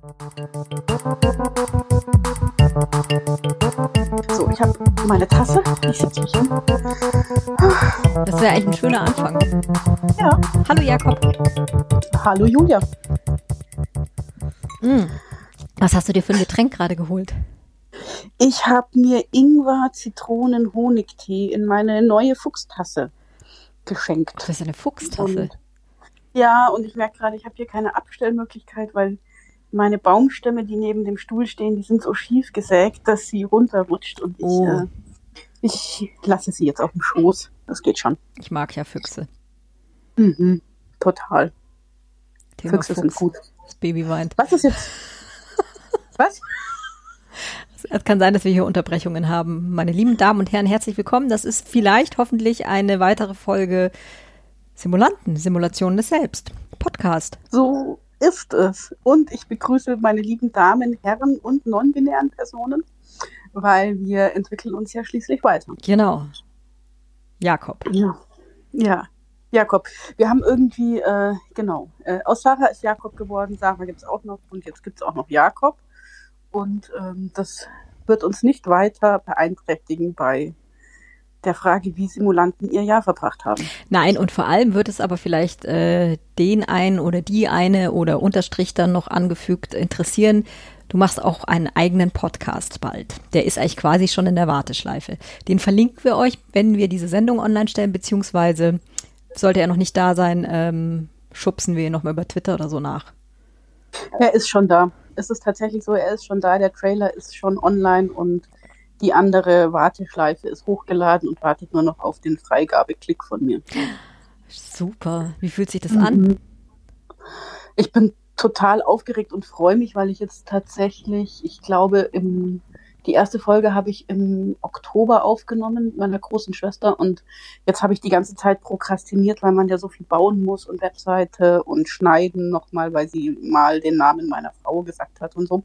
So, ich habe meine Tasse. Ich setze mich hin. Das wäre eigentlich ein schöner Anfang. Ja. Hallo Jakob. Hallo Julia. Was hast du dir für ein Getränk gerade geholt? Ich habe mir Ingwer-Zitronen-Honigtee in meine neue Fuchstasse geschenkt. Das ist eine Fuchstasse. Und ich merke gerade, ich habe hier keine Abstellmöglichkeit, weil meine Baumstämme, die neben dem Stuhl stehen, die sind so schief gesägt, dass sie runterrutscht und ich lasse sie jetzt auf dem Schoß. Das geht schon. Ich mag ja Füchse. Mhm, total. Thema Füchse Fuchs. sind gut. Das Baby weint. Was ist jetzt? Was? Es kann sein, dass wir hier Unterbrechungen haben. Meine lieben Damen und Herren, herzlich willkommen. Das ist vielleicht hoffentlich eine weitere Folge Simulationen des Selbst. Podcast. So ist es. Und ich begrüße meine lieben Damen, Herren und non-binären Personen, weil wir entwickeln uns ja schließlich weiter. Genau. Jakob. Ja. Jakob. Wir haben irgendwie, aus Sarah ist Jakob geworden. Sarah gibt es auch noch und jetzt gibt es auch noch Jakob. Und das wird uns nicht weiter beeinträchtigen bei der Frage, wie Simulanten ihr Jahr verbracht haben. Nein, und vor allem wird es aber vielleicht den einen oder die eine oder Unterstrich dann noch angefügt interessieren. Du machst auch einen eigenen Podcast bald. Der ist eigentlich quasi schon in der Warteschleife. Den verlinken wir euch, wenn wir diese Sendung online stellen, beziehungsweise sollte er noch nicht da sein, schubsen wir ihn nochmal über Twitter oder so nach. Er ist schon da. Es ist tatsächlich so, er ist schon da. Der Trailer ist schon online und die andere Warteschleife ist hochgeladen und wartet nur noch auf den Freigabeklick von mir. Super. Wie fühlt sich das an? Ich bin total aufgeregt und freue mich, weil ich jetzt tatsächlich, ich glaube, die erste Folge habe ich im Oktober aufgenommen mit meiner großen Schwester und jetzt habe ich die ganze Zeit prokrastiniert, weil man ja so viel bauen muss und Webseite und schneiden nochmal, weil sie mal den Namen meiner Frau gesagt hat und so.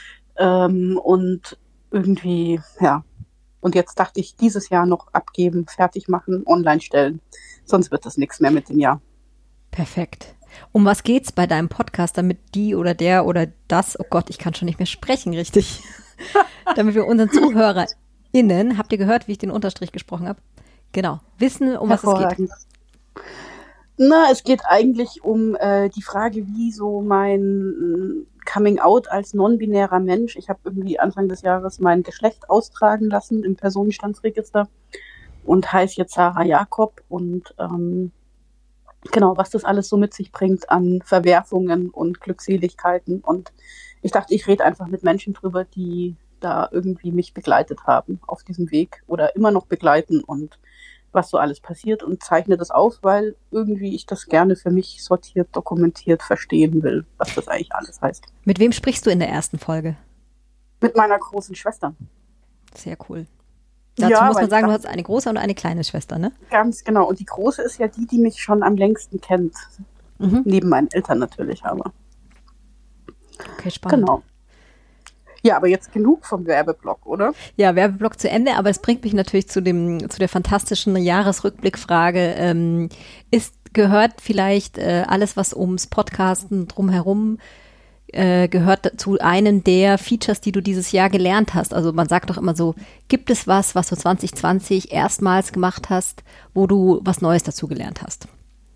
Und irgendwie, ja. Und jetzt dachte ich, dieses Jahr noch abgeben, fertig machen, online stellen. Sonst wird das nichts mehr mit dem Jahr. Perfekt. Um was geht's bei deinem Podcast, damit die oder der oder das, oh Gott, ich kann schon nicht mehr sprechen, richtig. Damit wir unseren ZuhörerInnen, habt ihr gehört, wie ich den Unterstrich gesprochen habe? Genau, wissen, um was es geht. Es geht eigentlich um die Frage, wie so mein Coming Out als non-binärer Mensch. Ich habe irgendwie Anfang des Jahres mein Geschlecht austragen lassen im Personenstandsregister und heiße jetzt Sarah Jakob und was das alles so mit sich bringt an Verwerfungen und Glückseligkeiten. Und ich dachte, ich rede einfach mit Menschen drüber, die da irgendwie mich begleitet haben auf diesem Weg oder immer noch begleiten und was so alles passiert und zeichne das auf, weil irgendwie ich das gerne für mich sortiert, dokumentiert verstehen will, was das eigentlich alles heißt. Mit wem sprichst du in der ersten Folge? Mit meiner großen Schwester. Sehr cool. Dazu muss man sagen, du hast eine große und eine kleine Schwester, ne? Ganz genau. Und die große ist ja die mich schon am längsten kennt. Neben meinen Eltern natürlich, aber. Okay, spannend. Genau. Ja, aber jetzt genug vom Werbeblock, oder? Ja, Werbeblock zu Ende, aber es bringt mich natürlich zu der fantastischen Jahresrückblickfrage. Gehört vielleicht alles, was ums Podcasten drumherum gehört zu einem der Features, die du dieses Jahr gelernt hast? Also man sagt doch immer so, gibt es was du 2020 erstmals gemacht hast, wo du was Neues dazu gelernt hast?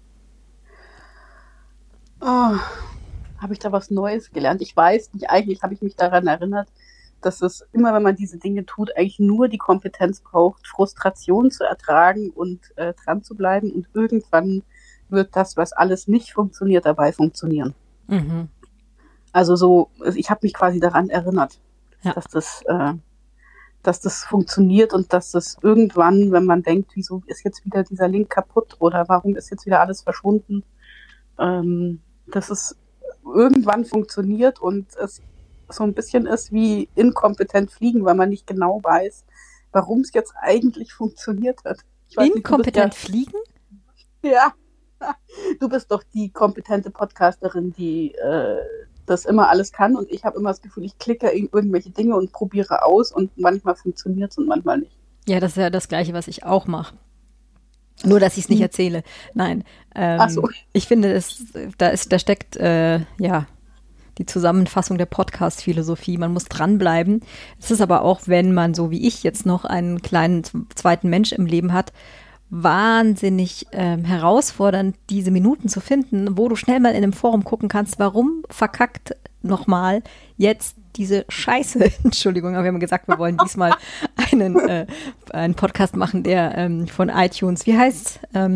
Oh, habe ich da was Neues gelernt? Ich weiß nicht, eigentlich habe ich mich daran erinnert, dass es immer, wenn man diese Dinge tut, eigentlich nur die Kompetenz braucht, Frustration zu ertragen und dran zu bleiben und irgendwann wird das, was alles nicht funktioniert, dabei funktionieren. Mhm. Also ich habe mich quasi daran erinnert, dass das funktioniert und dass das irgendwann, wenn man denkt, wieso ist jetzt wieder dieser Link kaputt oder warum ist jetzt wieder alles verschwunden, dass es irgendwann funktioniert und es so ein bisschen ist wie inkompetent fliegen, weil man nicht genau weiß, warum es jetzt eigentlich funktioniert hat. Inkompetent fliegen? Ja, du bist doch die kompetente Podcasterin, die das immer alles kann und ich habe immer das Gefühl, ich klicke in irgendwelche Dinge und probiere aus und manchmal funktioniert es und manchmal nicht. Ja, das ist ja das Gleiche, was ich auch mache. Nur, dass ich es nicht erzähle. Nein. Ach so. Ich finde, da steckt, die Zusammenfassung der Podcast-Philosophie. Man muss dranbleiben. Es ist aber auch, wenn man, so wie ich jetzt noch einen kleinen zweiten Mensch im Leben hat, wahnsinnig herausfordernd, diese Minuten zu finden, wo du schnell mal in einem Forum gucken kannst, warum verkackt nochmal jetzt diese Scheiße, Entschuldigung, aber wir haben gesagt, wir wollen diesmal einen Podcast machen, der von iTunes, wie heißt's?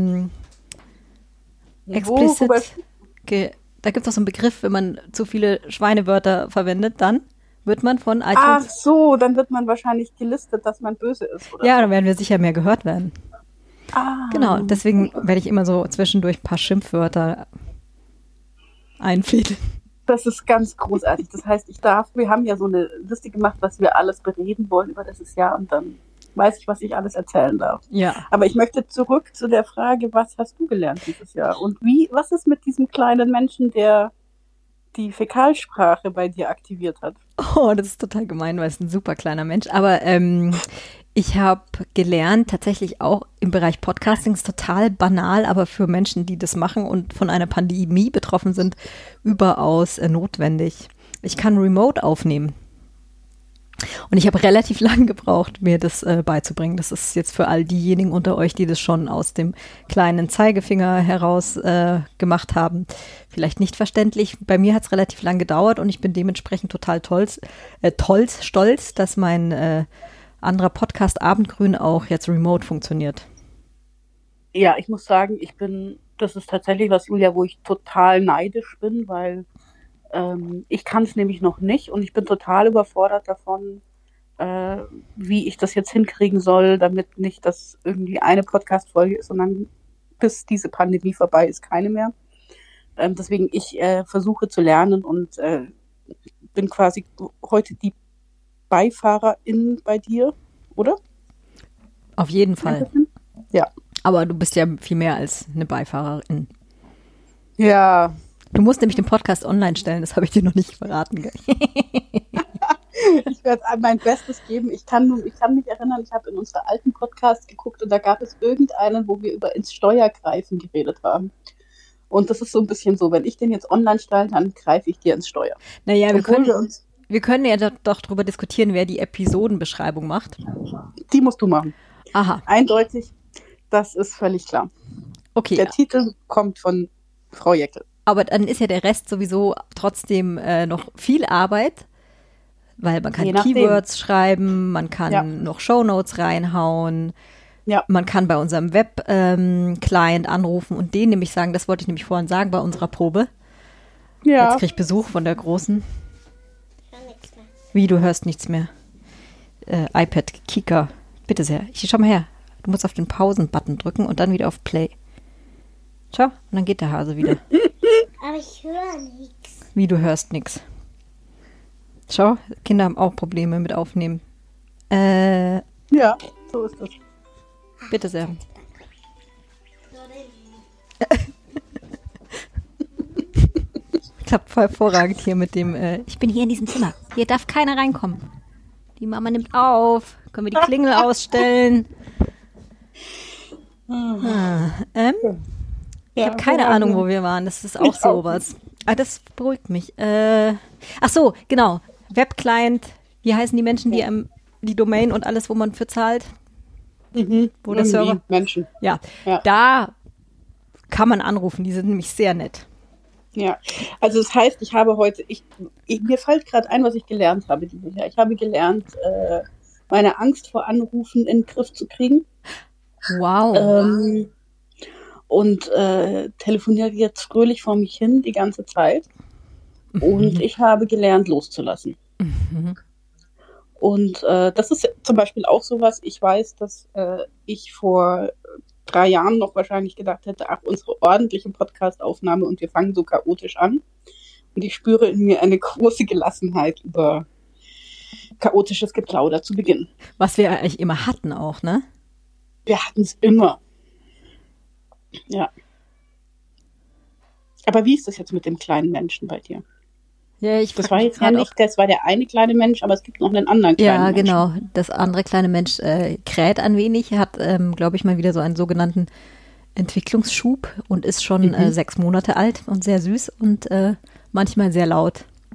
Explicit. Da gibt es doch so einen Begriff, wenn man zu viele Schweinewörter verwendet, dann wird man von iTunes. Ach so, dann wird man wahrscheinlich gelistet, dass man böse ist, oder? Ja, dann werden wir sicher mehr gehört werden. Ah. Genau, deswegen werde ich immer so zwischendurch ein paar Schimpfwörter einfädeln. Das ist ganz großartig. Das heißt, wir haben ja so eine Liste gemacht, was wir alles bereden wollen über dieses Jahr und dann weiß ich, was ich alles erzählen darf. Ja. Aber ich möchte zurück zu der Frage, was hast du gelernt dieses Jahr? Und was ist mit diesem kleinen Menschen, der die Fäkalsprache bei dir aktiviert hat? Oh, das ist total gemein, weil es ein super kleiner Mensch. Aber ich habe gelernt, tatsächlich auch im Bereich Podcasting, ist total banal, aber für Menschen, die das machen und von einer Pandemie betroffen sind, überaus notwendig. Ich kann remote aufnehmen. Und ich habe relativ lang gebraucht, mir das beizubringen. Das ist jetzt für all diejenigen unter euch, die das schon aus dem kleinen Zeigefinger heraus gemacht haben, vielleicht nicht verständlich. Bei mir hat es relativ lang gedauert und ich bin dementsprechend total stolz, dass mein anderer Podcast Abendgrün auch jetzt remote funktioniert. Ja, ich muss sagen, das ist tatsächlich was, Julia, wo ich total neidisch bin, weil ich kann es nämlich noch nicht und ich bin total überfordert davon, wie ich das jetzt hinkriegen soll, damit nicht das irgendwie eine Podcast-Folge ist, sondern bis diese Pandemie vorbei ist, keine mehr. Deswegen, ich versuche zu lernen und bin quasi heute die Beifahrerin bei dir, oder? Auf jeden Fall. Ja. Aber du bist ja viel mehr als eine Beifahrerin. Ja. Du musst nämlich den Podcast online stellen, das habe ich dir noch nicht verraten. Ich werde mein Bestes geben. Ich kann mich erinnern, ich habe in unsere alten Podcasts geguckt und da gab es irgendeinen, wo wir über ins Steuergreifen geredet haben. Und das ist so ein bisschen so, wenn ich den jetzt online stelle, dann greife ich dir ins Steuer. Naja, wir können ja doch darüber diskutieren, wer die Episodenbeschreibung macht. Die musst du machen. Aha. Eindeutig, das ist völlig klar. Okay. Der Titel kommt von Frau Jäckel. Aber dann ist ja der Rest sowieso trotzdem noch viel Arbeit, weil man kann Keywords schreiben, man kann noch Shownotes reinhauen, man kann bei unserem Web-Client anrufen und den nämlich sagen, das wollte ich nämlich vorhin sagen bei unserer Probe. Ja. Jetzt kriege ich Besuch von der Großen. Ich höre nichts mehr. Wie, du hörst nichts mehr? iPad, Kika, bitte sehr. Schau mal her. Du musst auf den Pausen-Button drücken und dann wieder auf Play. Schau, und dann geht der Hase wieder. Aber ich höre nichts. Wie, du hörst nichts? Schau, Kinder haben auch Probleme mit Aufnehmen. Ja, so ist das. Bitte sehr. Klappt voll hervorragend hier mit dem, ich bin hier in diesem Zimmer. Hier darf keiner reinkommen. Die Mama nimmt auf. Können wir die Klingel ausstellen? Ich habe keine Ahnung, wo wir waren. Das ist auch sowas. Ah, das beruhigt mich. Ach so, genau. Webclient. Wie heißen die Menschen, die die Domain und alles, wo man für zahlt? Wo der Server? Menschen. Ja, da kann man anrufen. Die sind nämlich sehr nett. Ja, also das heißt, ich habe heute, mir fällt gerade ein, was ich gelernt habe dieses Jahr. Ich habe gelernt, meine Angst vor Anrufen in den Griff zu kriegen. Wow. Und telefoniere jetzt fröhlich vor mich hin die ganze Zeit. Und ich habe gelernt, loszulassen. Und das ist zum Beispiel auch sowas, ich weiß, dass ich vor 3 Jahren noch wahrscheinlich gedacht hätte, ach, unsere ordentliche Podcast-Aufnahme und wir fangen so chaotisch an. Und ich spüre in mir eine große Gelassenheit über chaotisches Geplauder zu Beginn. Was wir eigentlich immer hatten auch, ne? Wir hatten es immer. Ja. Aber wie ist das jetzt mit dem kleinen Menschen bei dir? Ja, das war jetzt ja nicht, das war der eine kleine Mensch, aber es gibt noch einen anderen kleinen Menschen. Ja, genau. Das andere kleine Mensch kräht ein wenig, hat, glaube ich, mal wieder so einen sogenannten Entwicklungsschub und ist schon 6 Monate alt und sehr süß und manchmal sehr laut.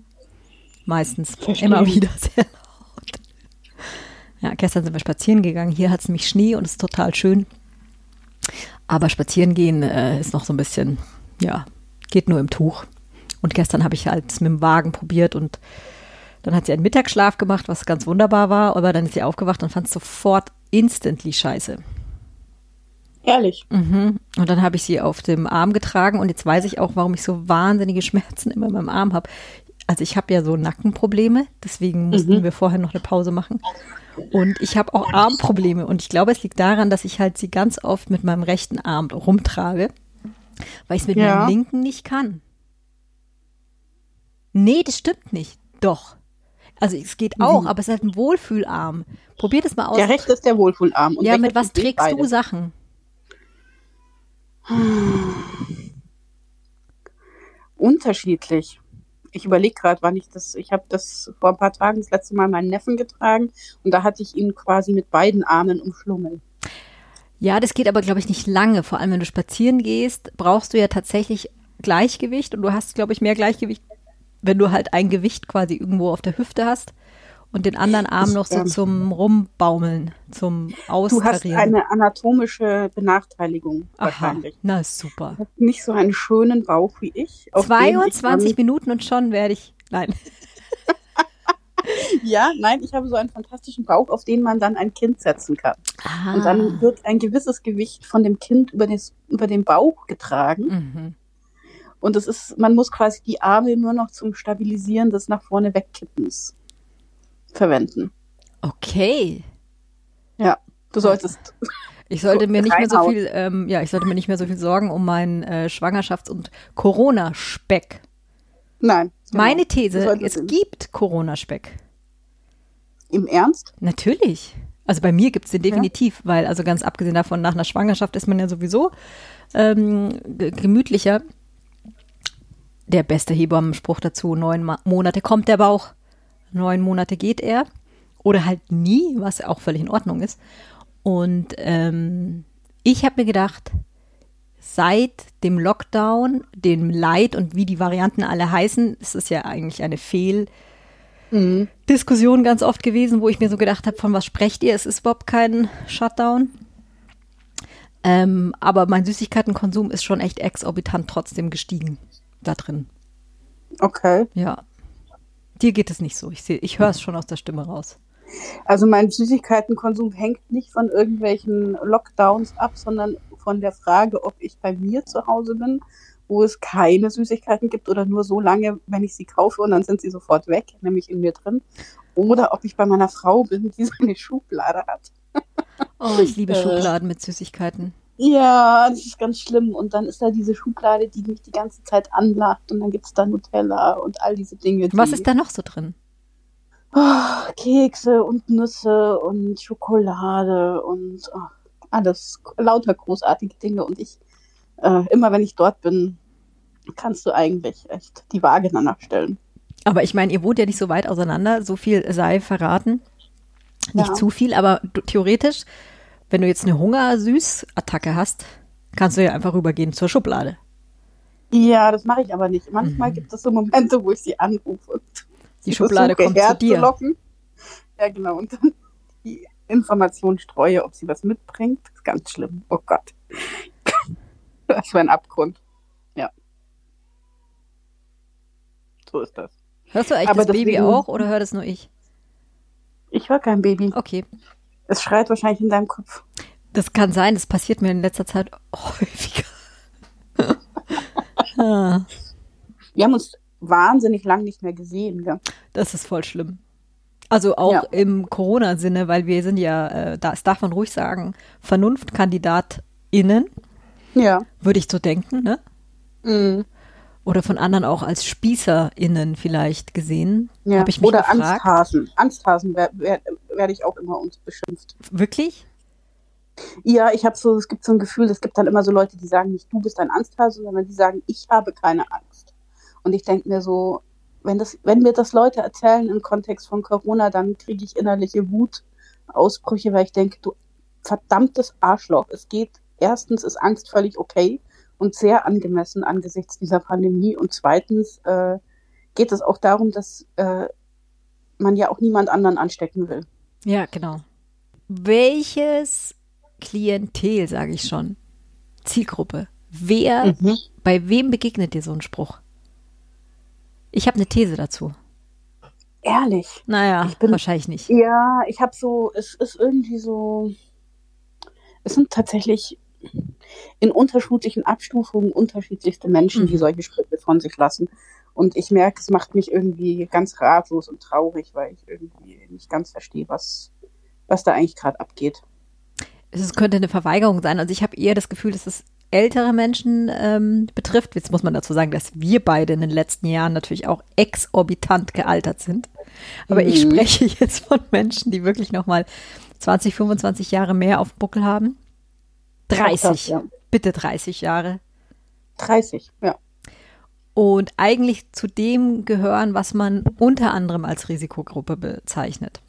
meistens. Verstehe. Immer wieder sehr laut. Ja, gestern sind wir spazieren gegangen. Hier hat es nämlich Schnee und es ist total schön. Aber spazieren gehen ist noch so ein bisschen, ja, geht nur im Tuch. Und gestern habe ich halt es mit dem Wagen probiert und dann hat sie einen Mittagsschlaf gemacht, was ganz wunderbar war. Aber dann ist sie aufgewacht und fand es sofort instantly scheiße. Ehrlich. Mhm. Und dann habe ich sie auf dem Arm getragen und jetzt weiß ich auch, warum ich so wahnsinnige Schmerzen immer in meinem Arm habe. Also ich habe ja so Nackenprobleme, deswegen mussten wir vorher noch eine Pause machen. Und ich habe auch Armprobleme und ich glaube, es liegt daran, dass ich halt sie ganz oft mit meinem rechten Arm rumtrage, weil ich es mit meinem linken nicht kann. Nee, das stimmt nicht. Doch. Also es geht auch, aber es ist halt ein Wohlfühlarm. Probier das mal aus. Der rechte ist der Wohlfühlarm. Und ja, rechter mit was geht trägst du beide. Sachen? Unterschiedlich. Ich überlege gerade, wann ich habe das vor ein paar Tagen das letzte Mal meinen Neffen getragen und da hatte ich ihn quasi mit beiden Armen umschlungen. Ja, das geht aber, glaube ich, nicht lange. Vor allem, wenn du spazieren gehst, brauchst du ja tatsächlich Gleichgewicht und du hast, glaube ich, mehr Gleichgewicht, wenn du halt ein Gewicht quasi irgendwo auf der Hüfte hast und den anderen Arm noch so zum Rumbaumeln, zum Du hast Austarieren. eine anatomische Benachteiligung Aha, wahrscheinlich. na ist super. Du hast nicht so einen schönen Bauch wie ich. auf dem ich 22 Minuten und schon werde ich, nein. Nein, ich habe so einen fantastischen Bauch, auf den man dann ein Kind setzen kann. Und dann wird ein gewisses Gewicht von dem Kind über den Bauch getragen. Mhm. Und man muss quasi die Arme nur noch zum Stabilisieren des nach vorne wegkippens verwenden. Okay. Ja, du solltest. Ich sollte mir nicht mehr so reinhauen. viel, ich sollte mir nicht mehr so viel Sorgen um meinen Schwangerschafts- und Corona-Speck. Nein. genau. Meine Du These, solltest es gibt Corona-Speck. Im Ernst? Natürlich. Also bei mir gibt es den definitiv, weil, also ganz abgesehen davon, nach einer Schwangerschaft ist man ja sowieso gemütlicher. Der beste Hebammenspruch dazu, 9 Monate kommt der Bauch, 9 Monate geht er. Oder halt nie, was auch völlig in Ordnung ist. Und ich habe mir gedacht, seit dem Lockdown, dem Light und wie die Varianten alle heißen, es ist ja eigentlich eine Diskussion ganz oft gewesen, wo ich mir so gedacht habe, von was sprecht ihr? Es ist überhaupt kein Shutdown. Aber mein Süßigkeitenkonsum ist schon echt exorbitant trotzdem gestiegen da drin. Okay. Ja. Dir geht es nicht so. Ich höre es schon aus der Stimme raus. Also mein Süßigkeitenkonsum hängt nicht von irgendwelchen Lockdowns ab, sondern von der Frage, ob ich bei mir zu Hause bin, wo es keine Süßigkeiten gibt oder nur so lange, wenn ich sie kaufe und dann sind sie sofort weg, nämlich in mir drin. Oder ob ich bei meiner Frau bin, die so eine Schublade hat. Oh, ich liebe Schubladen mit Süßigkeiten. Ja, das ist ganz schlimm. Und dann ist da diese Schublade, die mich die ganze Zeit anlacht. Und dann gibt's da Nutella und all diese Dinge. Was ist da noch so drin? Kekse und Nüsse und Schokolade und alles, lauter großartige Dinge. Und ich, immer wenn ich dort bin, kannst du eigentlich echt die Waage danach stellen. Aber ich meine, ihr wohnt ja nicht so weit auseinander. So viel sei verraten. Nicht zu viel, aber theoretisch, wenn du jetzt eine Hungersüß-Attacke hast, kannst du ja einfach rübergehen zur Schublade. Ja, das mache ich aber nicht. Manchmal gibt es so Momente, wo ich sie anrufe und Die Schublade kommt zu dir. Locken. Ja, genau. Und dann die Information streue, ob sie was mitbringt. Das ist ganz schlimm. Oh Gott. Das ist ein Abgrund. Ja. So ist das. Hörst du eigentlich Aber das Baby deswegen- auch oder hört es nur ich? Ich höre kein Baby. Okay. Es schreit wahrscheinlich in deinem Kopf. Das kann sein, das passiert mir in letzter Zeit häufiger. Ah, Wir haben uns wahnsinnig lang nicht mehr gesehen. Gell? das ist voll schlimm. Also auch Ja. im Corona-Sinne, weil wir sind ja, das darf man ruhig sagen, VernunftkandidatInnen, Ja. würde ich so denken, ne? Mhm. Oder von anderen auch als SpießerInnen vielleicht gesehen. Ja. Habe ich mich Oder gefragt. Angsthasen. Angsthasen werde ich auch immer uns beschimpft. Wirklich? Ja, es gibt so ein Gefühl, es gibt dann immer so Leute, die sagen nicht, du bist ein Angsthase, sondern die sagen, ich habe keine Angst. Und ich denke mir so, wenn mir das Leute erzählen im Kontext von Corona, dann kriege ich innerliche Wutausbrüche, weil ich denke, du verdammtes Arschloch. Erstens ist Angst völlig okay und sehr angemessen angesichts dieser Pandemie. Und zweitens geht es auch darum, dass man ja auch niemand anderen anstecken will. Ja, genau. Welches Klientel, sage ich schon, Zielgruppe, bei wem begegnet dir so ein Spruch? Ich habe eine These dazu. Ehrlich? Naja, wahrscheinlich nicht. Ja, ich habe so, es ist irgendwie so, es sind tatsächlich in unterschiedlichen Abstufungen unterschiedlichste Menschen, die solche Sprüche von sich lassen. Und ich merke, es macht mich irgendwie ganz ratlos und traurig, weil ich irgendwie nicht ganz verstehe, was da eigentlich gerade abgeht. Es könnte eine Verweigerung sein. Also ich habe eher das Gefühl, dass es ältere Menschen betrifft. Jetzt muss man dazu sagen, dass wir beide in den letzten Jahren natürlich auch exorbitant gealtert sind. Aber ich spreche jetzt von Menschen, die wirklich nochmal 20, 25 Jahre mehr auf dem Buckel haben. 30, das, ja. Bitte 30 Jahre. 30, ja. Und eigentlich zu dem gehören, was man unter anderem als Risikogruppe bezeichnet.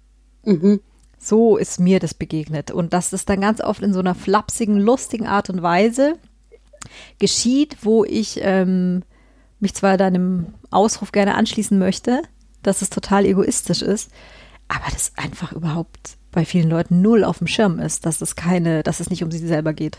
So ist mir das begegnet. Und dass das dann ganz oft in so einer flapsigen, lustigen Art und Weise geschieht, wo ich mich zwar deinem Ausruf gerne anschließen möchte, dass es total egoistisch ist, aber das einfach überhaupt bei vielen Leuten null auf dem Schirm ist, dass es nicht um sie selber geht.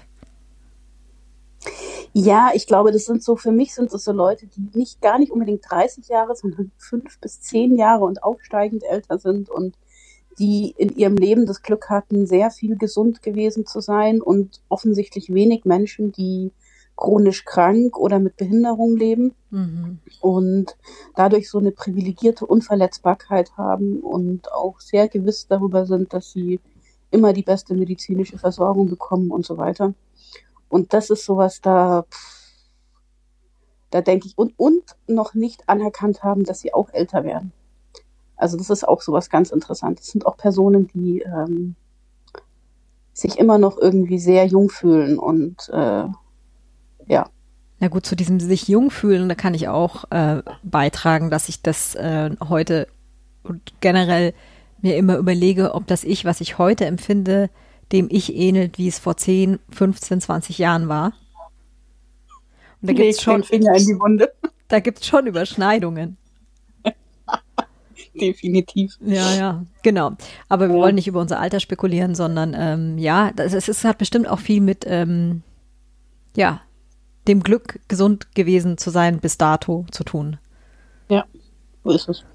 Ja, ich glaube, für mich sind das so Leute, die gar nicht unbedingt 30 Jahre, sondern 5 bis 10 Jahre und aufsteigend älter sind und die in ihrem Leben das Glück hatten, sehr viel gesund gewesen zu sein und offensichtlich wenig Menschen, die chronisch krank oder mit Behinderung leben und dadurch so eine privilegierte Unverletzbarkeit haben und auch sehr gewiss darüber sind, dass sie immer die beste medizinische Versorgung bekommen und so weiter. Und das ist sowas, da denke ich, und noch nicht anerkannt haben, dass sie auch älter werden. Also das ist auch sowas ganz Interessantes. Das sind auch Personen, die sich immer noch irgendwie sehr jung fühlen und ja. Na gut, zu diesem sich jung fühlen, da kann ich auch beitragen, dass ich das heute und generell mir immer überlege, ob das Ich, was ich heute empfinde, dem Ich ähnelt, wie es vor 10, 15, 20 Jahren war. Und da gibt's schon Finger in die Wunde. Da gibt es schon Überschneidungen. Definitiv. Ja, genau. Aber wir wollen nicht über unser Alter spekulieren, sondern es hat bestimmt auch viel mit dem Glück, gesund gewesen zu sein, bis dato zu tun. Ja, so ist es.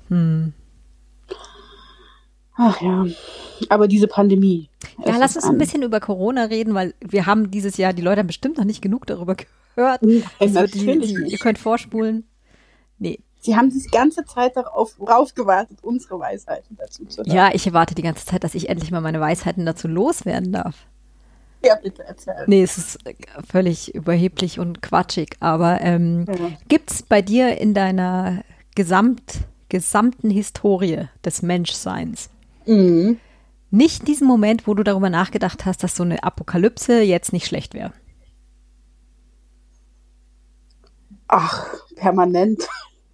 Ach ja, aber diese Pandemie. Ja, lass uns ein bisschen über Corona reden, weil wir haben dieses Jahr, die Leute haben bestimmt noch nicht genug darüber gehört. Ihr könnt vorspulen. Nee. Sie haben die ganze Zeit darauf gewartet, unsere Weisheiten dazu zu hören. Ja, ich warte die ganze Zeit, dass ich endlich mal meine Weisheiten dazu loswerden darf. Ja, bitte erzähl. Nee, es ist völlig überheblich und quatschig, aber gibt's bei dir in deiner gesamten Historie des Menschseins nicht diesen Moment, wo du darüber nachgedacht hast, dass so eine Apokalypse jetzt nicht schlecht wäre? Ach, permanent.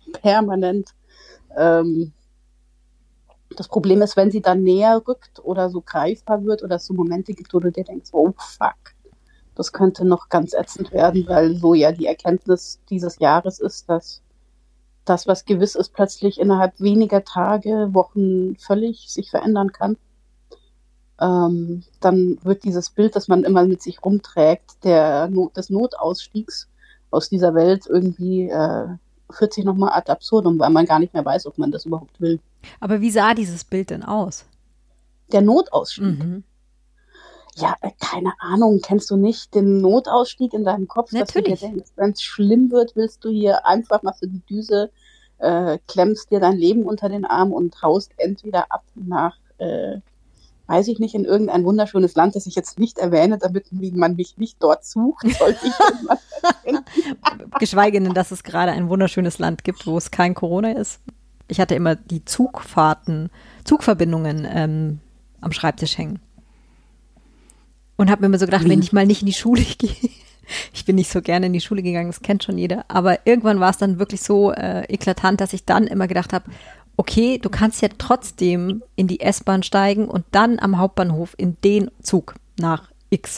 Das Problem ist, wenn sie dann näher rückt oder so greifbar wird oder es so Momente gibt, wo du dir denkst, oh fuck, das könnte noch ganz ätzend werden, weil so ja die Erkenntnis dieses Jahres ist, dass das, was gewiss ist, plötzlich innerhalb weniger Tage, Wochen völlig sich verändern kann. Dann wird dieses Bild, das man immer mit sich rumträgt, des Notausstiegs aus dieser Welt irgendwie führt sich nochmal ad absurdum, weil man gar nicht mehr weiß, ob man das überhaupt will. Aber wie sah dieses Bild denn aus? Der Notausstieg? Ja, keine Ahnung, kennst du nicht den Notausstieg in deinem Kopf? Natürlich. Dass du dir denkst, wenn es schlimm wird, willst du hier einfach, machst du die Düse, klemmst dir dein Leben unter den Arm und haust entweder ab nach, weiß ich nicht, in irgendein wunderschönes Land, das ich jetzt nicht erwähne, damit man mich nicht dort sucht, sollte ich irgendwas erzählen. Geschweige denn, dass es gerade ein wunderschönes Land gibt, wo es kein Corona ist. Ich hatte immer die Zugverbindungen am Schreibtisch hängen. Und habe mir immer so gedacht, wenn ich mal nicht in die Schule gehe, ich bin nicht so gerne in die Schule gegangen, das kennt schon jeder, aber irgendwann war es dann wirklich so eklatant, dass ich dann immer gedacht habe, okay, du kannst ja trotzdem in die S-Bahn steigen und dann am Hauptbahnhof in den Zug nach X.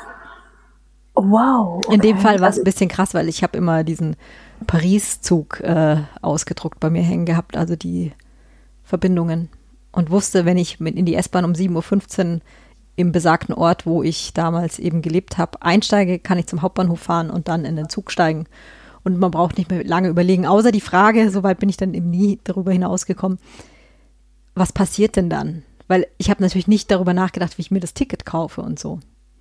Wow. Okay. In dem Fall war es ein bisschen krass, weil ich habe immer diesen Paris-Zug ausgedruckt bei mir hängen gehabt, also die Verbindungen und wusste, wenn ich in die S-Bahn um 7:15 Uhr im besagten Ort, wo ich damals eben gelebt habe, einsteige, kann ich zum Hauptbahnhof fahren und dann in den Zug steigen. Und man braucht nicht mehr lange überlegen, außer die Frage, soweit bin ich dann eben nie darüber hinausgekommen, was passiert denn dann? Weil ich habe natürlich nicht darüber nachgedacht, wie ich mir das Ticket kaufe und so.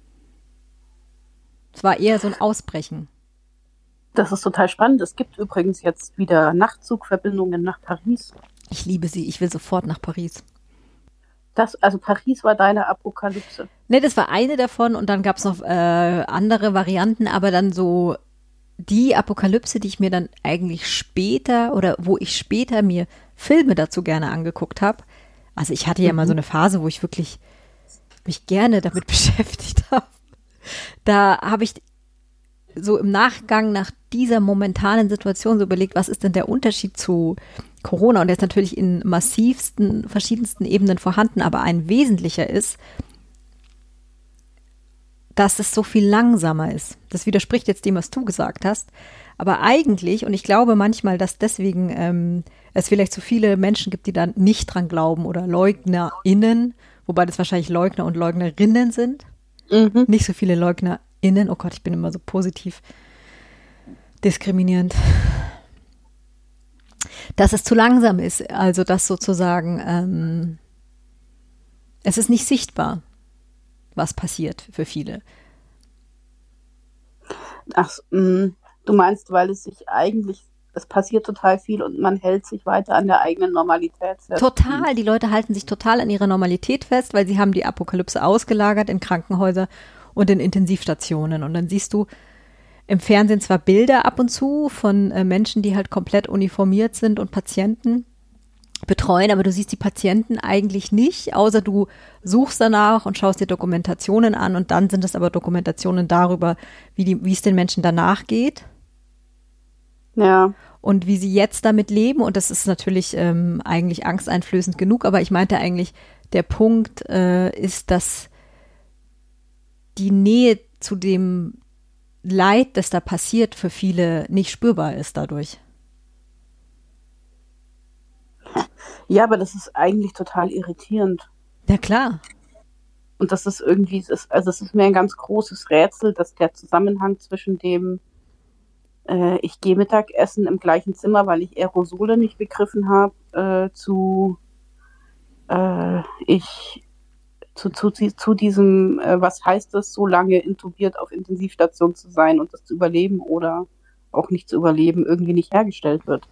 Es war eher so ein Ausbrechen. Das ist total spannend. Es gibt übrigens jetzt wieder Nachtzugverbindungen nach Paris. Ich liebe sie. Ich will sofort nach Paris. Also Paris war deine Apokalypse. Ne, das war eine davon und dann gab es noch andere Varianten, aber dann so die Apokalypse, die ich mir dann eigentlich später oder wo ich später mir Filme dazu gerne angeguckt habe. Also ich hatte ja mal so eine Phase, wo ich wirklich mich gerne damit beschäftigt habe. Da habe ich so im Nachgang nach dieser momentanen Situation so überlegt, was ist denn der Unterschied zu Corona? Und der ist natürlich in massivsten, verschiedensten Ebenen vorhanden, aber ein wesentlicher ist, dass es so viel langsamer ist. Das widerspricht jetzt dem, was du gesagt hast. Aber eigentlich, und ich glaube manchmal, dass deswegen es vielleicht so viele Menschen gibt, die dann nicht dran glauben oder LeugnerInnen, wobei das wahrscheinlich Leugner und Leugnerinnen sind. Nicht so viele LeugnerInnen. Oh Gott, ich bin immer so positiv diskriminierend. Dass es zu langsam ist. Also, dass sozusagen es ist nicht sichtbar, was passiert für viele. Ach, du meinst, weil es passiert total viel und man hält sich weiter an der eigenen Normalität fest. Total, die Leute halten sich total an ihrer Normalität fest, weil sie haben die Apokalypse ausgelagert in Krankenhäuser und in Intensivstationen. Und dann siehst du im Fernsehen zwar Bilder ab und zu von Menschen, die halt komplett uniformiert sind und Patienten betreuen, aber du siehst die Patienten eigentlich nicht, außer du suchst danach und schaust dir Dokumentationen an und dann sind es aber Dokumentationen darüber, wie es den Menschen danach geht. Ja. Und wie sie jetzt damit leben. Und das ist natürlich eigentlich angsteinflößend genug. Aber ich meinte eigentlich, der Punkt ist, dass die Nähe zu dem Leid, das da passiert, für viele nicht spürbar ist dadurch. Ja, aber das ist eigentlich total irritierend. Ja, klar. Und das ist irgendwie, es ist mir ein ganz großes Rätsel, dass der Zusammenhang zwischen dem ich gehe Mittagessen im gleichen Zimmer, weil ich Aerosole nicht begriffen habe, zu diesem, was heißt es, so lange intubiert auf Intensivstation zu sein und das zu überleben oder auch nicht zu überleben, irgendwie nicht hergestellt wird.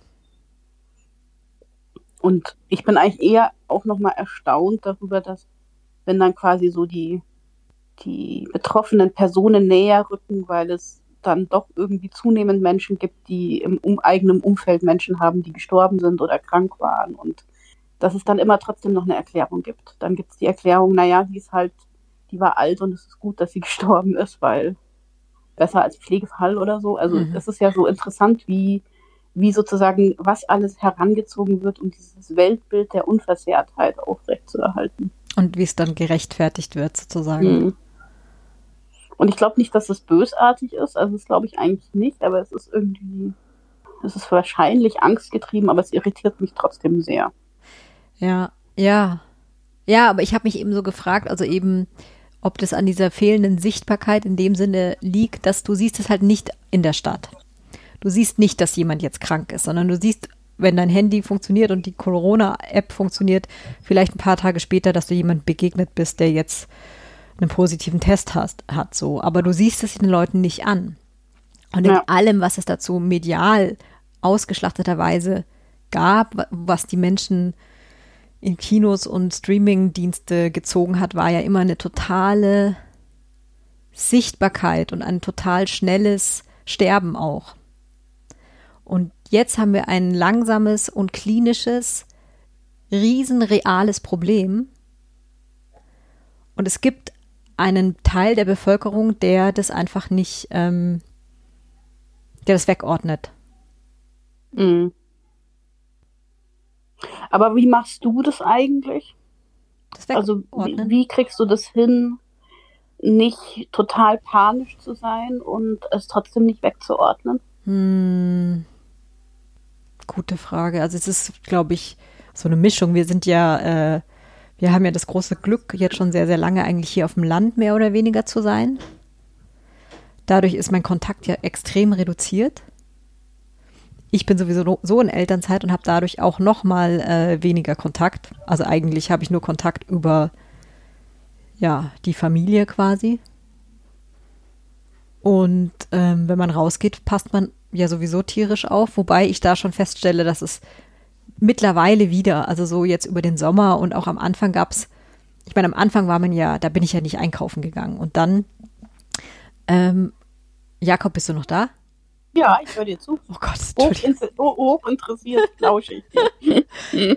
Und ich bin eigentlich eher auch nochmal erstaunt darüber, dass wenn dann quasi so die betroffenen Personen näher rücken, weil es dann doch irgendwie zunehmend Menschen gibt, die im eigenen Umfeld Menschen haben, die gestorben sind oder krank waren und dass es dann immer trotzdem noch eine Erklärung gibt. Dann gibt es die Erklärung, naja, die war alt und es ist gut, dass sie gestorben ist, weil besser als Pflegefall oder so. Also es ist ja so interessant, wie sozusagen was alles herangezogen wird, um dieses Weltbild der Unversehrtheit aufrechtzuerhalten. Und wie es dann gerechtfertigt wird, sozusagen. Und ich glaube nicht, dass es bösartig ist, also das glaube ich eigentlich nicht, aber es ist wahrscheinlich angstgetrieben, aber es irritiert mich trotzdem sehr. Ja, aber ich habe mich eben so gefragt, also eben, ob das an dieser fehlenden Sichtbarkeit in dem Sinne liegt, dass du siehst es halt nicht in der Stadt. Du siehst nicht, dass jemand jetzt krank ist, sondern du siehst, wenn dein Handy funktioniert und die Corona-App funktioniert, vielleicht ein paar Tage später, dass du jemand begegnet bist, der jetzt einen positiven Test hat so. Aber du siehst es den Leuten nicht an. Und in allem, was es dazu medial ausgeschlachteterweise gab, was die Menschen in Kinos und Streaming-Dienste gezogen hat, war ja immer eine totale Sichtbarkeit und ein total schnelles Sterben auch. Und jetzt haben wir ein langsames und klinisches, riesenreales Problem. Und es gibt einen Teil der Bevölkerung, der das einfach nicht, der das wegordnet. Mhm. Aber wie machst du das eigentlich? Also wie kriegst du das hin, nicht total panisch zu sein und es trotzdem nicht wegzuordnen? Gute Frage. Also es ist, glaube ich, so eine Mischung. Wir haben ja das große Glück, jetzt schon sehr, sehr lange eigentlich hier auf dem Land mehr oder weniger zu sein. Dadurch ist mein Kontakt ja extrem reduziert. Ich bin sowieso so in Elternzeit und habe dadurch auch noch mal weniger Kontakt. Also eigentlich habe ich nur Kontakt über die Familie quasi. Und wenn man rausgeht, passt man ja sowieso tierisch auf. Wobei ich da schon feststelle, dass es mittlerweile wieder, also so jetzt über den Sommer und auch am Anfang am Anfang war man ja, da bin ich ja nicht einkaufen gegangen. Und dann, Jakob, bist du noch da? Ja, ich höre dir zu. Oh Gott, hoch interessiert, lausche ich dir.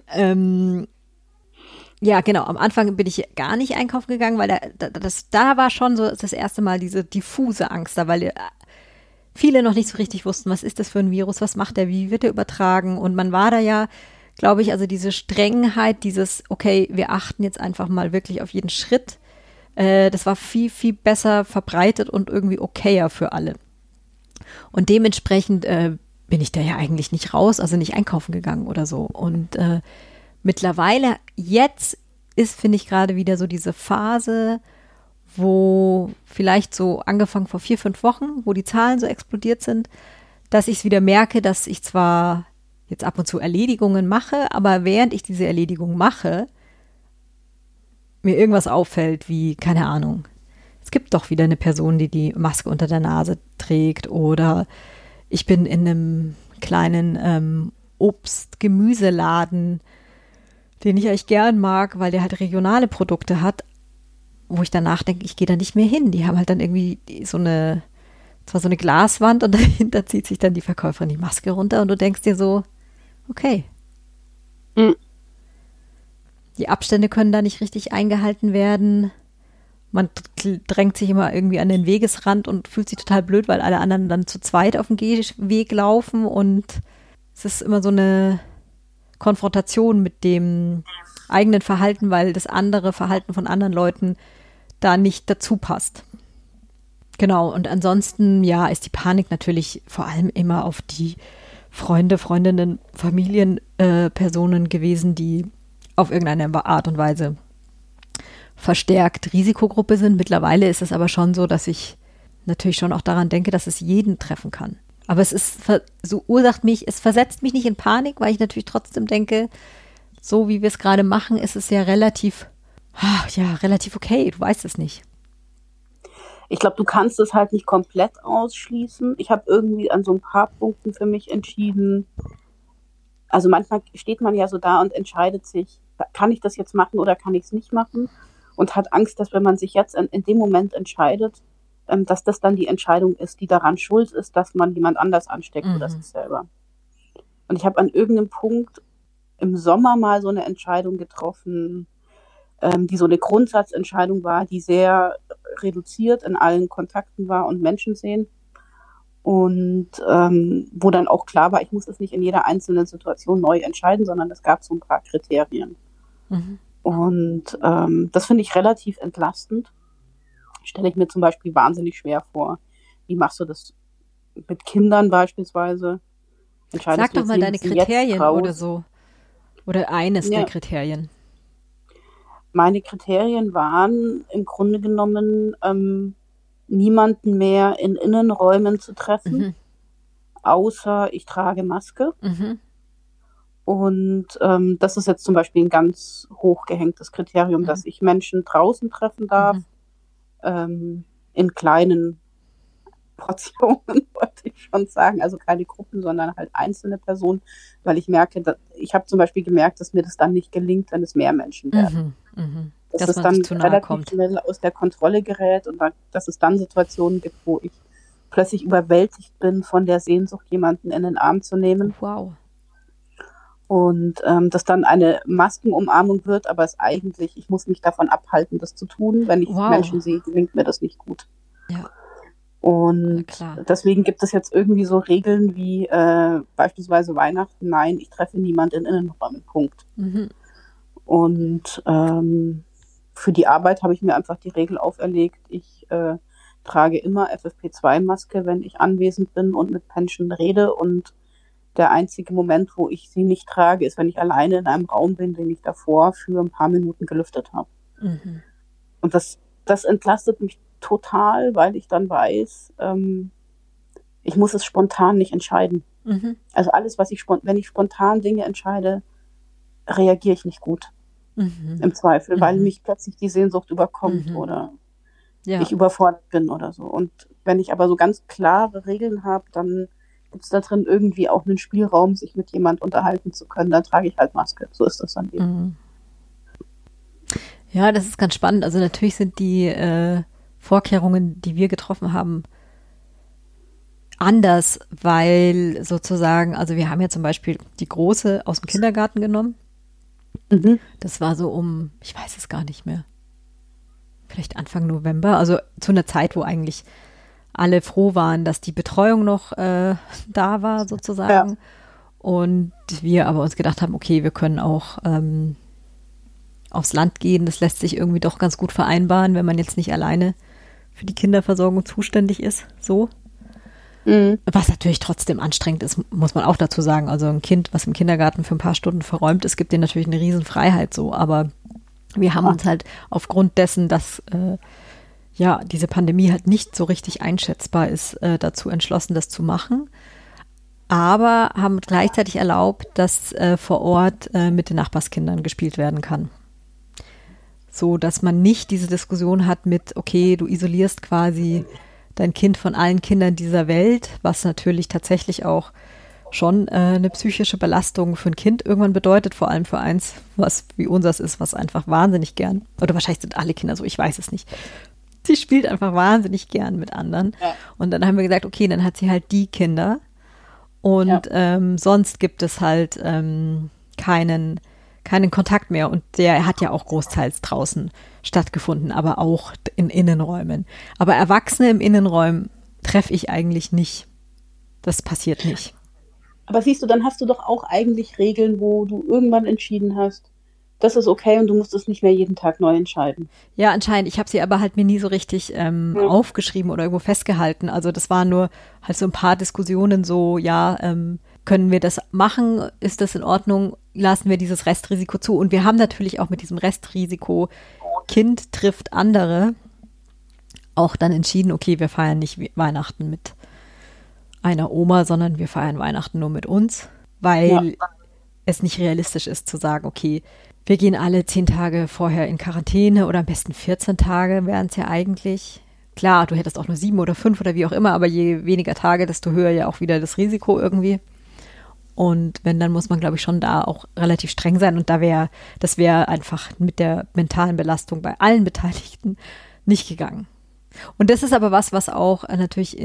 Ja, genau. Am Anfang bin ich gar nicht einkaufen gegangen, weil da war schon so das erste Mal diese diffuse Angst da, weil viele noch nicht so richtig wussten, was ist das für ein Virus, was macht der, wie wird er übertragen? Und man war da ja, glaube ich, also diese Strengheit, okay, wir achten jetzt einfach mal wirklich auf jeden Schritt, das war viel, viel besser verbreitet und irgendwie okayer für alle. Und dementsprechend bin ich da ja eigentlich nicht raus, also nicht einkaufen gegangen oder so. Und mittlerweile, jetzt ist, finde ich, gerade wieder so diese Phase, wo vielleicht so angefangen vor 4, 5 Wochen, wo die Zahlen so explodiert sind, dass ich es wieder merke, dass ich zwar jetzt ab und zu Erledigungen mache, aber während ich diese Erledigung mache, mir irgendwas auffällt, wie, keine Ahnung, es gibt doch wieder eine Person, die Maske unter der Nase trägt, oder ich bin in einem kleinen Obst-Gemüseladen, den ich eigentlich gern mag, weil der halt regionale Produkte hat, wo ich danach denke, ich gehe da nicht mehr hin. Die haben halt dann irgendwie so eine Glaswand und dahinter zieht sich dann die Verkäuferin die Maske runter und du denkst dir so, okay. Mhm. Die Abstände können da nicht richtig eingehalten werden. Man drängt sich immer irgendwie an den Wegesrand und fühlt sich total blöd, weil alle anderen dann zu zweit auf dem Gehweg laufen und es ist immer so eine Konfrontation mit dem eigenen Verhalten, weil das andere Verhalten von anderen Leuten da nicht dazu passt. Genau, und ansonsten, ja, ist die Panik natürlich vor allem immer auf die Freunde, Freundinnen, Familienpersonen gewesen, die auf irgendeine Art und Weise verstärkt Risikogruppe sind. Mittlerweile ist es aber schon so, dass ich natürlich schon auch daran denke, dass es jeden treffen kann. Aber es versetzt mich nicht in Panik, weil ich natürlich trotzdem denke, so wie wir es gerade machen, ist es ja relativ okay. Du weißt es nicht. Ich glaube, du kannst es halt nicht komplett ausschließen. Ich habe irgendwie an so ein paar Punkten für mich entschieden. Also manchmal steht man ja so da und entscheidet sich, kann ich das jetzt machen oder kann ich es nicht machen? Und hat Angst, dass wenn man sich jetzt in dem Moment entscheidet, dass das dann die Entscheidung ist, die daran schuld ist, dass man jemand anders ansteckt oder sich selber. Und ich habe an irgendeinem Punkt im Sommer mal so eine Entscheidung getroffen, die so eine Grundsatzentscheidung war, die sehr reduziert in allen Kontakten war und Menschen sehen. Und wo dann auch klar war, ich muss das nicht in jeder einzelnen Situation neu entscheiden, sondern es gab so ein paar Kriterien. Mhm. Und das finde ich relativ entlastend. Stelle ich mir zum Beispiel wahnsinnig schwer vor. Wie machst du das mit Kindern beispielsweise? Sag doch mal deine Kriterien oder so. Oder eines der Kriterien. Meine Kriterien waren im Grunde genommen, niemanden mehr in Innenräumen zu treffen, außer ich trage Maske. Mhm. Und das ist jetzt zum Beispiel ein ganz hochgehängtes Kriterium, dass ich Menschen draußen treffen darf, in kleinen Portionen, wollte ich schon sagen, also keine Gruppen, sondern halt einzelne Personen, weil ich merke, ich habe zum Beispiel gemerkt, dass mir das dann nicht gelingt, wenn es mehr Menschen werden. Dass es dann relativ schnell aus der Kontrolle gerät und dass es dann Situationen gibt, wo ich plötzlich überwältigt bin von der Sehnsucht, jemanden in den Arm zu nehmen. Wow. Und dass dann eine Maskenumarmung wird, aber ich muss mich davon abhalten, das zu tun. Wenn ich Menschen sehe, gelingt mir das nicht gut. Ja. Und deswegen gibt es jetzt irgendwie so Regeln wie beispielsweise Weihnachten, nein, ich treffe niemanden in Innenräumen, Punkt. Mhm. Und für die Arbeit habe ich mir einfach die Regel auferlegt, ich trage immer FFP2-Maske, wenn ich anwesend bin und mit Menschen rede und Der einzige Moment, wo ich sie nicht trage, ist, wenn ich alleine in einem Raum bin, den ich davor für ein paar Minuten gelüftet habe. Mhm. Und das entlastet mich total, weil ich dann weiß, ich muss es spontan nicht entscheiden. Mhm. Also alles, wenn ich spontan Dinge entscheide, reagiere ich nicht gut. Mhm. Im Zweifel, weil Mhm. mich plötzlich die Sehnsucht überkommt Mhm. oder Ja. ich überfordert bin oder so. Und wenn ich aber so ganz klare Regeln habe, dann gibt es da drin irgendwie auch einen Spielraum, sich mit jemand unterhalten zu können. Dann trage ich halt Maske. So ist das dann eben. Mhm. Ja, das ist ganz spannend. Also natürlich sind die Vorkehrungen, die wir getroffen haben, anders, weil sozusagen, also wir haben ja zum Beispiel die Große aus dem Kindergarten genommen. Mhm. Das war so ich weiß es gar nicht mehr, vielleicht Anfang November, also zu einer Zeit, wo eigentlich alle froh waren, dass die Betreuung noch da war sozusagen. Ja. Und wir aber uns gedacht haben, okay, wir können auch aufs Land gehen. Das lässt sich irgendwie doch ganz gut vereinbaren, wenn man jetzt nicht alleine für die Kinderversorgung zuständig ist. So. Mhm. Was natürlich trotzdem anstrengend ist, muss man auch dazu sagen. Also ein Kind, was im Kindergarten für ein paar Stunden verräumt ist, gibt dir natürlich eine Riesenfreiheit so. Aber wir haben uns halt aufgrund dessen, dass diese Pandemie halt nicht so richtig einschätzbar ist, dazu entschlossen, das zu machen. Aber haben gleichzeitig erlaubt, dass vor Ort mit den Nachbarskindern gespielt werden kann. So, dass man nicht diese Diskussion hat mit, okay, du isolierst quasi dein Kind von allen Kindern dieser Welt, was natürlich tatsächlich auch schon eine psychische Belastung für ein Kind irgendwann bedeutet, vor allem für eins, was wie unseres ist, was einfach wahnsinnig gern, oder wahrscheinlich sind alle Kinder so, ich weiß es nicht. Sie spielt einfach wahnsinnig gern mit anderen. Ja. Und dann haben wir gesagt, okay, dann hat sie halt die Kinder und sonst gibt es halt keinen Kontakt mehr. Und der hat ja auch großteils draußen stattgefunden, aber auch in Innenräumen. Aber Erwachsene im Innenräumen treffe ich eigentlich nicht. Das passiert nicht. Aber siehst du, dann hast du doch auch eigentlich Regeln, wo du irgendwann entschieden hast, das ist okay und du musst es nicht mehr jeden Tag neu entscheiden. Ja, anscheinend. Ich habe sie aber halt mir nie so richtig aufgeschrieben oder irgendwo festgehalten. Also das waren nur halt so ein paar Diskussionen so, können wir das machen? Ist das in Ordnung? Lassen wir dieses Restrisiko zu? Und wir haben natürlich auch mit diesem Restrisiko Kind trifft andere auch dann entschieden, okay, wir feiern nicht Weihnachten mit einer Oma, sondern wir feiern Weihnachten nur mit uns, weil es nicht realistisch ist zu sagen, okay, wir gehen alle 10 Tage vorher in Quarantäne oder am besten 14 Tage wären es ja eigentlich. Klar, du hättest auch nur 7 oder 5 oder wie auch immer, aber je weniger Tage, desto höher ja auch wieder das Risiko irgendwie. Und wenn, dann muss man, glaube ich, schon da auch relativ streng sein. Und das wäre einfach mit der mentalen Belastung bei allen Beteiligten nicht gegangen. Und das ist aber was auch natürlich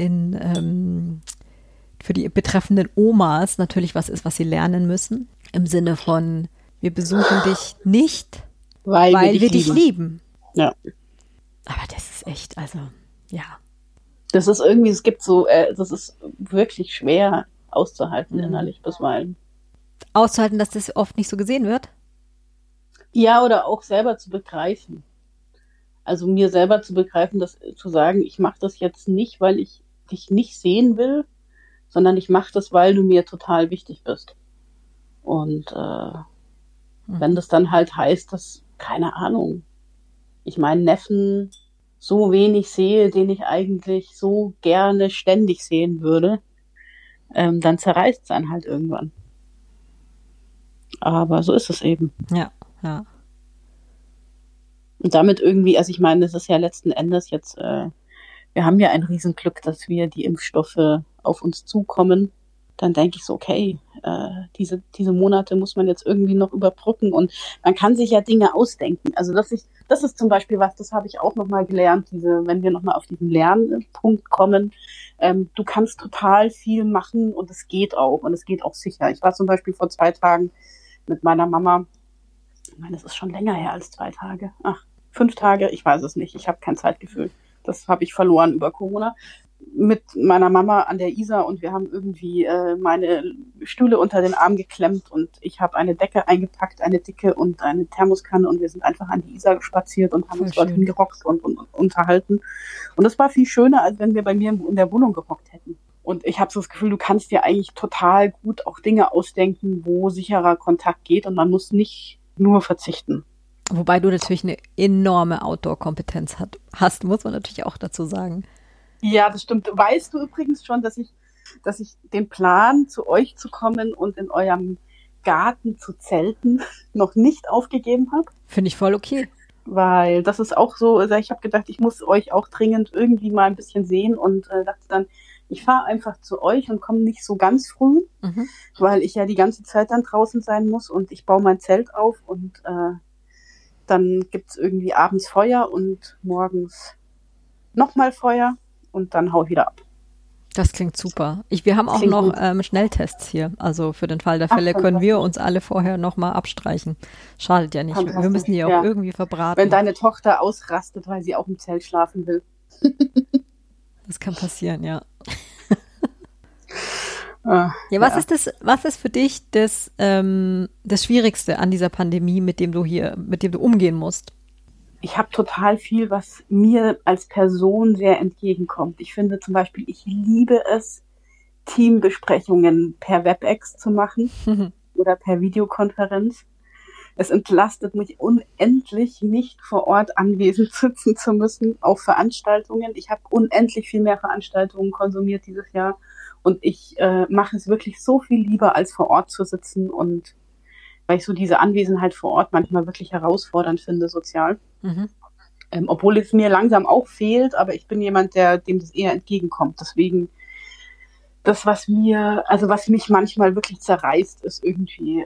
für die betreffenden Omas natürlich was ist, was sie lernen müssen. Im Sinne von, wir besuchen dich nicht, weil wir dich lieben. Ja. Aber das ist echt, also, ja. Das ist irgendwie, das ist wirklich schwer auszuhalten innerlich bisweilen. Auszuhalten, dass das oft nicht so gesehen wird? Ja, oder auch selber zu begreifen. Also mir selber zu begreifen, zu sagen, ich mache das jetzt nicht, weil ich dich nicht sehen will, sondern ich mache das, weil du mir total wichtig bist. Und wenn das dann halt heißt, dass, keine Ahnung, ich meinen Neffen so wenig sehe, den ich eigentlich so gerne ständig sehen würde, dann zerreißt es einen halt irgendwann. Aber so ist es eben. Ja, ja. Und damit irgendwie, also ich meine, das ist ja letzten Endes jetzt, wir haben ja ein Riesenglück, dass wir die Impfstoffe auf uns zukommen. Dann denke ich so, okay, diese Monate muss man jetzt irgendwie noch überbrücken und man kann sich ja Dinge ausdenken. Also das ist zum Beispiel was, das habe ich auch nochmal gelernt, wenn wir nochmal auf diesen Lernpunkt kommen, du kannst total viel machen und es geht auch und es geht auch sicher. Ich war zum Beispiel vor 2 Tagen mit meiner Mama, ich meine, das ist schon länger her als 2 Tage, 5 Tage, ich weiß es nicht, ich habe kein Zeitgefühl. Das habe ich verloren über Corona. Mit meiner Mama an der Isar und wir haben irgendwie meine Stühle unter den Arm geklemmt und ich habe eine Decke eingepackt, eine dicke und eine Thermoskanne und wir sind einfach an die Isar spaziert und haben uns dort hingehockt und unterhalten. Und das war viel schöner, als wenn wir bei mir in der Wohnung gehockt hätten. Und ich habe so das Gefühl, du kannst dir eigentlich total gut auch Dinge ausdenken, wo sicherer Kontakt geht und man muss nicht nur verzichten. Wobei du natürlich eine enorme Outdoor-Kompetenz hast, muss man natürlich auch dazu sagen. Ja, das stimmt. Weißt du übrigens schon, dass ich den Plan, zu euch zu kommen und in eurem Garten zu zelten, noch nicht aufgegeben habe? Finde ich voll okay. Weil das ist auch so, also ich habe gedacht, ich muss euch auch dringend irgendwie mal ein bisschen sehen und dachte dann, ich fahre einfach zu euch und komme nicht so ganz früh, weil ich ja die ganze Zeit dann draußen sein muss und ich baue mein Zelt auf und dann gibt's irgendwie abends Feuer und morgens nochmal Feuer und dann hau ich wieder ab. Das klingt super. Wir haben auch noch Schnelltests hier. Also für den Fall der Fälle können wir uns alle vorher nochmal abstreichen. Schadet ja nicht. Wir müssen die auch irgendwie verbraten. Wenn deine Tochter ausrastet, weil sie auch im Zelt schlafen will. Das kann passieren, ja. Was ist für dich das Schwierigste an dieser Pandemie, mit dem du umgehen musst? Ich habe total viel, was mir als Person sehr entgegenkommt. Ich finde zum Beispiel, ich liebe es, Teambesprechungen per WebEx zu machen oder per Videokonferenz. Es entlastet mich unendlich, nicht vor Ort anwesend sitzen zu müssen auf Veranstaltungen. Ich habe unendlich viel mehr Veranstaltungen konsumiert dieses Jahr und ich mache es wirklich so viel lieber, als vor Ort zu sitzen und weil ich so diese Anwesenheit vor Ort manchmal wirklich herausfordernd finde, sozial. Obwohl es mir langsam auch fehlt, aber ich bin jemand, dem das eher entgegenkommt. Deswegen, was mich manchmal wirklich zerreißt, ist irgendwie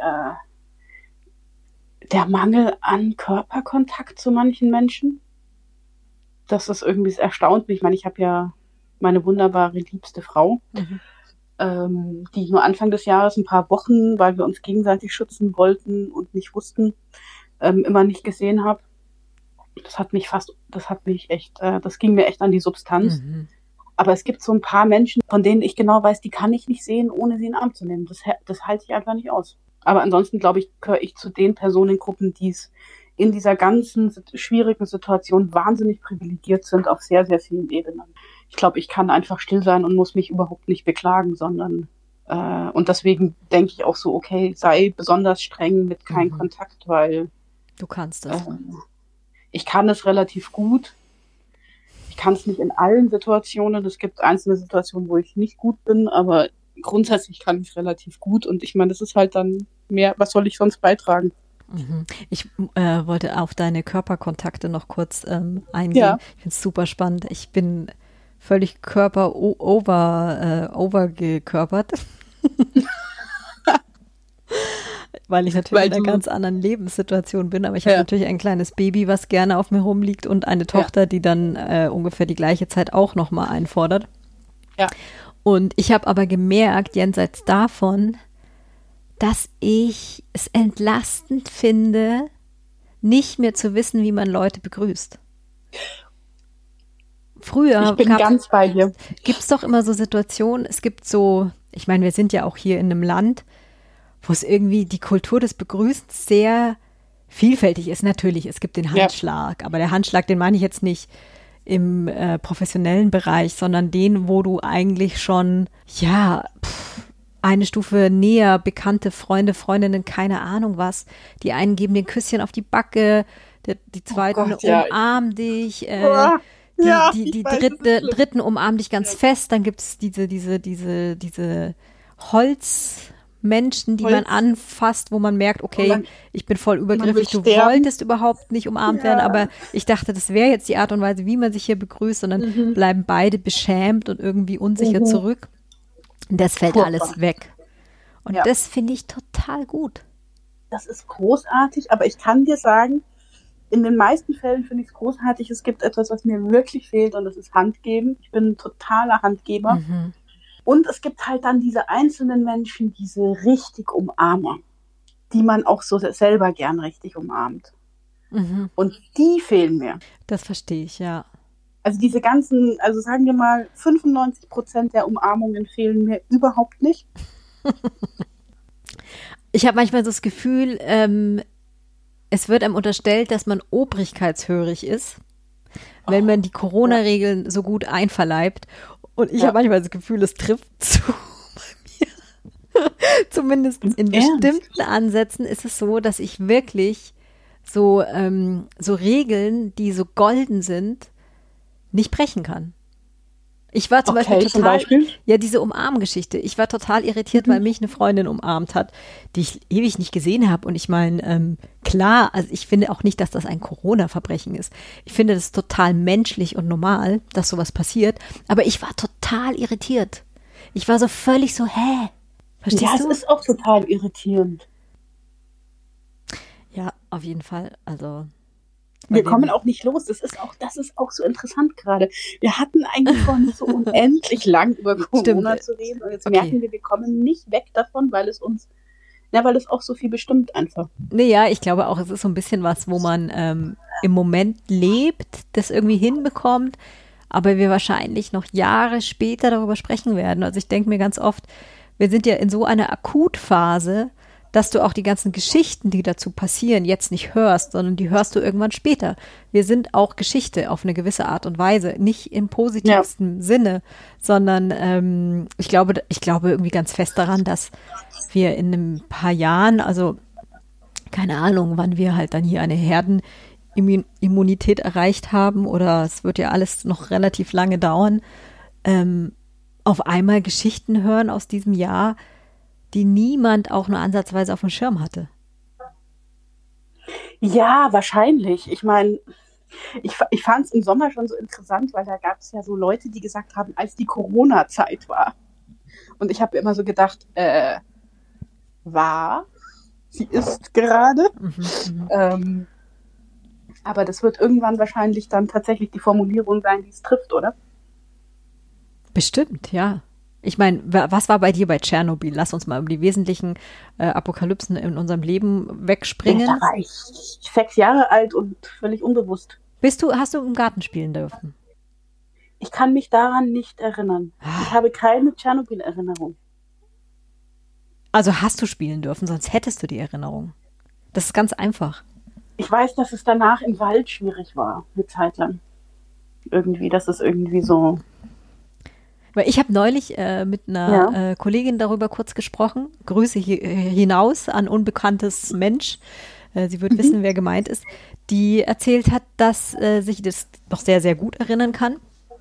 der Mangel an Körperkontakt zu manchen Menschen. Das erstaunt mich. Ich meine, ich habe ja meine wunderbare, liebste Frau, die ich nur Anfang des Jahres ein paar Wochen, weil wir uns gegenseitig schützen wollten und nicht wussten, immer nicht gesehen habe. Das ging mir echt an die Substanz. Aber es gibt so ein paar Menschen, von denen ich genau weiß, die kann ich nicht sehen, ohne sie in den Arm zu nehmen. Das halte ich einfach nicht aus. Aber ansonsten, glaube ich, gehöre ich zu den Personengruppen, die es in dieser ganzen schwierigen Situation wahnsinnig privilegiert sind auf sehr, sehr vielen Ebenen. Ich glaube, ich kann einfach still sein und muss mich überhaupt nicht beklagen, sondern und deswegen denke ich auch so, okay, sei besonders streng mit keinem Kontakt, weil du kannst es. Ich kann es relativ gut. Ich kann es nicht in allen Situationen. Es gibt einzelne Situationen, wo ich nicht gut bin, aber grundsätzlich kann ich es relativ gut. Und ich meine, das ist halt dann mehr, was soll ich sonst beitragen? Ich wollte auf deine Körperkontakte noch kurz eingehen. Ja. Ich finde es super spannend. Ich bin völlig overgekörpert. Weil ich natürlich in einer ganz anderen Lebenssituation bin, aber ich habe natürlich ein kleines Baby, was gerne auf mir rumliegt und eine Tochter, die dann ungefähr die gleiche Zeit auch nochmal einfordert. Ja. Und ich habe aber gemerkt, jenseits davon, dass ich es entlastend finde, nicht mehr zu wissen, wie man Leute begrüßt. Früher ganz bei dir. Gibt es doch immer so Situationen, es gibt so, ich meine, wir sind ja auch hier in einem Land, wo es irgendwie die Kultur des Begrüßens sehr vielfältig ist. Natürlich, es gibt den Handschlag, aber der Handschlag, den meine ich jetzt nicht im professionellen Bereich, sondern den, wo du eigentlich schon, eine Stufe näher, bekannte Freunde, Freundinnen, keine Ahnung was, die einen geben den Küsschen auf die Backe, die zweiten umarmen dich, die dritten umarmen dich ganz fest, dann gibt es diese Holzmenschen, die man anfasst, wo man merkt, okay, ich bin voll übergriffig, du wolltest überhaupt nicht umarmt werden, aber ich dachte, das wäre jetzt die Art und Weise, wie man sich hier begrüßt und dann bleiben beide beschämt und irgendwie unsicher zurück. Das fällt alles weg. Und das finde ich total gut. Das ist großartig, aber ich kann dir sagen, in den meisten Fällen finde ich es großartig. Es gibt etwas, was mir wirklich fehlt und das ist Handgeben. Ich bin ein totaler Handgeber. Und es gibt halt dann diese einzelnen Menschen, diese richtig Umarmer, die man auch so selber gern richtig umarmt. Und die fehlen mir. Das verstehe ich, ja. Also diese ganzen, also sagen wir mal, 95% der Umarmungen fehlen mir überhaupt nicht. Ich habe manchmal so das Gefühl, es wird einem unterstellt, dass man obrigkeitshörig ist, wenn man die Corona-Regeln so gut einverleibt. Und ich habe manchmal das Gefühl, es trifft zu bei mir. Zumindest in bestimmten Ansätzen ist es so, dass ich wirklich so Regeln, die so golden sind, nicht brechen kann. Ich war zum Beispiel ja, diese Umarmgeschichte. Ich war total irritiert, weil mich eine Freundin umarmt hat, die ich ewig nicht gesehen habe. Und ich meine, klar, also ich finde auch nicht, dass das ein Corona-Verbrechen ist. Ich finde das total menschlich und normal, dass sowas passiert. Aber ich war total irritiert. Ich war so völlig so, hä? Verstehst du? Ja, es ist auch total irritierend. Ja, auf jeden Fall. Also wir kommen auch nicht los. Das ist auch so interessant gerade. Wir hatten eigentlich vor, nicht so unendlich lang über Corona zu reden. Und jetzt merken wir kommen nicht weg davon, weil es auch so viel bestimmt einfach. Naja, ich glaube auch, es ist so ein bisschen was, wo man im Moment lebt, das irgendwie hinbekommt, aber wir wahrscheinlich noch Jahre später darüber sprechen werden. Also ich denke mir ganz oft, wir sind ja in so einer Akutphase, dass du auch die ganzen Geschichten, die dazu passieren, jetzt nicht hörst, sondern die hörst du irgendwann später. Wir sind auch Geschichte auf eine gewisse Art und Weise, nicht im positivsten Sinne, sondern ich glaube irgendwie ganz fest daran, dass wir in ein paar Jahren, also keine Ahnung, wann wir halt dann hier eine Herdenimmunität erreicht haben oder es wird ja alles noch relativ lange dauern, auf einmal Geschichten hören aus diesem Jahr, die niemand auch nur ansatzweise auf dem Schirm hatte. Ja, wahrscheinlich. Ich meine, ich fand es im Sommer schon so interessant, weil da gab es ja so Leute, die gesagt haben, als die Corona-Zeit war. Und ich habe immer so gedacht, sie ist gerade. Aber das wird irgendwann wahrscheinlich dann tatsächlich die Formulierung sein, die es trifft, oder? Bestimmt, ja. Ich meine, was war bei dir bei Tschernobyl? Lass uns mal über die wesentlichen Apokalypsen in unserem Leben wegspringen. Da war ich 6 Jahre alt und völlig unbewusst. Hast du im Garten spielen dürfen? Ich kann mich daran nicht erinnern. Ich habe keine Tschernobyl-Erinnerung. Also hast du spielen dürfen, sonst hättest du die Erinnerung. Das ist ganz einfach. Ich weiß, dass es danach im Wald schwierig war, eine Zeit lang. Irgendwie, das ist irgendwie so... Weil ich habe neulich mit einer Kollegin darüber kurz gesprochen. Grüße hinaus an unbekanntes Mensch. Sie wird wissen, wer gemeint ist. Die erzählt hat, dass sich das doch sehr, sehr gut erinnern kann,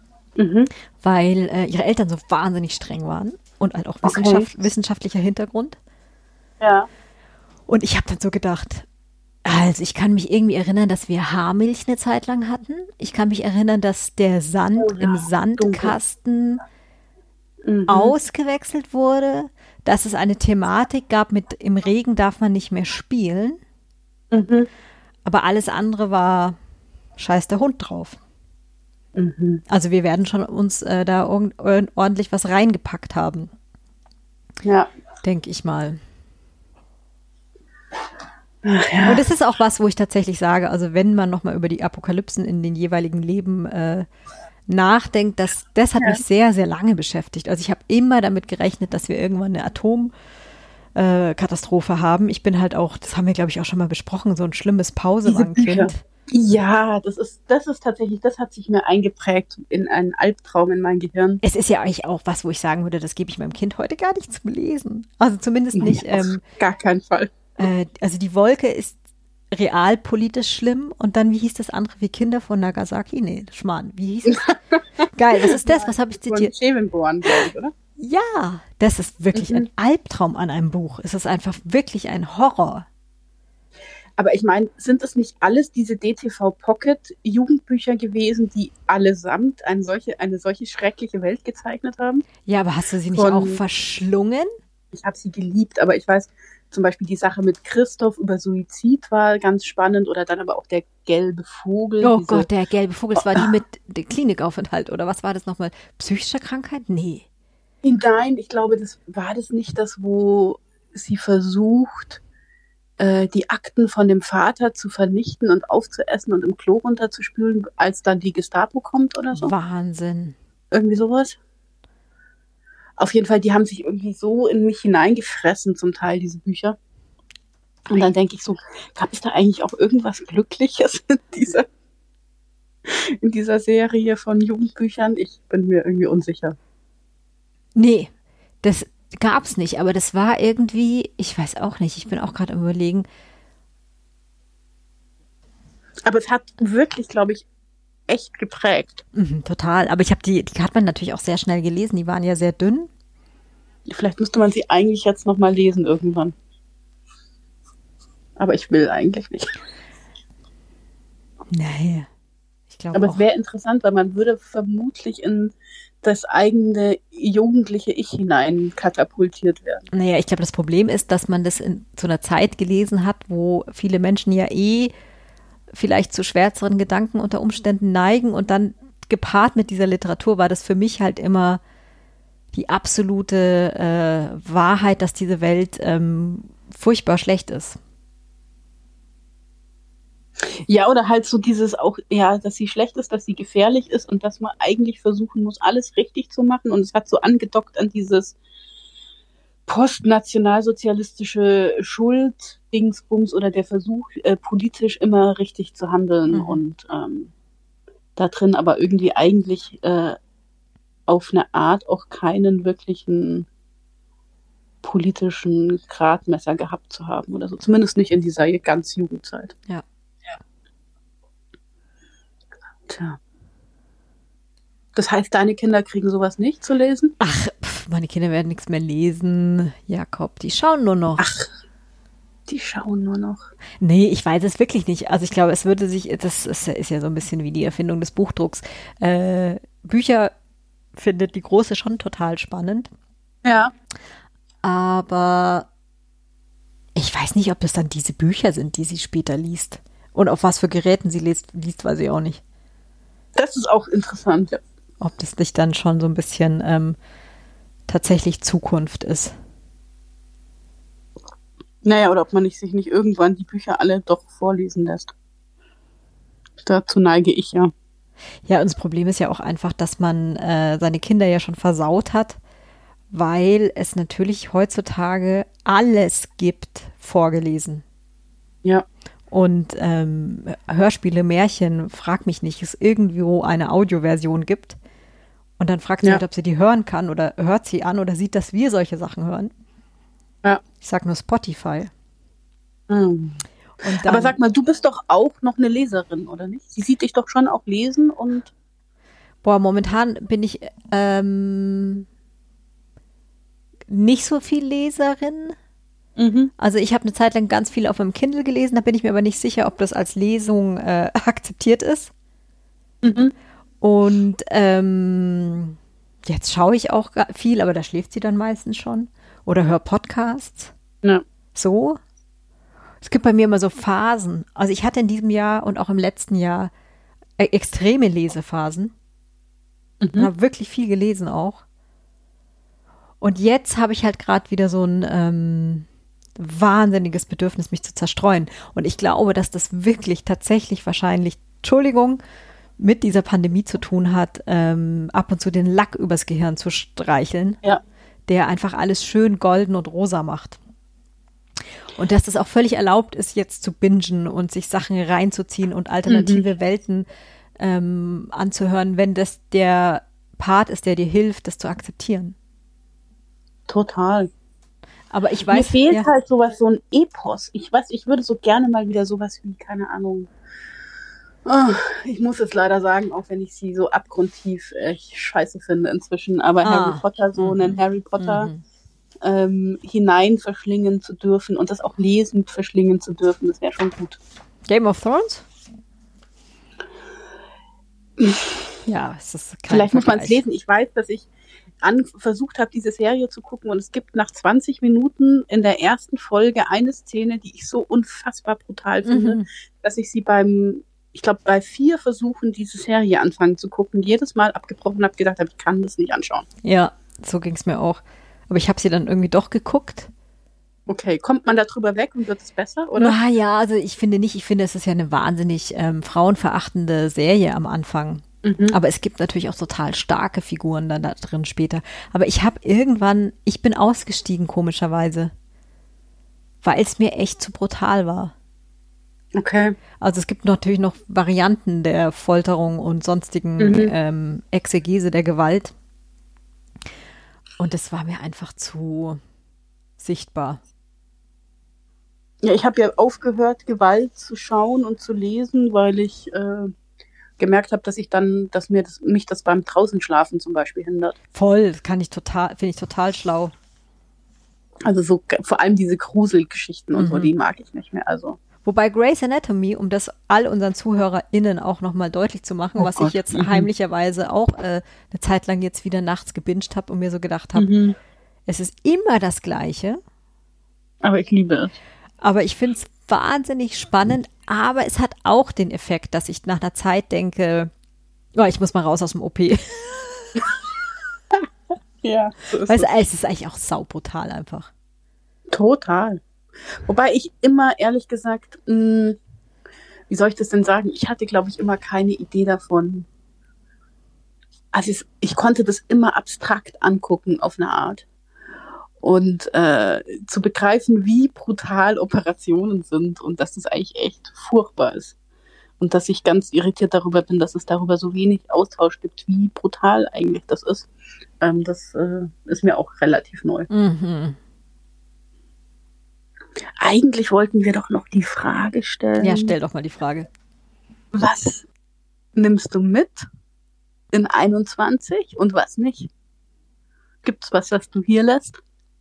weil ihre Eltern so wahnsinnig streng waren und halt auch wissenschaftlicher Hintergrund. Ja. Und ich habe dann so gedacht, also ich kann mich irgendwie erinnern, dass wir Haarmilch eine Zeit lang hatten. Ich kann mich erinnern, dass der Sand im Sandkasten ausgewechselt wurde, dass es eine Thematik gab mit im Regen darf man nicht mehr spielen, aber alles andere war scheiß der Hund drauf. Also wir werden schon uns da ordentlich was reingepackt haben. Ja. Denke ich mal. Ach ja. Und es ist auch was, wo ich tatsächlich sage, also wenn man nochmal über die Apokalypsen in den jeweiligen Leben nachdenkt, das hat mich sehr, sehr lange beschäftigt. Also ich habe immer damit gerechnet, dass wir irgendwann eine Atomkatastrophe haben. Ich bin halt auch, das haben wir glaube ich auch schon mal besprochen, so ein schlimmes Pausewarnkind. Ja, das ist tatsächlich, das hat sich mir eingeprägt in einen Albtraum in mein Gehirn. Es ist ja eigentlich auch was, wo ich sagen würde, das gebe ich meinem Kind heute gar nicht zum Lesen. Also zumindest nicht. Auf gar keinen Fall. Also die Wolke ist realpolitisch schlimm und dann, wie hieß das andere, wie Kinder von Nagasaki? Nee, Schmarrn, wie hieß es? Geil, was ist das? Was habe ich zitiert? Schevenborn, glaube ich, oder? Ja, das ist wirklich ein Albtraum an einem Buch. Es ist einfach wirklich ein Horror. Aber ich meine, sind es nicht alles diese DTV Pocket Jugendbücher gewesen, die allesamt eine solche schreckliche Welt gezeichnet haben? Ja, aber hast du sie nicht auch verschlungen? Ich habe sie geliebt, aber ich weiß, zum Beispiel die Sache mit Christoph über Suizid war ganz spannend oder dann aber auch der gelbe Vogel. Oh Gott, der gelbe Vogel, das war die mit dem Klinikaufenthalt oder was war das nochmal? Psychische Krankheit? Nee. Nein, ich glaube, das nicht das, wo sie versucht, die Akten von dem Vater zu vernichten und aufzuessen und im Klo runterzuspülen, als dann die Gestapo kommt oder so. Wahnsinn. Irgendwie sowas. Auf jeden Fall, die haben sich irgendwie so in mich hineingefressen, zum Teil, diese Bücher. Und dann denke ich so, gab es da eigentlich auch irgendwas Glückliches in dieser in dieser Serie von Jugendbüchern? Ich bin mir irgendwie unsicher. Nee, das gab's nicht, aber das war irgendwie, ich weiß auch nicht, ich bin auch gerade am Überlegen. Aber es hat wirklich, glaube ich, echt geprägt. Total, aber ich habe die hat man natürlich auch sehr schnell gelesen, die waren ja sehr dünn. Vielleicht müsste man sie eigentlich jetzt nochmal lesen irgendwann. Aber ich will eigentlich nicht. Nee, ich glaube Aber auch. es wäre interessant, weil man würde vermutlich in das eigene jugendliche Ich hinein katapultiert werden. Naja, ich glaube, das Problem ist, dass man das in so einer Zeit gelesen hat, wo viele Menschen ja vielleicht zu schwärzeren Gedanken unter Umständen neigen und dann gepaart mit dieser Literatur war das für mich halt immer die absolute Wahrheit, dass diese Welt furchtbar schlecht ist. Ja, oder halt so dieses auch, ja, dass sie schlecht ist, dass sie gefährlich ist und dass man eigentlich versuchen muss, alles richtig zu machen. Und es hat so angedockt an dieses postnationalsozialistische Schuld-Dingsbums oder der Versuch, politisch immer richtig zu handeln und da drin aber irgendwie eigentlich auf eine Art auch keinen wirklichen politischen Gradmesser gehabt zu haben oder so. Zumindest nicht in dieser ganz Jugendzeit. Ja. Tja. Das heißt, deine Kinder kriegen sowas nicht zu lesen? Ach, meine Kinder werden nichts mehr lesen, Jakob, die schauen nur noch. Ach, die schauen nur noch. Nee, ich weiß es wirklich nicht. Also ich glaube, das ist ja so ein bisschen wie die Erfindung des Buchdrucks. Bücher findet die Große schon total spannend. Ja. Aber ich weiß nicht, ob das dann diese Bücher sind, die sie später liest. Und auf was für Geräten sie liest, weiß ich auch nicht. Das ist auch interessant, ja. Ob das nicht dann schon so ein bisschen tatsächlich Zukunft ist. Naja, oder ob man sich nicht irgendwann die Bücher alle doch vorlesen lässt. Dazu neige ich ja. Ja, und das Problem ist ja auch einfach, dass man seine Kinder ja schon versaut hat, weil es natürlich heutzutage alles gibt, vorgelesen. Ja. Und Hörspiele, Märchen, frag mich nicht, es irgendwo eine Audioversion gibt. Und dann fragt sie halt, ob sie die hören kann oder hört sie an oder sieht, dass wir solche Sachen hören. Ja. Ich sag nur Spotify. Und dann, aber sag mal, du bist doch auch noch eine Leserin, oder nicht? Sie sieht dich doch schon auch lesen und... Boah, momentan bin ich nicht so viel Leserin. Also ich habe eine Zeit lang ganz viel auf meinem Kindle gelesen, da bin ich mir aber nicht sicher, ob das als Lesung akzeptiert ist. Und jetzt schaue ich auch viel, aber da schläft sie dann meistens schon. Oder höre Podcasts. Ja. So. Es gibt bei mir immer so Phasen. Also ich hatte in diesem Jahr und auch im letzten Jahr extreme Lesephasen. Und habe wirklich viel gelesen auch. Und jetzt habe ich halt gerade wieder so ein wahnsinniges Bedürfnis, mich zu zerstreuen. Und ich glaube, dass das wirklich tatsächlich wahrscheinlich, Entschuldigung, mit dieser Pandemie zu tun hat, ab und zu den Lack übers Gehirn zu streicheln, der einfach alles schön golden und rosa macht. Und dass das auch völlig erlaubt ist, jetzt zu bingen und sich Sachen reinzuziehen und alternative Welten anzuhören, wenn das der Part ist, der dir hilft, das zu akzeptieren. Total. Aber ich weiß, mir fehlt halt sowas, so ein Epos. Ich würde so gerne mal wieder sowas wie, keine Ahnung. Oh, ich muss es leider sagen, auch wenn ich sie so abgrundtief scheiße finde inzwischen. Aber Harry Potter, so einen Harry Potter hinein verschlingen zu dürfen und das auch lesend verschlingen zu dürfen, das wäre schon gut. Game of Thrones? Ja, es ist kein Vielleicht muss man es Vergleich. lesen. Ich weiß, dass ich versucht habe, diese Serie zu gucken und es gibt nach 20 Minuten in der ersten Folge eine Szene, die ich so unfassbar brutal finde, dass ich sie bei 4 Versuchen, diese Serie anfangen zu gucken, jedes Mal abgebrochen habe, gedacht habe, ich kann das nicht anschauen. Ja, so ging es mir auch. Aber ich habe sie dann irgendwie doch geguckt. Okay, kommt man da drüber weg und wird es besser, oder? Na ja, also ich finde nicht. Ich finde, es ist ja eine wahnsinnig frauenverachtende Serie am Anfang. Aber es gibt natürlich auch total starke Figuren dann da drin später. Aber ich bin ausgestiegen, komischerweise. Weil es mir echt zu brutal war. Okay. Also es gibt natürlich noch Varianten der Folterung und sonstigen Exegese der Gewalt. Und es war mir einfach zu sichtbar. Ja, ich habe ja aufgehört, Gewalt zu schauen und zu lesen, weil ich gemerkt habe, dass mich das beim Draußenschlafen zum Beispiel hindert. Voll, finde ich total schlau. Also so vor allem diese Gruselgeschichten und so, die mag ich nicht mehr. Also. Wobei Grey's Anatomy, um das all unseren ZuhörerInnen auch nochmal deutlich zu machen, was ich jetzt heimlicherweise auch eine Zeit lang jetzt wieder nachts gebinged habe und mir so gedacht habe, es ist immer das Gleiche. Aber ich liebe es. Aber ich finde es wahnsinnig spannend, aber es hat auch den Effekt, dass ich nach einer Zeit denke, oh, ich muss mal raus aus dem OP. Ja, so ist Weißt du, es ist eigentlich auch saubrutal einfach. Total. Wobei ich immer, ehrlich gesagt, wie soll ich das denn sagen? Ich hatte, glaube ich, immer keine Idee davon. Also ich konnte das immer abstrakt angucken auf eine Art. Und zu begreifen, wie brutal Operationen sind und dass das eigentlich echt furchtbar ist. Und dass ich ganz irritiert darüber bin, dass es darüber so wenig Austausch gibt, wie brutal eigentlich das ist. Das ist mir auch relativ neu. Mhm. Eigentlich wollten wir doch noch die Frage stellen. Ja, stell doch mal die Frage. Was nimmst du mit in 21 und was nicht? Gibt's was du hier lässt?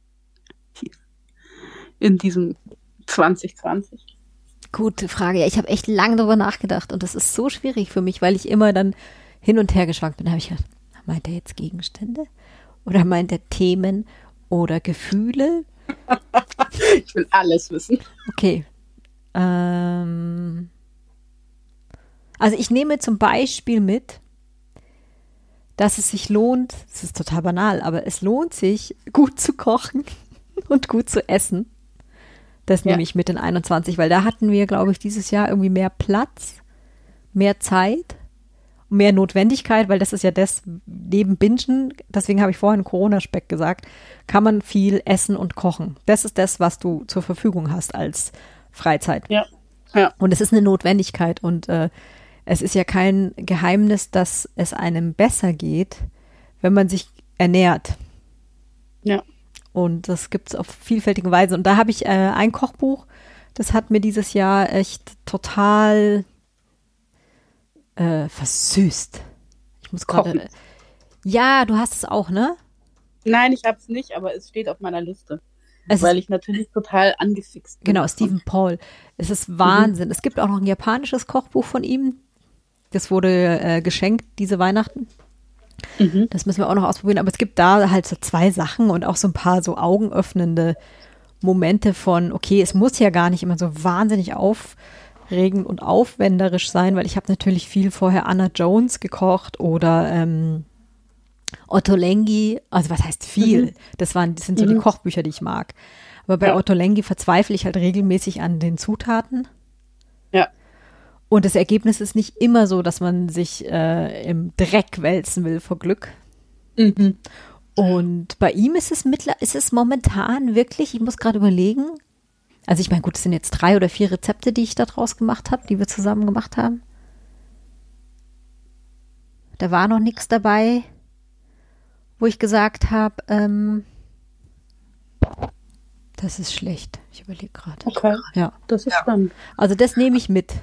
In diesem 2020? Gute Frage. Ja, ich habe echt lange darüber nachgedacht und das ist so schwierig für mich, weil ich immer dann hin und her geschwankt bin. Da habe ich gedacht, meint er jetzt Gegenstände? Oder meint er Themen oder Gefühle? Ich will alles wissen. Okay. Also ich nehme zum Beispiel mit, dass es sich lohnt, es ist total banal, aber es lohnt sich, gut zu kochen und gut zu essen. Das nehme ich mit in 21, weil da hatten wir, glaube ich, dieses Jahr irgendwie mehr Platz, mehr Zeit, mehr Notwendigkeit, weil das ist ja das neben Bingen, deswegen habe ich vorhin Corona-Speck gesagt, kann man viel essen und kochen. Das ist das, was du zur Verfügung hast als Freizeit. Ja. Ja. Und es ist eine Notwendigkeit und es ist ja kein Geheimnis, dass es einem besser geht, wenn man sich ernährt. Ja. Und das gibt es auf vielfältige Weise. Und da habe ich ein Kochbuch, das hat mir dieses Jahr echt total versüßt. Ich muss gerade. Ja, du hast es auch, ne? Nein, ich habe es nicht, aber es steht auf meiner Liste. Weil ich natürlich total angefixt bin. Genau, Stephen Paul. Es ist Wahnsinn. Es gibt auch noch ein japanisches Kochbuch von ihm. Das wurde geschenkt diese Weihnachten. Das müssen wir auch noch ausprobieren. Aber es gibt da halt so 2 Sachen und auch so ein paar so augenöffnende Momente von, okay, es muss ja gar nicht immer so wahnsinnig aufregend und aufwenderisch sein, weil ich habe natürlich viel vorher Anna Jones gekocht oder Ottolenghi, also was heißt viel? Das sind so die Kochbücher, die ich mag. Aber bei Ottolenghi verzweifle ich halt regelmäßig an den Zutaten. Ja. Und das Ergebnis ist nicht immer so, dass man sich im Dreck wälzen will vor Glück. Und bei ihm ist es momentan wirklich, ich muss gerade überlegen, also ich meine, gut, es sind jetzt 3 oder 4 Rezepte, die ich da draus gemacht habe, die wir zusammen gemacht haben. Da war noch nichts dabei, wo ich gesagt habe, das ist schlecht. Ich überlege gerade. Okay. Ja. Das ist spannend. Also das nehme ich mit.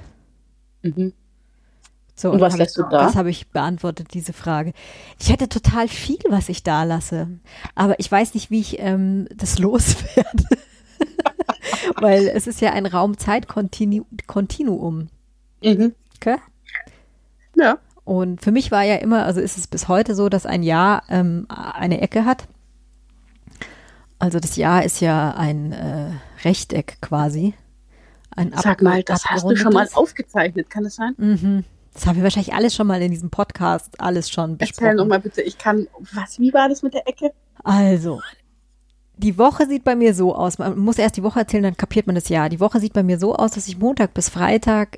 So, und was lässt du da? Das habe ich beantwortet, diese Frage. Ich hätte total viel, was ich da lasse. Aber ich weiß nicht, wie ich das loswerde. Weil es ist ja ein Raum-Zeit-Kontinuum. Okay? Ja. Und für mich war ja immer, also ist es bis heute so, dass ein Jahr eine Ecke hat. Also das Jahr ist ja ein Rechteck quasi. Sag mal, das hast du schon mal aufgezeichnet, kann das sein? Das haben wir wahrscheinlich alles schon mal in diesem Podcast besprochen. Erzähl nochmal bitte, wie war das mit der Ecke? Also, die Woche sieht bei mir so aus, man muss erst die Woche erzählen, dann kapiert man das Jahr. Die Woche sieht bei mir so aus, dass ich Montag bis Freitag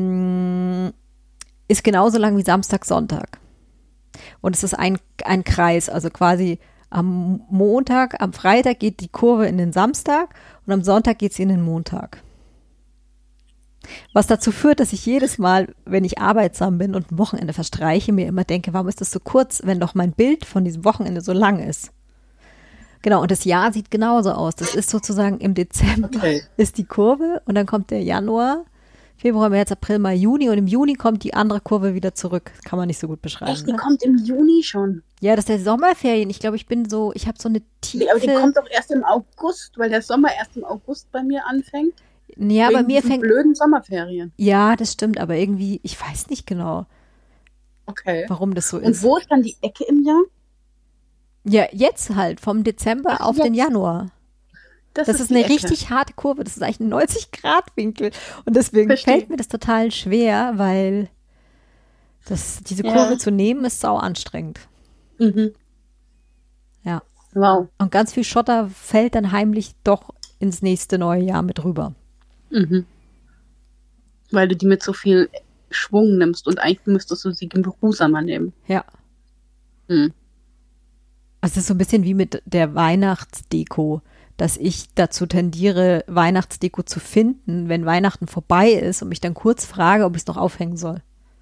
ist genauso lang wie Samstag, Sonntag. Und es ist ein Kreis, also quasi am Montag, am Freitag geht die Kurve in den Samstag und am Sonntag geht sie in den Montag. Was dazu führt, dass ich jedes Mal, wenn ich arbeitsam bin und ein Wochenende verstreiche, mir immer denke, warum ist das so kurz, wenn doch mein Bild von diesem Wochenende so lang ist? Genau, und das Jahr sieht genauso aus. Das ist sozusagen im Dezember ist die Kurve und dann kommt der Januar, Februar, März, April, Mai, Juni und im Juni kommt die andere Kurve wieder zurück. Kann man nicht so gut beschreiben. Echt, die kommt im Juni schon? Ja, das ist der Sommerferien. Ich glaube, ich habe so eine tiefe... Nee, aber die kommt doch erst im August, weil der Sommer erst im August bei mir anfängt. Ja, bei mir fängt... blöden Sommerferien. Ja, das stimmt, aber irgendwie, ich weiß nicht genau, warum das so ist. Und wo ist dann die Ecke im Jahr? Ja, jetzt halt, vom Dezember auf den Januar. Das ist eine richtig harte Kurve. Das ist eigentlich ein 90-Grad-Winkel. Und deswegen fällt mir das total schwer, weil diese Kurve zu nehmen ist sau anstrengend. Mhm. Ja. Wow. Und ganz viel Schotter fällt dann heimlich doch ins nächste neue Jahr mit rüber. Mhm. Weil du die mit so viel Schwung nimmst und eigentlich müsstest du sie geruhsamer nehmen. Ja. Mhm. Also es ist so ein bisschen wie mit der Weihnachtsdeko, dass ich dazu tendiere, Weihnachtsdeko zu finden, wenn Weihnachten vorbei ist und mich dann kurz frage, ob ich es noch aufhängen soll.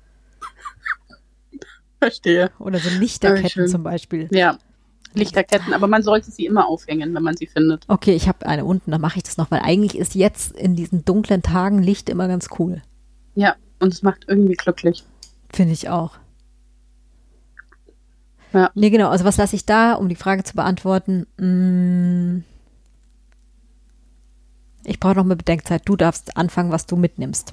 Verstehe. Oder so Lichterketten zum Beispiel. Ja, Lichterketten, aber man sollte sie immer aufhängen, wenn man sie findet. Okay, ich habe eine unten, dann mache ich das noch, weil eigentlich ist jetzt in diesen dunklen Tagen Licht immer ganz cool. Ja, und es macht irgendwie glücklich. Finde ich auch. Ja. Nee, genau, also was lasse ich da, um die Frage zu beantworten? Ich brauche noch eine Bedenkzeit. Du darfst anfangen, was du mitnimmst.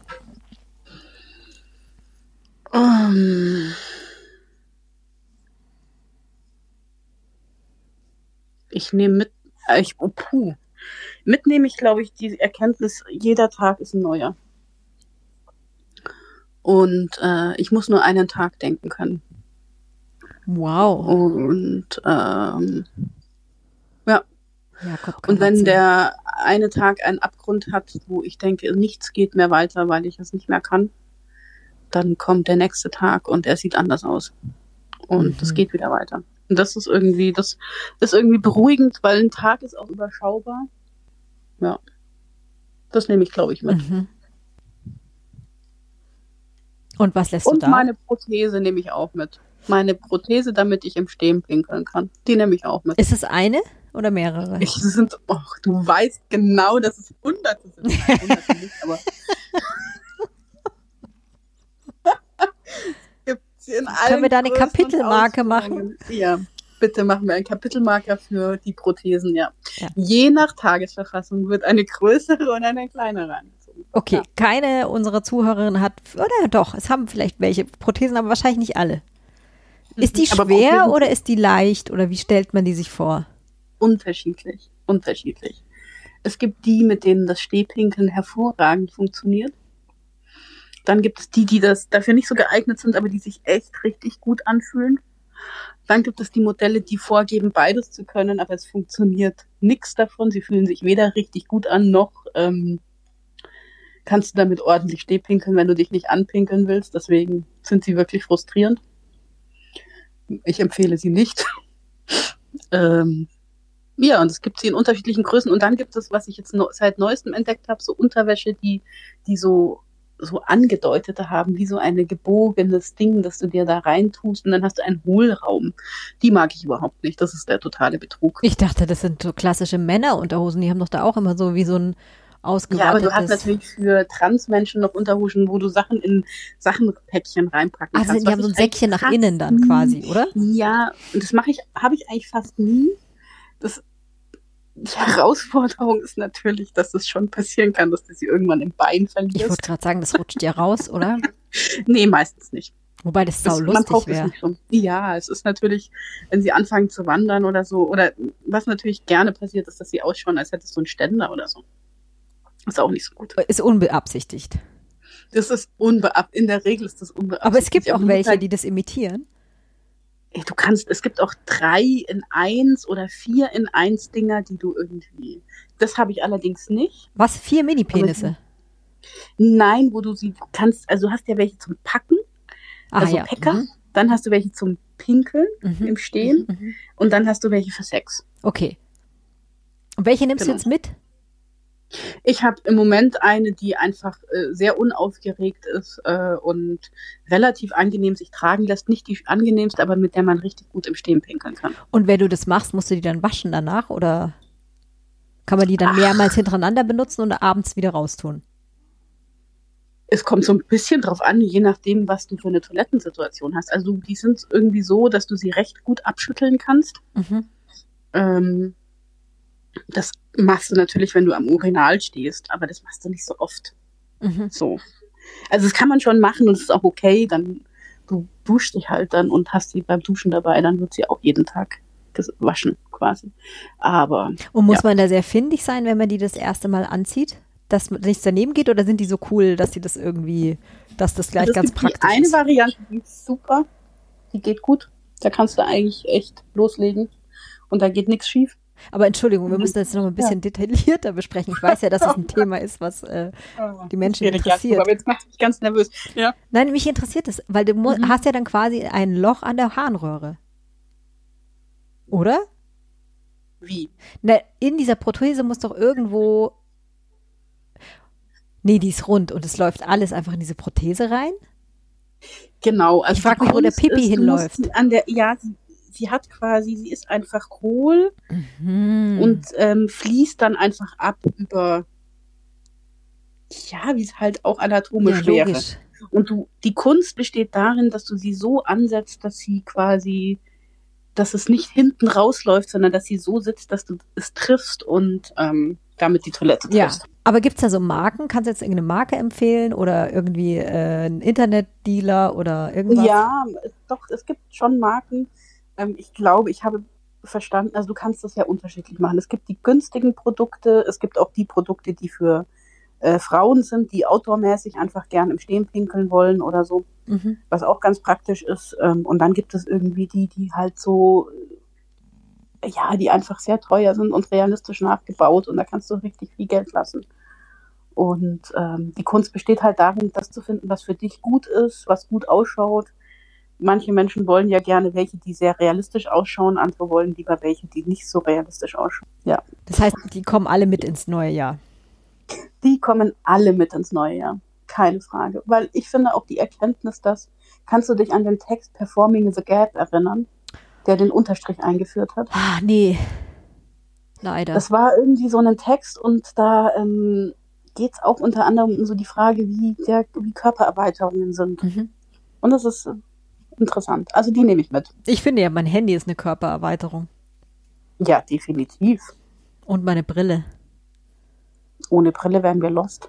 Ich nehme mit, mitnehme ich, glaube ich, die Erkenntnis, jeder Tag ist ein neuer. Und ich muss nur einen Tag denken können. Wow. Und ja. Jakob Und wenn der eine Tag einen Abgrund hat, wo ich denke, nichts geht mehr weiter, weil ich es nicht mehr kann, dann kommt der nächste Tag und er sieht anders aus. Und es geht wieder weiter. Und das ist irgendwie beruhigend, weil ein Tag ist auch überschaubar. Ja. Das nehme ich, glaube ich, mit. Und was lässt du da? Und meine Prothese nehme ich auch mit. Meine Prothese, damit ich im Stehen pinkeln kann. Die nehme ich auch mit. Ist es eine oder mehrere? Du weißt genau, dass es Hunderte sind. Nein, Hunderte nicht, aber gibt's in allen Können wir da eine Größen Kapitelmarke machen? Ja, bitte machen wir einen Kapitelmarker für die Prothesen, ja. Je nach Tagesverfassung wird eine größere und eine kleinere angezogen. Okay, keine unserer Zuhörerinnen hat, oder doch, es haben vielleicht welche Prothesen, aber wahrscheinlich nicht alle. Ist die schwer oder ist die leicht oder wie stellt man die sich vor? Unterschiedlich. Es gibt die, mit denen das Stehpinkeln hervorragend funktioniert. Dann gibt es die das dafür nicht so geeignet sind, aber die sich echt richtig gut anfühlen. Dann gibt es die Modelle, die vorgeben, beides zu können, aber es funktioniert nichts davon. Sie fühlen sich weder richtig gut an, noch kannst du damit ordentlich stehpinkeln, wenn du dich nicht anpinkeln willst. Deswegen sind sie wirklich frustrierend. Ich empfehle sie nicht. Ja, und es gibt sie in unterschiedlichen Größen. Und dann gibt es, was ich jetzt seit Neuestem entdeckt habe, so Unterwäsche, die so angedeutete haben, wie so ein gebogenes Ding, das du dir da reintust und dann hast du einen Hohlraum. Die mag ich überhaupt nicht. Das ist der totale Betrug. Ich dachte, das sind so klassische Männerunterhosen. Die haben doch da auch immer so wie so ein ausgewartetes... Ja, aber du hast natürlich für Transmenschen noch Unterhosen, wo du Sachen in Sachenpäckchen reinpacken kannst. Also die haben so ein Säckchen nach innen dann quasi, oder? Ja, und das habe ich eigentlich fast nie. Die Herausforderung ist natürlich, dass es schon passieren kann, dass du sie irgendwann im Bein verlierst. Ich wollte gerade sagen, das rutscht ja raus, oder? Nee, meistens nicht. Wobei das sau lustig wäre. Ja, es ist natürlich, wenn sie anfangen zu wandern oder so, oder was natürlich gerne passiert, ist, dass sie ausschauen, als hättest du einen Ständer oder so. Ist auch nicht so gut. Ist unbeabsichtigt. Das ist in der Regel ist das unbeabsichtigt. Aber es gibt auch welche, die das imitieren. Es gibt auch 3 in 1 oder 4 in 1 Dinger, die du irgendwie, das habe ich allerdings nicht. Was, 4 Mini-Penisse? Nein, wo du sie kannst, also du hast ja welche zum Packen, also ja. Packer, dann hast du welche zum Pinkeln im Stehen und dann hast du welche für Sex. Okay. Und welche nimmst du jetzt mit? Ich habe im Moment eine, die einfach sehr unaufgeregt ist und relativ angenehm sich tragen lässt. Nicht die angenehmste, aber mit der man richtig gut im Stehen pinkeln kann. Und wenn du das machst, musst du die dann waschen danach oder kann man die dann mehrmals hintereinander benutzen und abends wieder raustun? Es kommt so ein bisschen drauf an, je nachdem, was du für eine Toilettensituation hast. Also die sind irgendwie so, dass du sie recht gut abschütteln kannst. Mhm. Das machst du natürlich, wenn du am Urinal stehst, aber das machst du nicht so oft. Mhm. So. Also das kann man schon machen und es ist auch okay, dann du duschst dich halt dann und hast sie beim Duschen dabei, dann wird sie auch jeden Tag gewaschen quasi. Aber Und muss man da sehr findig sein, wenn man die das erste Mal anzieht, dass nichts daneben geht oder sind die so cool, dass die das irgendwie, dass das gleich also ganz es gibt praktisch die eine ist? Variante, die ist super, die geht gut. Da kannst du eigentlich echt loslegen und da geht nichts schief. Aber Entschuldigung, wir müssen das noch ein bisschen detaillierter besprechen. Ich weiß ja, dass es ein Thema ist, was die Menschen interessiert. Aber jetzt macht mich ganz nervös. Ja. Nein, mich interessiert es, weil du hast ja dann quasi ein Loch an der Harnröhre. Oder? Wie? Na, in dieser Prothese muss doch irgendwo. Nee, die ist rund und es läuft alles einfach in diese Prothese rein. Genau. Also ich frage mich, wo der Pipi hinläuft. Sie hat quasi, sie ist einfach hohl und fließt dann einfach ab über, ja, wie es halt auch anatomisch wäre. Logisch. Und die Kunst besteht darin, dass du sie so ansetzt, dass sie quasi, dass es nicht hinten rausläuft, sondern dass sie so sitzt, dass du es triffst und damit die Toilette triffst. Ja, aber gibt es da so Marken? Kannst du jetzt irgendeine Marke empfehlen oder irgendwie einen Internetdealer oder irgendwas? Ja, doch, es gibt schon Marken. Ich glaube, ich habe verstanden, also du kannst das ja unterschiedlich machen. Es gibt die günstigen Produkte, es gibt auch die Produkte, die für Frauen sind, die outdoormäßig einfach gern im Stehen pinkeln wollen oder so, was auch ganz praktisch ist. Und dann gibt es irgendwie die halt so, ja, die einfach sehr teuer sind und realistisch nachgebaut und da kannst du richtig viel Geld lassen. Und die Kunst besteht halt darin, das zu finden, was für dich gut ist, was gut ausschaut. Manche Menschen wollen ja gerne welche, die sehr realistisch ausschauen, andere wollen lieber welche, die nicht so realistisch ausschauen. Ja. Das heißt, die kommen alle mit ins neue Jahr? Die kommen alle mit ins neue Jahr, keine Frage. Weil ich finde auch die Erkenntnis, kannst du dich an den Text Performing the Gap erinnern, der den Unterstrich eingeführt hat? Ah, nee. Leider. Das war irgendwie so ein Text und da geht es auch unter anderem um so die Frage, wie Körpererweiterungen sind. Und das ist interessant. Also die nehme ich mit. Ich finde ja, mein Handy ist eine Körpererweiterung. Ja, definitiv. Und meine Brille. Ohne Brille wären wir lost.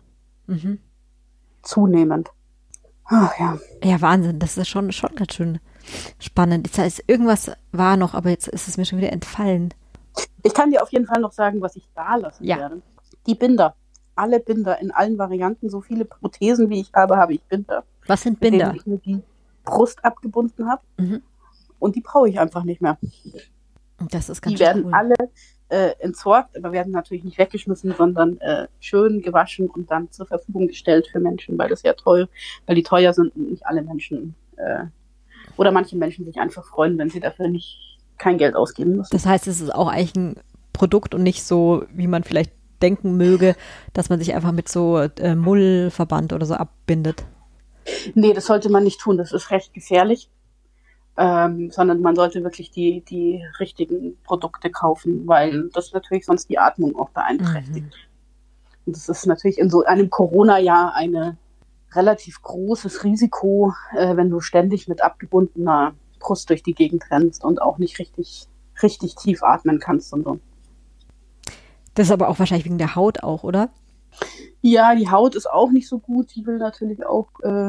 Zunehmend. Ach ja. Ja, Wahnsinn. Das ist schon ganz schön spannend. Das heißt, irgendwas war noch, aber jetzt ist es mir schon wieder entfallen. Ich kann dir auf jeden Fall noch sagen, was ich da lassen werde. Die Binder. Alle Binder in allen Varianten. So viele Prothesen, wie ich habe ich Binder. Was sind Binder? Mit denen ich mir die Brust abgebunden habe. Und die brauche ich einfach nicht mehr. Das ist ganz Die werden cool. alle entsorgt, aber werden natürlich nicht weggeschmissen, sondern schön gewaschen und dann zur Verfügung gestellt für Menschen, weil die teuer sind und nicht alle Menschen oder manche Menschen sich einfach freuen, wenn sie dafür kein Geld ausgeben müssen. Das heißt, es ist auch eigentlich ein Produkt und nicht so, wie man vielleicht denken möge, dass man sich einfach mit so Mullverband oder so abbindet. Nee, das sollte man nicht tun. Das ist recht gefährlich. Sondern man sollte wirklich die richtigen Produkte kaufen, weil das natürlich sonst die Atmung auch beeinträchtigt. Und das ist natürlich in so einem Corona-Jahr ein relativ großes Risiko, wenn du ständig mit abgebundener Brust durch die Gegend rennst und auch nicht richtig tief atmen kannst und so. Das ist aber auch wahrscheinlich wegen der Haut auch, oder? Ja, die Haut ist auch nicht so gut. Die will natürlich auch,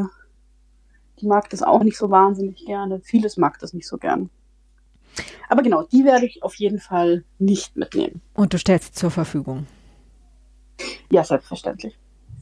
die mag das auch nicht so wahnsinnig gerne. Vieles mag das nicht so gern. Aber genau, die werde ich auf jeden Fall nicht mitnehmen. Und du stellst sie zur Verfügung? Ja, selbstverständlich.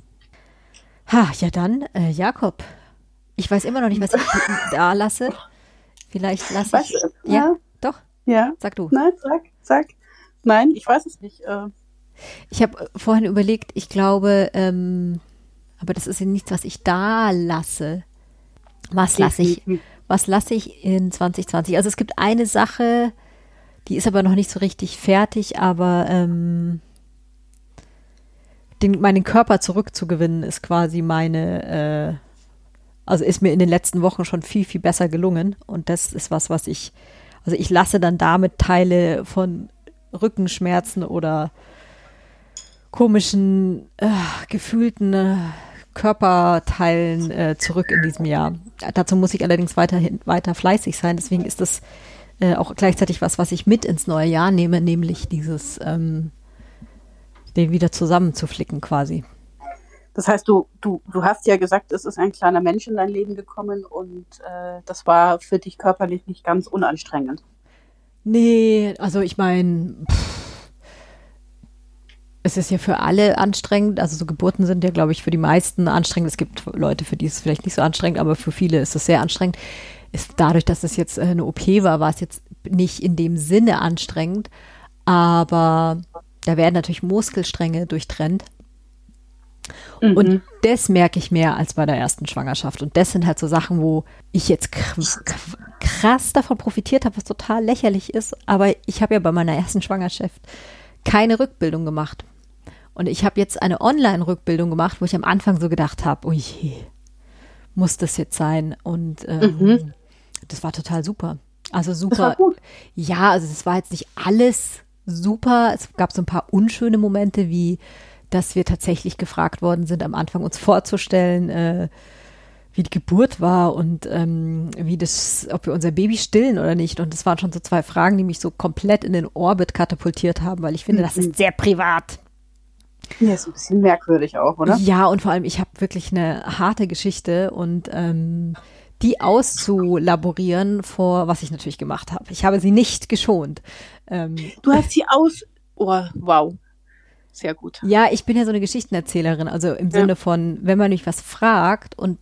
Ja dann, Jakob. Ich weiß immer noch nicht, was ich da lasse. Vielleicht lasse ich... Ja, doch? Ja. Sag du. Nein, sag. Nein, ich weiß es nicht. Ich habe vorhin überlegt, ich glaube, aber das ist ja nichts, was ich da lasse. Was lasse ich in 2020? Also es gibt eine Sache, die ist aber noch nicht so richtig fertig, aber meinen Körper zurückzugewinnen, ist quasi also ist mir in den letzten Wochen schon viel, viel besser gelungen. Und das ist was ich lasse dann damit Teile von Rückenschmerzen oder komischen, gefühlten Körperteilen zurück in diesem Jahr. Dazu muss ich allerdings weiter fleißig sein. Deswegen ist das auch gleichzeitig was ich mit ins neue Jahr nehme, nämlich dieses, den wieder zusammenzuflicken quasi. Das heißt, du hast ja gesagt, es ist ein kleiner Mensch in dein Leben gekommen und das war für dich körperlich nicht ganz unanstrengend. Nee, also ich meine, es ist ja für alle anstrengend. Also so Geburten sind ja, glaube ich, für die meisten anstrengend. Es gibt Leute, für die ist es vielleicht nicht so anstrengend, aber für viele ist es sehr anstrengend. Dadurch, dass es jetzt eine OP war es jetzt nicht in dem Sinne anstrengend, aber da werden natürlich Muskelstränge durchtrennt. Mhm. Und das merke ich mehr als bei der ersten Schwangerschaft. Und das sind halt so Sachen, wo ich jetzt krass davon profitiert habe, was total lächerlich ist. Aber ich habe ja bei meiner ersten Schwangerschaft keine Rückbildung gemacht. Und ich habe jetzt eine Online-Rückbildung gemacht, wo ich am Anfang so gedacht habe, oh je, muss das jetzt sein? Und das war total super. Also super. Das war gut. Ja, also es war jetzt nicht alles super. Es gab so ein paar unschöne Momente, wie dass wir tatsächlich gefragt worden sind, am Anfang uns vorzustellen, wie die Geburt war und ob wir unser Baby stillen oder nicht. Und das waren schon so 2 Fragen, die mich so komplett in den Orbit katapultiert haben, weil ich finde, das ist sehr privat. Ja, ist ein bisschen merkwürdig auch, oder? Ja, und vor allem, ich habe wirklich eine harte Geschichte und die auszulaborieren was ich natürlich gemacht habe. Ich habe sie nicht geschont. Du hast sie oh, wow. Sehr gut. Ja, ich bin ja so eine Geschichtenerzählerin, also im Sinne von, wenn man mich was fragt und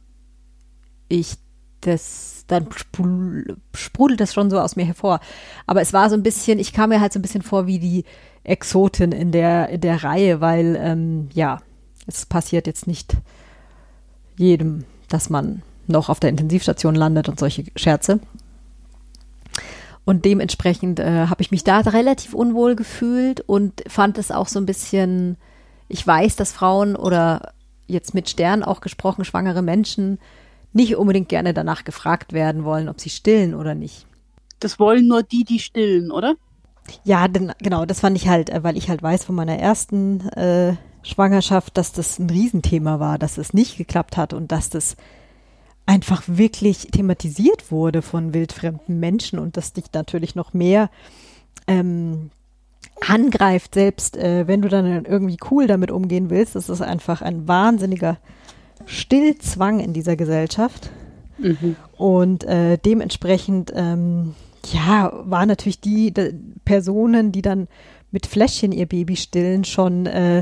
dann sprudelt das schon so aus mir hervor. Aber es war so ein bisschen, ich kam mir halt so ein bisschen vor wie die Exotin in der Reihe, weil, es passiert jetzt nicht jedem, dass man noch auf der Intensivstation landet und solche Scherze. Und dementsprechend habe ich mich da relativ unwohl gefühlt und fand es auch so ein bisschen, ich weiß, dass Frauen oder jetzt mit Stern auch gesprochen, schwangere Menschen nicht unbedingt gerne danach gefragt werden wollen, ob sie stillen oder nicht. Das wollen nur die stillen, oder? Ja, genau, das fand ich halt, weil ich halt weiß von meiner ersten Schwangerschaft, dass das ein Riesenthema war, dass es nicht geklappt hat und dass das einfach wirklich thematisiert wurde von wildfremden Menschen und das dich natürlich noch mehr angreift, selbst wenn du dann irgendwie cool damit umgehen willst. Das ist einfach ein wahnsinniger Stillzwang in dieser Gesellschaft. Mhm. Und dementsprechend, waren natürlich die Personen, die dann mit Fläschchen ihr Baby stillen, schon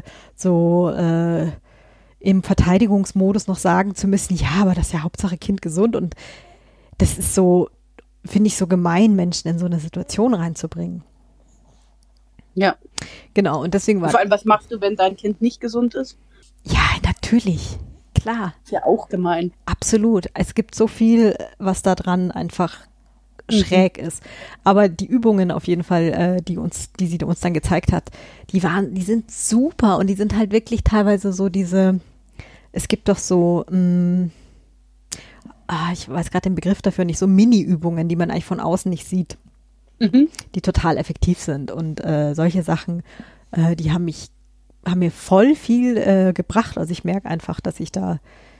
im Verteidigungsmodus noch sagen zu müssen, ja, aber das ist ja Hauptsache Kind gesund und das ist so, finde ich, so gemein, Menschen in so eine Situation reinzubringen. Ja. Genau, und deswegen war... Vor allem, was machst du, wenn dein Kind nicht gesund ist? Ja, natürlich, klar. Ist ja auch gemein. Absolut, es gibt so viel, was da dran einfach schräg ist. Aber die Übungen auf jeden Fall, die sie uns dann gezeigt hat, die sind super und die sind halt wirklich teilweise so es gibt doch so, ich weiß gerade den Begriff dafür nicht, so Mini-Übungen, die man eigentlich von außen nicht sieht, die total effektiv sind und solche Sachen, die haben mir voll viel gebracht. Also ich merke einfach, dass ich das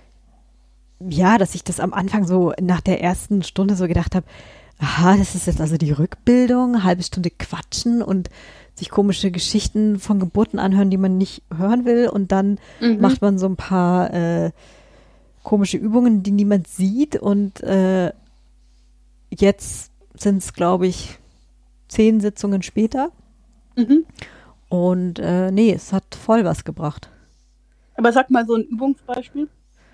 am Anfang so nach der ersten Stunde so gedacht habe, aha, das ist jetzt also die Rückbildung, 1/2 Stunde quatschen und sich komische Geschichten von Geburten anhören, die man nicht hören will und dann macht man so ein paar komische Übungen, die niemand sieht und jetzt sind es, glaube ich, 10 Sitzungen später und es hat voll was gebracht. Aber sag mal so ein Übungsbeispiel.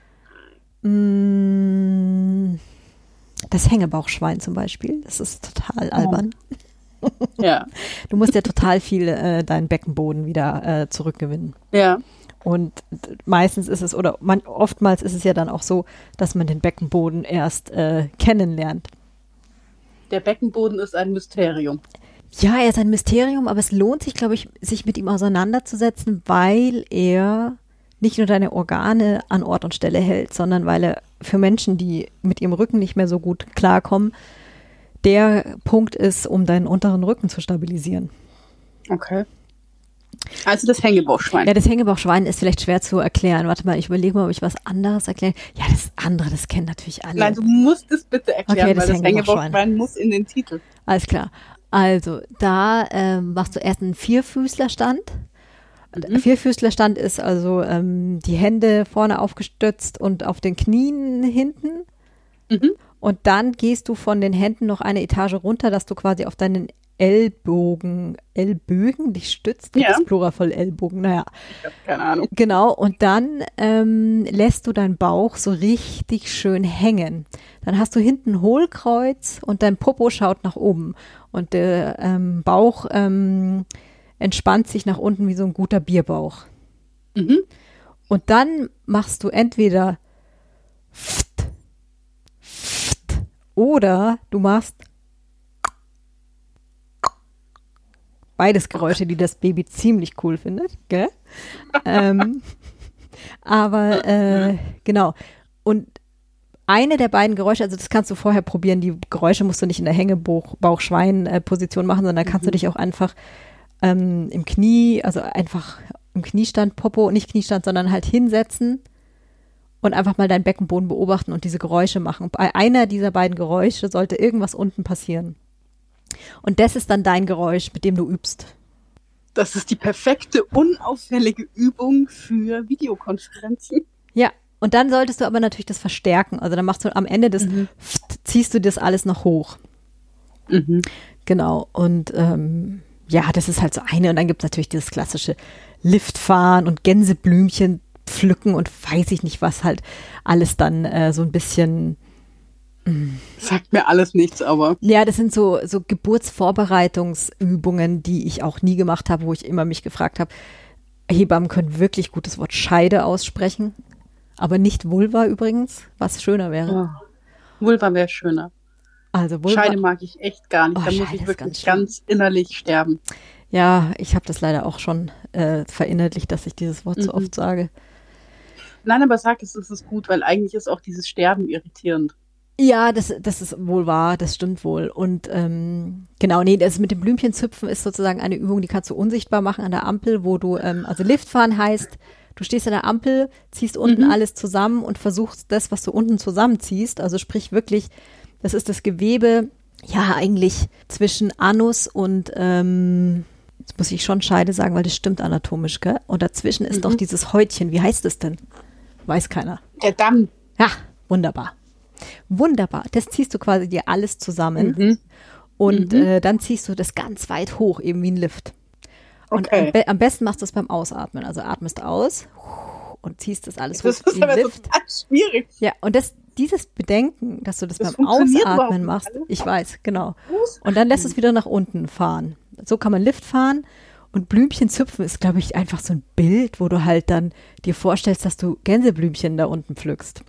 Das Hängebauchschwein zum Beispiel, das ist total albern. Ja. Du musst ja total viel deinen Beckenboden wieder zurückgewinnen. Ja. Und meistens ist es, oftmals ist es ja dann auch so, dass man den Beckenboden erst kennenlernt. Der Beckenboden ist ein Mysterium. Ja, er ist ein Mysterium, aber es lohnt sich, glaube ich, sich mit ihm auseinanderzusetzen, weil er nicht nur deine Organe an Ort und Stelle hält, sondern weil er für Menschen, die mit ihrem Rücken nicht mehr so gut klarkommen, der Punkt ist, um deinen unteren Rücken zu stabilisieren. Okay. Also das Hängebauchschwein. Ja, das Hängebauchschwein ist vielleicht schwer zu erklären. Warte mal, ich überlege mal, ob ich was anderes erkläre. Ja, das andere, das kennen natürlich alle. Nein, du musst es bitte erklären, Okay, das weil das Hängebauchschwein Hängebauchschwein muss in den Titel. Alles klar. Also, da machst du erst einen Vierfüßlerstand. Vierfüßlerstand ist also die Hände vorne aufgestützt und auf den Knien hinten. Und dann gehst du von den Händen noch eine Etage runter, dass du quasi auf deinen Ellbögen dich stützt. Das ist Plural voll Ellbogen, naja. Ich habe keine Ahnung. Genau, und dann lässt du deinen Bauch so richtig schön hängen. Dann hast du hinten ein Hohlkreuz und dein Popo schaut nach oben. Und der Bauch entspannt sich nach unten wie so ein guter Bierbauch. Und dann machst du entweder oder du machst beides Geräusche, die das Baby ziemlich cool findet, gell? Aber genau. Und eine der beiden Geräusche, also das kannst du vorher probieren, die Geräusche musst du nicht in der Hängebauchschwein-Position machen, sondern kannst du dich auch einfach im Knie, also einfach im Kniestand, Popo, nicht Kniestand, sondern halt hinsetzen und einfach mal deinen Beckenboden beobachten und diese Geräusche machen. Bei einer dieser beiden Geräusche sollte irgendwas unten passieren. Und das ist dann dein Geräusch, mit dem du übst. Das ist die perfekte, unauffällige Übung für Videokonferenzen. Ja, und dann solltest du aber natürlich das verstärken. Also dann machst du am Ende des, ziehst du das alles noch hoch. Genau, und ja, das ist halt so eine. Und dann gibt es natürlich dieses klassische Liftfahren und Gänseblümchen pflücken und weiß ich nicht was halt alles dann so ein bisschen sagt mir alles nichts, aber ja, das sind so Geburtsvorbereitungsübungen, die ich auch nie gemacht habe, wo ich immer mich gefragt habe, Hebammen können wirklich gut das Wort Scheide aussprechen, aber nicht Vulva übrigens, was schöner wäre. Oh, Vulva wäre schöner. Also Vulva, Scheide mag ich echt gar nicht, da muss Scheide ich ist wirklich ganz ganz innerlich sterben. ja, ich habe das leider auch schon verinnerlicht, dass ich dieses Wort so oft sage. Nein, aber sag es, ist gut, weil eigentlich ist auch dieses Sterben irritierend. Ja, das ist wohl wahr, das stimmt wohl. Und genau, nee, das mit dem Blümchenzüpfen ist sozusagen eine Übung, die kannst du unsichtbar machen an der Ampel, wo du, also Liftfahren heißt, du stehst an der Ampel, ziehst unten alles zusammen und versuchst das, was du unten zusammenziehst, also sprich wirklich, das ist das Gewebe, ja eigentlich zwischen Anus und, jetzt muss ich schon Scheide sagen, weil das stimmt anatomisch, gell? Und dazwischen ist noch dieses Häutchen, wie heißt es denn? Weiß keiner. Der Damm. Ja, wunderbar. Wunderbar. Das ziehst du quasi dir alles zusammen und dann ziehst du das ganz weit hoch, eben wie ein Lift. Und am besten machst du es beim Ausatmen. Also atmest aus und ziehst das alles hoch. Das ist aber total schwierig. Ja, und dieses Bedenken, dass du das beim Ausatmen machst, ich weiß, genau. Und dann lässt es wieder nach unten fahren. So kann man Lift fahren. Und Blümchen züpfen ist, glaube ich, einfach so ein Bild, wo du halt dann dir vorstellst, dass du Gänseblümchen da unten pflückst.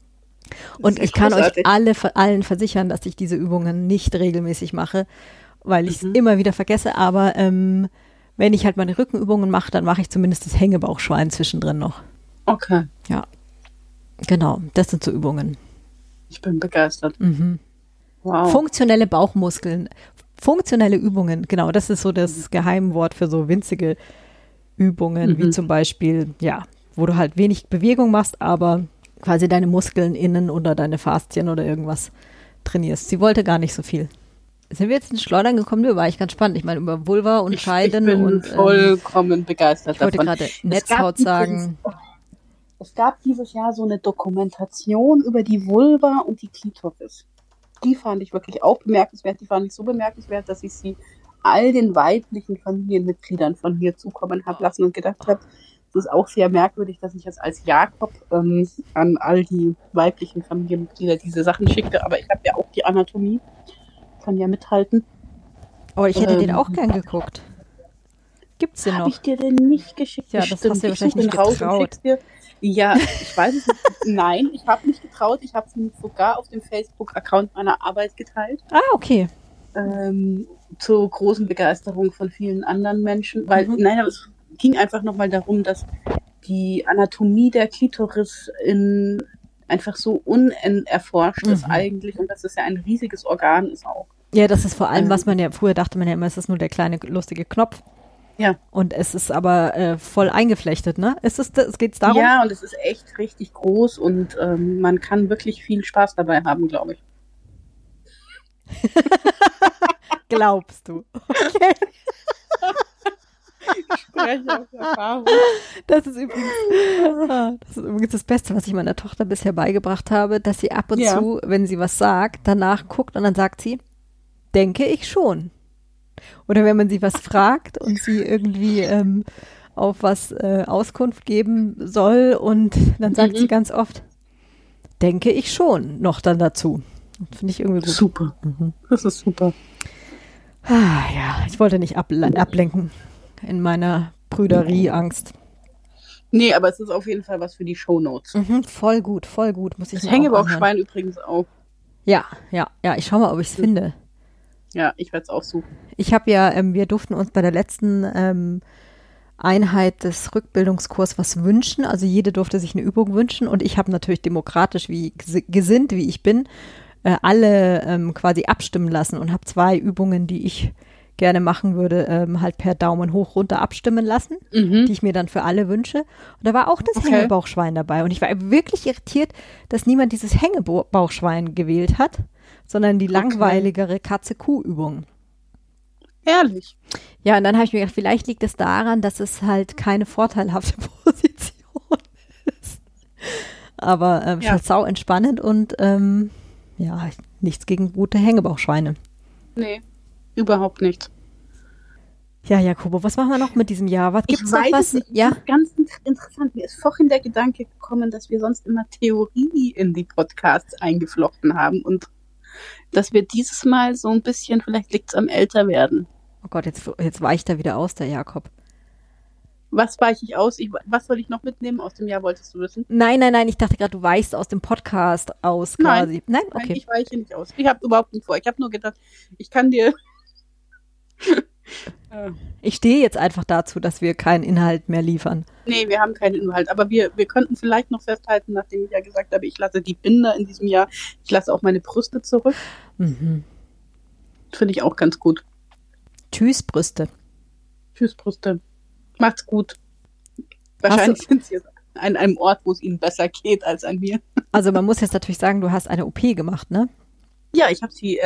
Und ich kann euch allen versichern, dass ich diese Übungen nicht regelmäßig mache, weil ich es immer wieder vergesse. Aber wenn ich halt meine Rückenübungen mache, dann mache ich zumindest das Hängebauchschwein zwischendrin noch. Okay. Ja, genau. Das sind so Übungen. Ich bin begeistert. Wow. Funktionelle Bauchmuskeln. Funktionelle Übungen, genau. Das ist so das Geheimwort für so winzige Übungen, wie zum Beispiel, ja, wo du halt wenig Bewegung machst, aber quasi deine Muskeln innen oder deine Faszien oder irgendwas trainierst. Sie wollte gar nicht so viel. Sind wir jetzt ins Schleudern gekommen? War ich ganz spannend. Ich meine, über Vulva und Scheiden ich bin und vollkommen begeistert ich wollte davon. gerade Netzhaut sagen. Es gab dieses Jahr so eine Dokumentation über die Vulva und die Klitoris. Die fand ich wirklich auch bemerkenswert. Die fand ich so bemerkenswert, dass ich sie all den weiblichen Familienmitgliedern von mir zukommen habe lassen und gedacht habe, es ist auch sehr merkwürdig, dass ich jetzt als Jakob an all die weiblichen Familienmitglieder diese Sachen schickte. Aber ich habe ja auch die Anatomie. Kann ja mithalten. Oh, ich hätte den auch gern geguckt. Gibt's den noch? Habe ich dir den nicht geschickt? Ja, das hast du wahrscheinlich nicht getraut. Ja, ich weiß es nicht. Nein, ich habe nicht getraut. Ich habe es sogar auf dem Facebook-Account meiner Arbeit geteilt. Ah, okay. zur großen Begeisterung von vielen anderen Menschen, weil, nein, aber es ging einfach nochmal darum, dass die Anatomie der Klitoris einfach so unerforscht ist eigentlich und dass es ja ein riesiges Organ ist auch. Ja, das ist vor allem, was man ja, früher dachte man ja immer, es ist nur der kleine lustige Knopf. Ja. Und es ist aber voll eingeflechtet, ne? Geht's darum? Ja, und es ist echt richtig groß und man kann wirklich viel Spaß dabei haben, glaube ich. Glaubst du? Okay. Ich spreche aus Erfahrung. Das ist übrigens das Beste, was ich meiner Tochter bisher beigebracht habe, dass sie ab und zu, wenn sie was sagt, danach guckt und dann sagt sie, denke ich schon. Oder wenn man sie was fragt und sie irgendwie auf was Auskunft geben soll und dann sagt sie ganz oft, denke ich schon, noch dann dazu. Finde ich irgendwie gut. Super. Das ist super. Ja, ich wollte nicht ablenken in meiner Brüderieangst. Nee, aber es ist auf jeden Fall was für die Shownotes. Voll gut, muss ich das Hängebauchschwein übrigens auch. Ja, ich schau mal, ob ich es finde. Ja, ich werde es auch suchen. Ich habe ja, wir durften uns bei der letzten Einheit des Rückbildungskurs was wünschen. Also jede durfte sich eine Übung wünschen und ich habe natürlich demokratisch, wie gesinnt, wie ich bin, alle quasi abstimmen lassen und habe 2 Übungen, die ich gerne machen würde, halt per Daumen hoch, runter abstimmen lassen, die ich mir dann für alle wünsche. Und da war auch das Hängebauchschwein dabei. Und ich war wirklich irritiert, dass niemand dieses Hängebauchschwein gewählt hat, sondern die langweiligere Katze-Kuh-Übung. Ehrlich? Ja, und dann habe ich mir gedacht, vielleicht liegt es daran, dass es halt keine vorteilhafte Position ist. Aber halt sau entspannend und nichts gegen gute Hängebauchschweine. Nee, überhaupt nicht. Ja, Jakobo, was machen wir noch mit diesem Jahr? Was gibt's noch was? Nicht. Ja, ganz interessant. Mir ist vorhin der Gedanke gekommen, dass wir sonst immer Theorie in die Podcasts eingeflochten haben und dass wir dieses Mal so ein bisschen, vielleicht liegt es am Älterwerden. Oh Gott, jetzt weicht er wieder aus, der Jakob. Was weiche ich aus? Was soll ich noch mitnehmen aus dem Jahr, wolltest du wissen? Nein, ich dachte gerade, du weichst aus dem Podcast aus quasi. Nein, okay. Nein, ich weiche nicht aus. Ich habe überhaupt nicht vor. Ich habe nur gedacht, ich kann dir... Ich stehe jetzt einfach dazu, dass wir keinen Inhalt mehr liefern. Nee, wir haben keinen Inhalt. Aber wir könnten vielleicht noch festhalten, nachdem ich ja gesagt habe, ich lasse die Binder in diesem Jahr. Ich lasse auch meine Brüste zurück. Finde ich auch ganz gut. Tschüss, Brüste. Tschüss, Brüste. Macht's gut. Wahrscheinlich sind sie jetzt an einem Ort, wo es ihnen besser geht als an mir. Also man muss jetzt natürlich sagen, du hast eine OP gemacht, ne? Ja, ich habe sie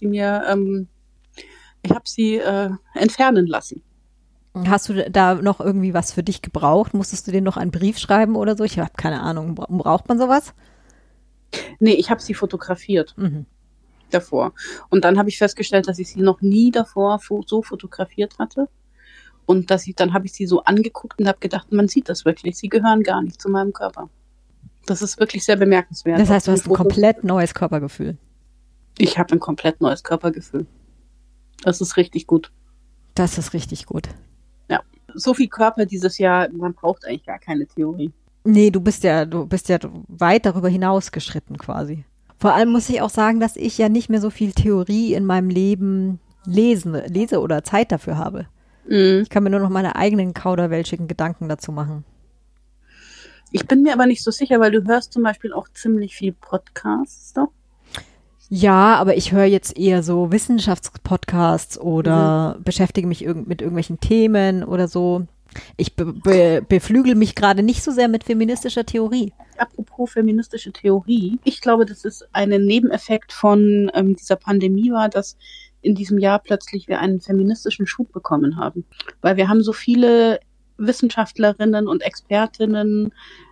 entfernen lassen. Hast du da noch irgendwie was für dich gebraucht? Musstest du dir noch einen Brief schreiben oder so? Ich habe keine Ahnung. Braucht man sowas? Nee, ich habe sie fotografiert davor. Und dann habe ich festgestellt, dass ich sie noch nie davor so fotografiert hatte. Und dann habe ich sie so angeguckt und habe gedacht, man sieht das wirklich. Sie gehören gar nicht zu meinem Körper. Das ist wirklich sehr bemerkenswert. Das heißt, du hast ein komplett neues Körpergefühl. Ich habe ein komplett neues Körpergefühl. Das ist richtig gut. Das ist richtig gut. Ja. So viel Körper dieses Jahr, man braucht eigentlich gar keine Theorie. Nee, du bist ja weit darüber hinaus geschritten quasi. Vor allem muss ich auch sagen, dass ich ja nicht mehr so viel Theorie in meinem Leben lese oder Zeit dafür habe. Ich kann mir nur noch meine eigenen kauderwelschigen Gedanken dazu machen. Ich bin mir aber nicht so sicher, weil du hörst zum Beispiel auch ziemlich viel Podcasts, doch? Ja, aber ich höre jetzt eher so Wissenschaftspodcasts oder beschäftige mich mit irgendwelchen Themen oder so. Ich beflügel mich gerade nicht so sehr mit feministischer Theorie. Apropos feministische Theorie, ich glaube, dass es ein Nebeneffekt von dieser Pandemie war, dass in diesem Jahr plötzlich wir einen feministischen Schub bekommen haben. Weil wir haben so viele Wissenschaftlerinnen und Expertinnen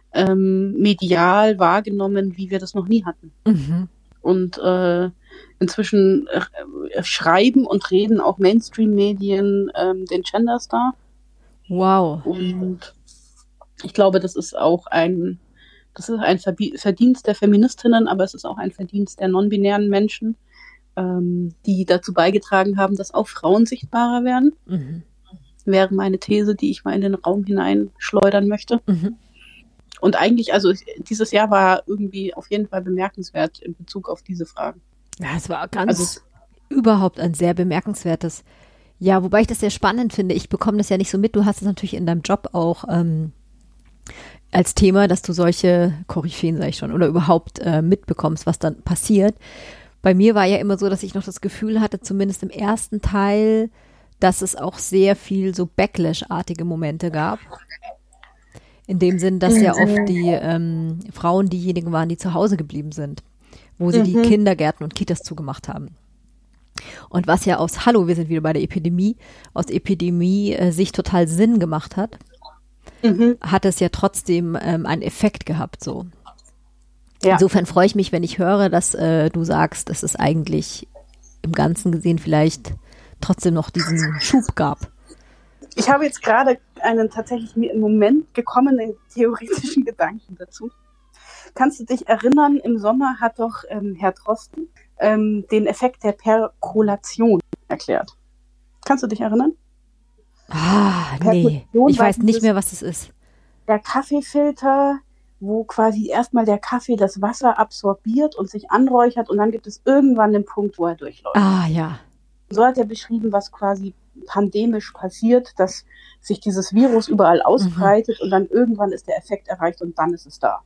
medial wahrgenommen, wie wir das noch nie hatten. Und inzwischen schreiben und reden auch Mainstream-Medien den Genderstar. Wow. Und ich glaube, das ist ein Verdienst der Feministinnen, aber es ist auch ein Verdienst der non-binären Menschen, die dazu beigetragen haben, dass auch Frauen sichtbarer werden. Wäre meine These, die ich mal in den Raum hineinschleudern möchte. Und eigentlich, also dieses Jahr war irgendwie auf jeden Fall bemerkenswert in Bezug auf diese Fragen. Ja, es war ganz überhaupt ein sehr bemerkenswertes. Ja, wobei ich das sehr spannend finde. Ich bekomme das ja nicht so mit. Du hast es natürlich in deinem Job auch als Thema, dass du solche Koryphäen, sag ich schon, oder überhaupt mitbekommst, was dann passiert. Bei mir war ja immer so, dass ich noch das Gefühl hatte, zumindest im ersten Teil, dass es auch sehr viel so Backlash-artige Momente gab. In dem Sinn, dass ja oft die Frauen diejenigen waren, die zu Hause geblieben sind, wo sie die Kindergärten und Kitas zugemacht haben. Und was ja wir sind wieder bei der Epidemie, aus Epidemie-Sicht total Sinn gemacht hat, hat es ja trotzdem einen Effekt gehabt, so. Ja. Insofern freue ich mich, wenn ich höre, dass du sagst, dass es eigentlich im Ganzen gesehen vielleicht trotzdem noch diesen Schub gab. Ich habe jetzt gerade einen tatsächlich mir im Moment gekommenen theoretischen Gedanken dazu. Kannst du dich erinnern, im Sommer hat doch Herr Drosten den Effekt der Perkolation erklärt. Kannst du dich erinnern? Nee, ich weiß nicht mehr, was es ist. Der Kaffeefilter, wo quasi erstmal der Kaffee das Wasser absorbiert und sich anräuchert und dann gibt es irgendwann den Punkt, wo er durchläuft. Ja. So hat er beschrieben, was quasi pandemisch passiert, dass sich dieses Virus überall ausbreitet und dann irgendwann ist der Effekt erreicht und dann ist es da.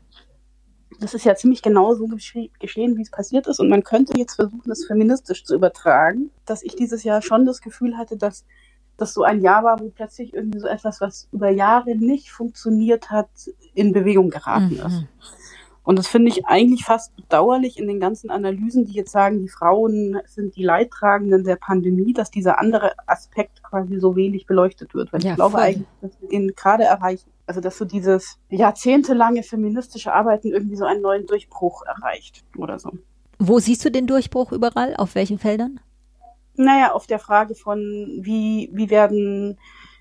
Das ist ja ziemlich genau so geschehen, wie es passiert ist und man könnte jetzt versuchen, das feministisch zu übertragen, dass ich dieses Jahr schon das Gefühl hatte, dass das so ein Jahr war, wo plötzlich irgendwie so etwas, was über Jahre nicht funktioniert hat, in Bewegung geraten ist. Und das finde ich eigentlich fast bedauerlich in den ganzen Analysen, die jetzt sagen, die Frauen sind die Leidtragenden der Pandemie, dass dieser andere Aspekt quasi so wenig beleuchtet wird. Weil ich glaube eigentlich, dass wir den gerade erreichen. Also dass so dieses jahrzehntelange feministische Arbeiten irgendwie so einen neuen Durchbruch erreicht oder so. Wo siehst du den Durchbruch überall? Auf welchen Feldern? Naja, auf der Frage von wie werden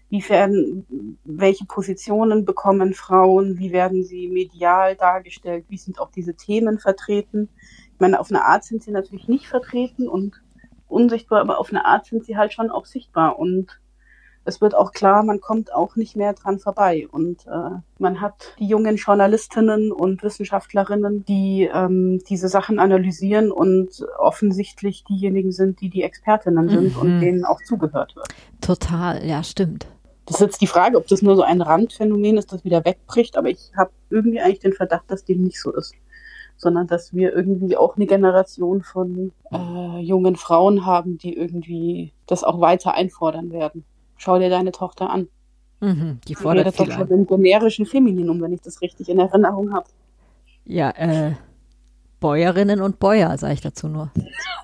welche Positionen bekommen Frauen, wie werden sie medial dargestellt, wie sind auch diese Themen vertreten. Ich meine, auf eine Art sind sie natürlich nicht vertreten und unsichtbar, aber auf eine Art sind sie halt schon auch sichtbar und es wird auch klar, man kommt auch nicht mehr dran vorbei und man hat die jungen Journalistinnen und Wissenschaftlerinnen, die diese Sachen analysieren und offensichtlich diejenigen sind, die Expertinnen sind und denen auch zugehört wird. Total, ja, stimmt. Das ist jetzt die Frage, ob das nur so ein Randphänomen ist, das wieder wegbricht, aber ich habe irgendwie eigentlich den Verdacht, dass dem nicht so ist, sondern dass wir irgendwie auch eine Generation von jungen Frauen haben, die irgendwie das auch weiter einfordern werden. Schau dir deine Tochter an. Die fordert viel doch schon im generischen Femininum, wenn ich das richtig in Erinnerung habe. Ja, Bäuerinnen und Bäuer, sage ich dazu nur.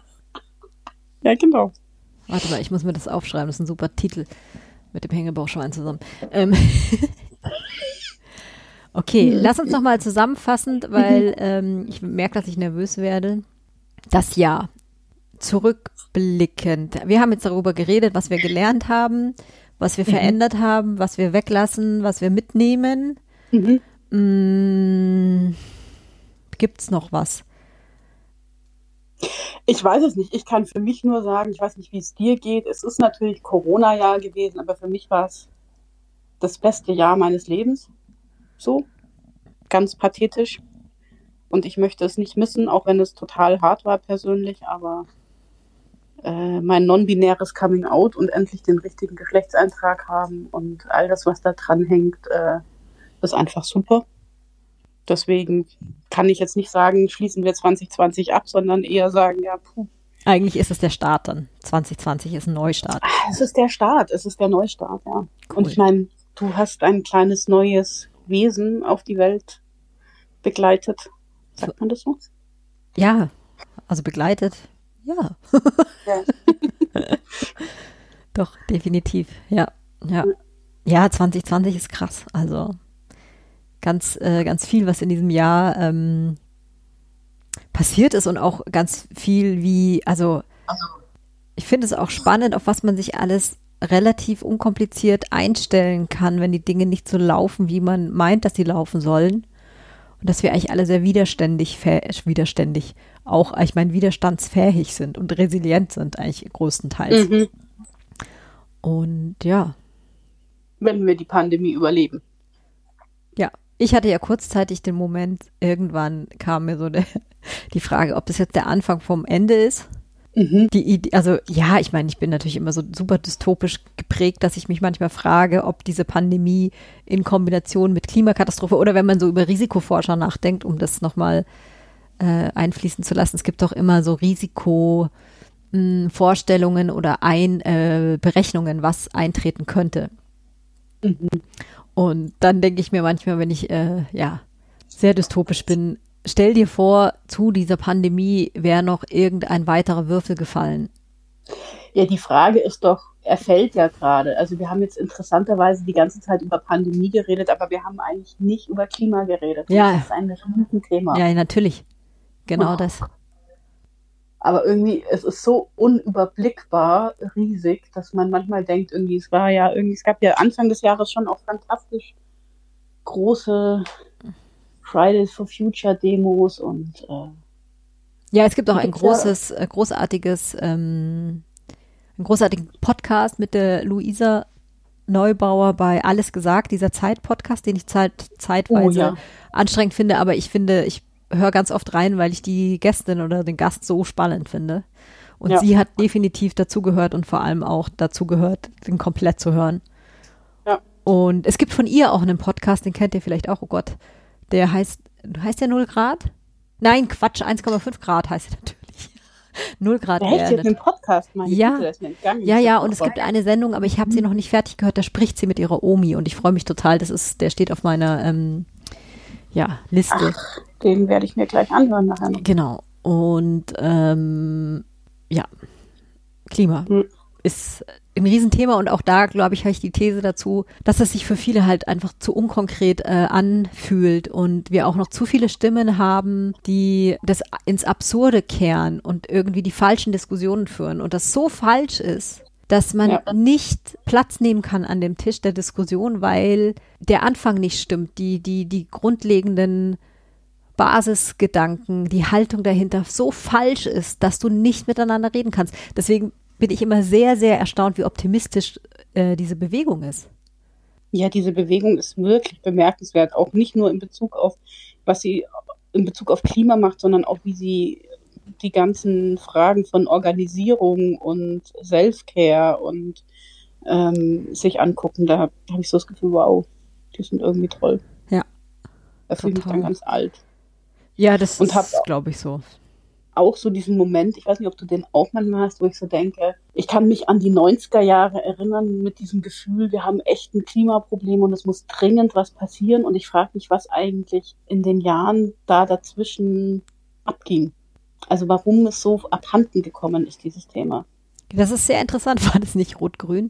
Ja, genau. Warte mal, ich muss mir das aufschreiben, das ist ein super Titel mit dem Hängebauchschwein zusammen. Okay, lass uns noch mal zusammenfassend, weil ich merke, dass ich nervös werde. Das Jahr. Zurückblickend. Wir haben jetzt darüber geredet, was wir gelernt haben, was wir verändert haben, was wir weglassen, was wir mitnehmen. Gibt's noch was? Ich weiß es nicht. Ich kann für mich nur sagen, ich weiß nicht, wie es dir geht. Es ist natürlich Corona-Jahr gewesen, aber für mich war es das beste Jahr meines Lebens. So, ganz pathetisch. Und ich möchte es nicht missen, auch wenn es total hart war persönlich, aber mein non-binäres Coming-out und endlich den richtigen Geschlechtseintrag haben und all das, was da dran hängt, ist einfach super. Deswegen kann ich jetzt nicht sagen, schließen wir 2020 ab, sondern eher sagen, ja, Eigentlich ist es der Start dann. 2020 ist ein Neustart. Es ist der Start, es ist der Neustart, ja. Cool. Und ich meine, du hast ein kleines neues Wesen auf die Welt begleitet. Sagt man das so? Ja, also begleitet. Ja. Doch, definitiv. Ja. Ja, 2020 ist krass. Also ganz viel, was in diesem Jahr passiert ist und auch ganz viel also ich finde es auch spannend, auf was man sich alles relativ unkompliziert einstellen kann, wenn die Dinge nicht so laufen, wie man meint, dass sie laufen sollen. Und dass wir eigentlich alle sehr widerstandsfähig sind und resilient sind eigentlich größtenteils. Und ja. Wenn wir die Pandemie überleben. Ja, ich hatte ja kurzzeitig den Moment, irgendwann kam mir so die Frage, ob das jetzt der Anfang vom Ende ist. Die Idee, also ja, ich meine, ich bin natürlich immer so super dystopisch geprägt, dass ich mich manchmal frage, ob diese Pandemie in Kombination mit Klimakatastrophe oder wenn man so über Risikoforscher nachdenkt, um das nochmal einfließen zu lassen. Es gibt doch immer so Risikovorstellungen oder Berechnungen, was eintreten könnte. Und dann denke ich mir manchmal, wenn ich sehr dystopisch bin, stell dir vor, zu dieser Pandemie wäre noch irgendein weiterer Würfel gefallen. Ja, die Frage ist doch, er fällt ja gerade. Also wir haben jetzt interessanterweise die ganze Zeit über Pandemie geredet, aber wir haben eigentlich nicht über Klima geredet. Ja. Das ist ein Riesenthema. Ja, natürlich. Genau das. Aber irgendwie, es ist so unüberblickbar riesig, dass man manchmal denkt, es gab ja Anfang des Jahres schon auch fantastisch große Fridays for Future Demos und ja, es gibt auch einen großartigen Podcast mit der Luisa Neubauer bei Alles gesagt, dieser Zeit-Podcast, den ich zeitweise anstrengend finde, aber ich höre ganz oft rein, weil ich die Gästin oder den Gast so spannend finde. Und sie hat definitiv dazu gehört und vor allem auch dazu gehört, den komplett zu hören. Ja. Und es gibt von ihr auch einen Podcast, den kennt ihr vielleicht auch, oh Gott, der heißt der 0 Grad? Nein, Quatsch, 1,5 Grad heißt er natürlich. 0 Grad. Echt jetzt einen Podcast? Ja, und es gibt eine Sendung, aber ich habe sie noch nicht fertig gehört, da spricht sie mit ihrer Omi und ich freue mich total, der steht auf meiner Liste. Ach, den werde ich mir gleich anhören nachher noch. Genau. Und Klima ist ein Riesenthema und auch da, glaube ich, habe ich die These dazu, dass es sich für viele halt einfach zu unkonkret anfühlt und wir auch noch zu viele Stimmen haben, die das ins Absurde kehren und irgendwie die falschen Diskussionen führen und das so falsch ist, dass man nicht Platz nehmen kann an dem Tisch der Diskussion, weil der Anfang nicht stimmt, die grundlegenden Basisgedanken, die Haltung dahinter so falsch ist, dass du nicht miteinander reden kannst. Deswegen bin ich immer sehr, sehr erstaunt, wie optimistisch diese Bewegung ist. Ja, diese Bewegung ist wirklich bemerkenswert, auch nicht nur in Bezug auf, was sie in Bezug auf Klima macht, sondern auch, wie sie die ganzen Fragen von Organisierung und Self-Care und sich angucken. Da habe ich so das Gefühl, wow, die sind irgendwie toll. Ja. Da fühle ich mich dann ganz alt. Ja, das ist, glaube ich, so. Auch so diesen Moment, ich weiß nicht, ob du den auch manchmal hast, wo ich so denke, ich kann mich an die 90er Jahre erinnern mit diesem Gefühl, wir haben echt ein Klimaproblem und es muss dringend was passieren und ich frage mich, was eigentlich in den Jahren da dazwischen abging. Also warum es so abhanden gekommen ist, dieses Thema. Das ist sehr interessant, war das nicht rot-grün?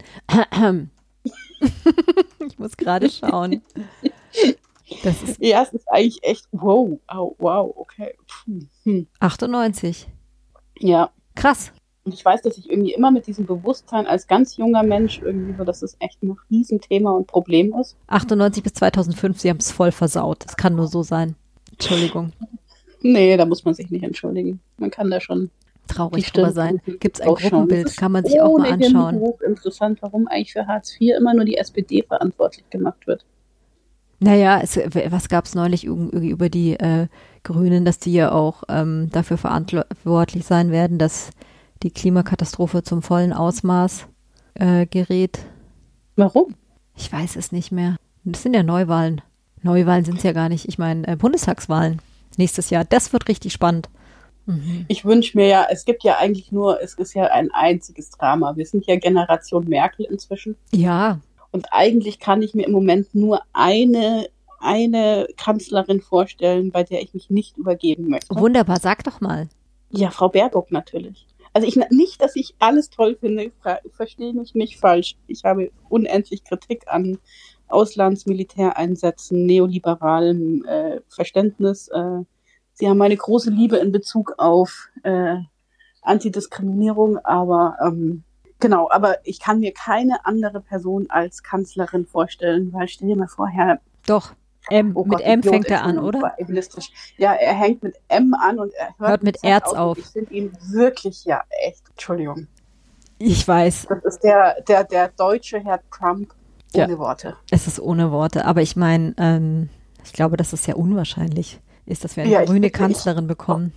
Ich muss gerade schauen. Es ist eigentlich echt, wow, okay. 98. Ja. Krass. Und ich weiß, dass ich irgendwie immer mit diesem Bewusstsein als ganz junger Mensch irgendwie so, dass es echt ein Riesenthema und Problem ist. 98 bis 2005, sie haben es voll versaut. Das kann nur so sein. Entschuldigung. Nee, da muss man sich nicht entschuldigen. Man kann da schon traurig drüber sein. Gibt es ein Gruppenbild, kann man sich auch mal anschauen. Interessant, warum eigentlich für Hartz IV immer nur die SPD verantwortlich gemacht wird. Naja, was gab es neulich über die Grünen, dass die ja auch dafür verantwortlich sein werden, dass die Klimakatastrophe zum vollen Ausmaß gerät. Warum? Ich weiß es nicht mehr. Das sind ja Neuwahlen. Neuwahlen sind es ja gar nicht. Ich meine, Bundestagswahlen nächstes Jahr. Das wird richtig spannend. Mhm. Ich wünsche mir es gibt ja eigentlich es ist ja ein einziges Drama. Wir sind ja Generation Merkel inzwischen. Ja. Und eigentlich kann ich mir im Moment nur eine Kanzlerin vorstellen, bei der ich mich nicht übergeben möchte. Wunderbar, sag doch mal. Ja, Frau Baerbock natürlich. Also nicht, dass ich alles toll finde, verstehe mich nicht falsch. Ich habe unendlich Kritik an Auslandsmilitäreinsätzen, neoliberalem Verständnis. Sie haben meine große Liebe in Bezug auf Antidiskriminierung, aber genau, aber ich kann mir keine andere Person als Kanzlerin vorstellen, weil stell dir mal vor, Doch, mit M fängt er an, oder? Ja, er hängt mit M an und er hört mit Erz auf. Ich finde ihn wirklich, echt, Entschuldigung. Ich weiß. Das ist der deutsche Herr Trump ohne Worte. Es ist ohne Worte, aber ich meine, ich glaube, dass es sehr unwahrscheinlich ist, dass wir eine grüne Kanzlerin bekommen. Oh Gott,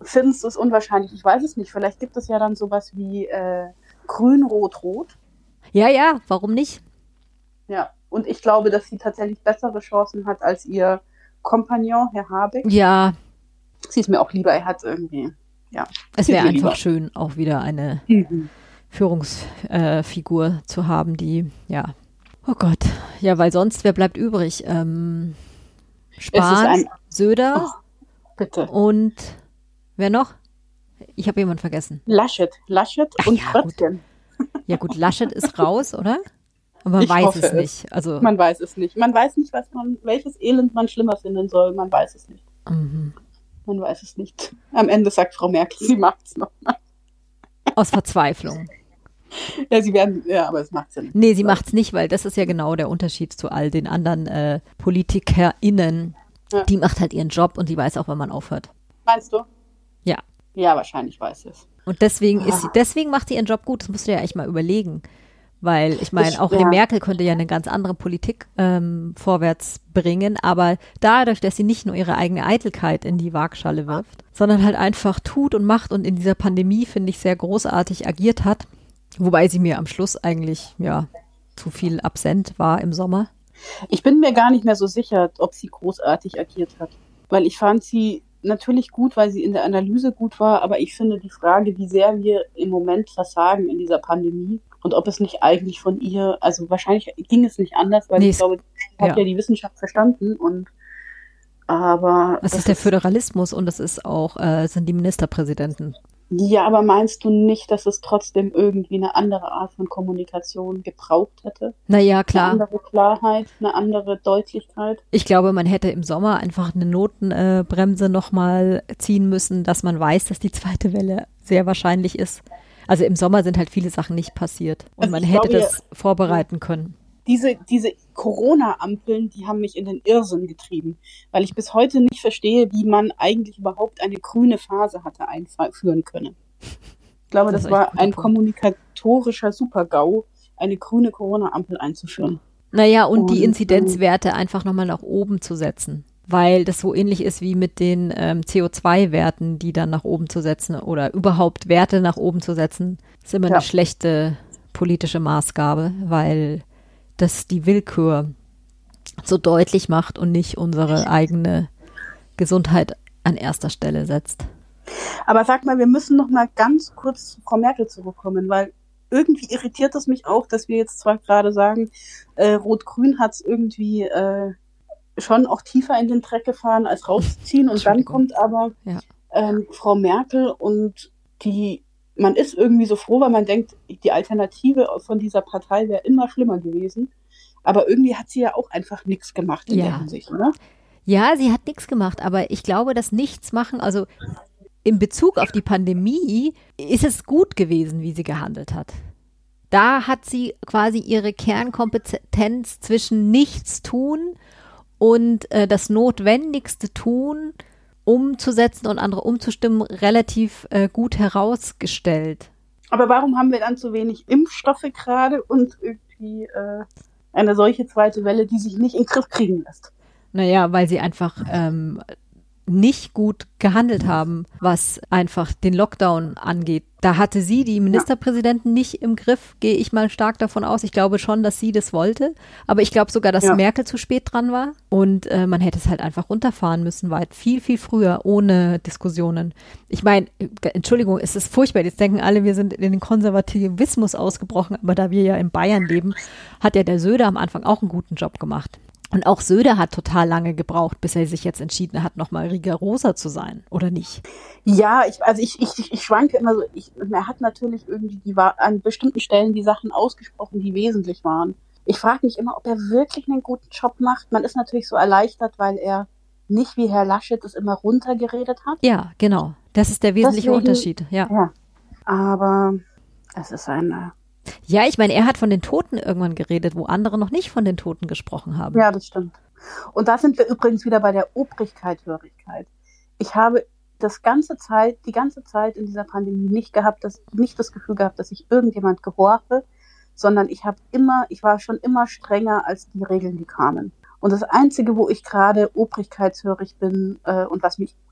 findest du es unwahrscheinlich? Ich weiß es nicht. Vielleicht gibt es ja dann sowas wie Grün-Rot-Rot. Ja, warum nicht? Ja, und ich glaube, dass sie tatsächlich bessere Chancen hat als ihr Kompagnon, Herr Habeck. Ja, Sie ist mir auch lieber, er hat irgendwie, ja. es sie ist wäre mir einfach lieber. schön, auch wieder eine Mhm. Führungsfigur zu haben, die, ja. Oh Gott. Ja, weil sonst, wer bleibt übrig? Spahn, Söder Bitte. und wer noch? Ich habe jemanden vergessen. Laschet Ach und ja, gut. Krötzgen. Ja gut, Laschet ist raus, oder? Aber man Ich weiß hoffe es nicht. Also, Man weiß es nicht. Man weiß nicht, welches Elend man schlimmer finden soll. Man weiß es nicht. mhm. Man weiß es nicht. Am Ende sagt Frau Merkel, sie macht's noch mal. Aus Verzweiflung. Ja, aber es macht sie nicht. Nee, sie macht's nicht, weil das ist ja genau der Unterschied zu all den anderen PolitikerInnen. Ja. Die macht halt ihren Job und die weiß auch, wann man aufhört. Meinst du? Ja. Ja, wahrscheinlich weiß sie es. Und deswegen macht sie ihren Job gut. Das musst du ja echt mal überlegen. Weil, ich meine, auch Ja. die Merkel könnte ja eine ganz andere Politik vorwärts bringen, aber dadurch, dass sie nicht nur ihre eigene Eitelkeit in die Waagschale wirft, sondern halt einfach tut und macht und in dieser Pandemie, finde ich, sehr großartig agiert hat, wobei sie mir am Schluss eigentlich, ja, zu viel absent war im Sommer. Ich bin mir gar nicht mehr so sicher, ob sie großartig agiert hat. Weil ich fand sie natürlich gut, weil sie in der Analyse gut war, aber ich finde die Frage, wie sehr wir im Moment versagen in dieser Pandemie und ob es nicht eigentlich von ihr, also wahrscheinlich ging es nicht anders, weil Nee, ich glaube, sie hat ja die Wissenschaft verstanden aber das ist der Föderalismus und das ist auch, sind die Ministerpräsidenten. Ja, aber meinst du nicht, dass es trotzdem irgendwie eine andere Art von Kommunikation gebraucht hätte? Naja, klar. Eine andere Klarheit, eine andere Deutlichkeit? Ich glaube, man hätte im Sommer einfach eine Notenbremse nochmal ziehen müssen, dass man weiß, dass die zweite Welle sehr wahrscheinlich ist. Also im Sommer sind halt viele Sachen nicht passiert und Also man ich hätte glaube, das vorbereiten können. Diese Corona-Ampeln, die haben mich in den Irrsinn getrieben, weil ich bis heute nicht verstehe, wie man eigentlich überhaupt eine grüne Phase hatte einführen können. Ich glaube, Das das ist echt ein war guter ein Punkt. kommunikatorischer Super-GAU, eine grüne Corona-Ampel einzuführen. Naja, und die Und, Inzidenzwerte einfach nochmal nach oben zu setzen, weil das so ähnlich ist wie mit den CO2-Werten, die dann nach oben zu setzen oder überhaupt Werte nach oben zu setzen, ist immer Ja. eine schlechte politische Maßgabe, weil das die Willkür so deutlich macht und nicht unsere eigene Gesundheit an erster Stelle setzt. Aber sag mal, wir müssen noch mal ganz kurz zu Frau Merkel zurückkommen, weil irgendwie irritiert es mich auch, dass wir jetzt zwar gerade sagen, Rot-Grün hat es irgendwie schon auch tiefer in den Dreck gefahren, als rauszuziehen. Und dann Entschuldigung. kommt aber Ja. Frau Merkel und man ist irgendwie so froh, weil man denkt, die Alternative von dieser Partei wäre immer schlimmer gewesen. Aber irgendwie hat sie ja auch einfach nichts gemacht in Ja. der Hinsicht, oder? Ja, sie hat nichts gemacht, aber ich glaube, dass nichts machen, also in Bezug auf die Pandemie ist es gut gewesen, wie sie gehandelt hat. Da hat sie quasi ihre Kernkompetenz zwischen nichts tun und das Notwendigste tun, umzusetzen und andere umzustimmen, relativ gut herausgestellt. Aber warum haben wir dann zu wenig Impfstoffe gerade und irgendwie eine solche zweite Welle, die sich nicht in den Griff kriegen lässt? Naja, weil sie einfach nicht gut gehandelt haben, was einfach den Lockdown angeht. Da hatte sie die Ministerpräsidenten nicht im Griff, gehe ich mal stark davon aus. Ich glaube schon, dass sie das wollte, aber ich glaube sogar, dass Merkel zu spät dran war und man hätte es halt einfach runterfahren müssen, weit viel, viel früher, ohne Diskussionen. Ich meine, Entschuldigung, es ist furchtbar, jetzt denken alle, wir sind in den Konservativismus ausgebrochen, aber da wir ja in Bayern leben, hat ja der Söder am Anfang auch einen guten Job gemacht. Und auch Söder hat total lange gebraucht, bis er sich jetzt entschieden hat, nochmal rigoroser zu sein, oder nicht? Ja, ich schwanke immer so. Er hat natürlich irgendwie an bestimmten Stellen die Sachen ausgesprochen, die wesentlich waren. Ich frage mich immer, ob er wirklich einen guten Job macht. Man ist natürlich so erleichtert, weil er nicht wie Herr Laschet es immer runtergeredet hat. Ja, genau. Das ist der wesentliche Unterschied. Ja. Aber es ist eine... Ja, ich meine, er hat von den Toten irgendwann geredet, wo andere noch nicht von den Toten gesprochen haben. Ja, das stimmt. Und da sind wir übrigens wieder bei der Obrigkeit, Hörigkeit. Ich habe die ganze Zeit in dieser Pandemie nicht das Gefühl gehabt, dass ich irgendjemand gehorche, sondern ich war schon immer strenger als die Regeln, die kamen. Und das Einzige, wo ich gerade obrigkeitshörig bin und was mich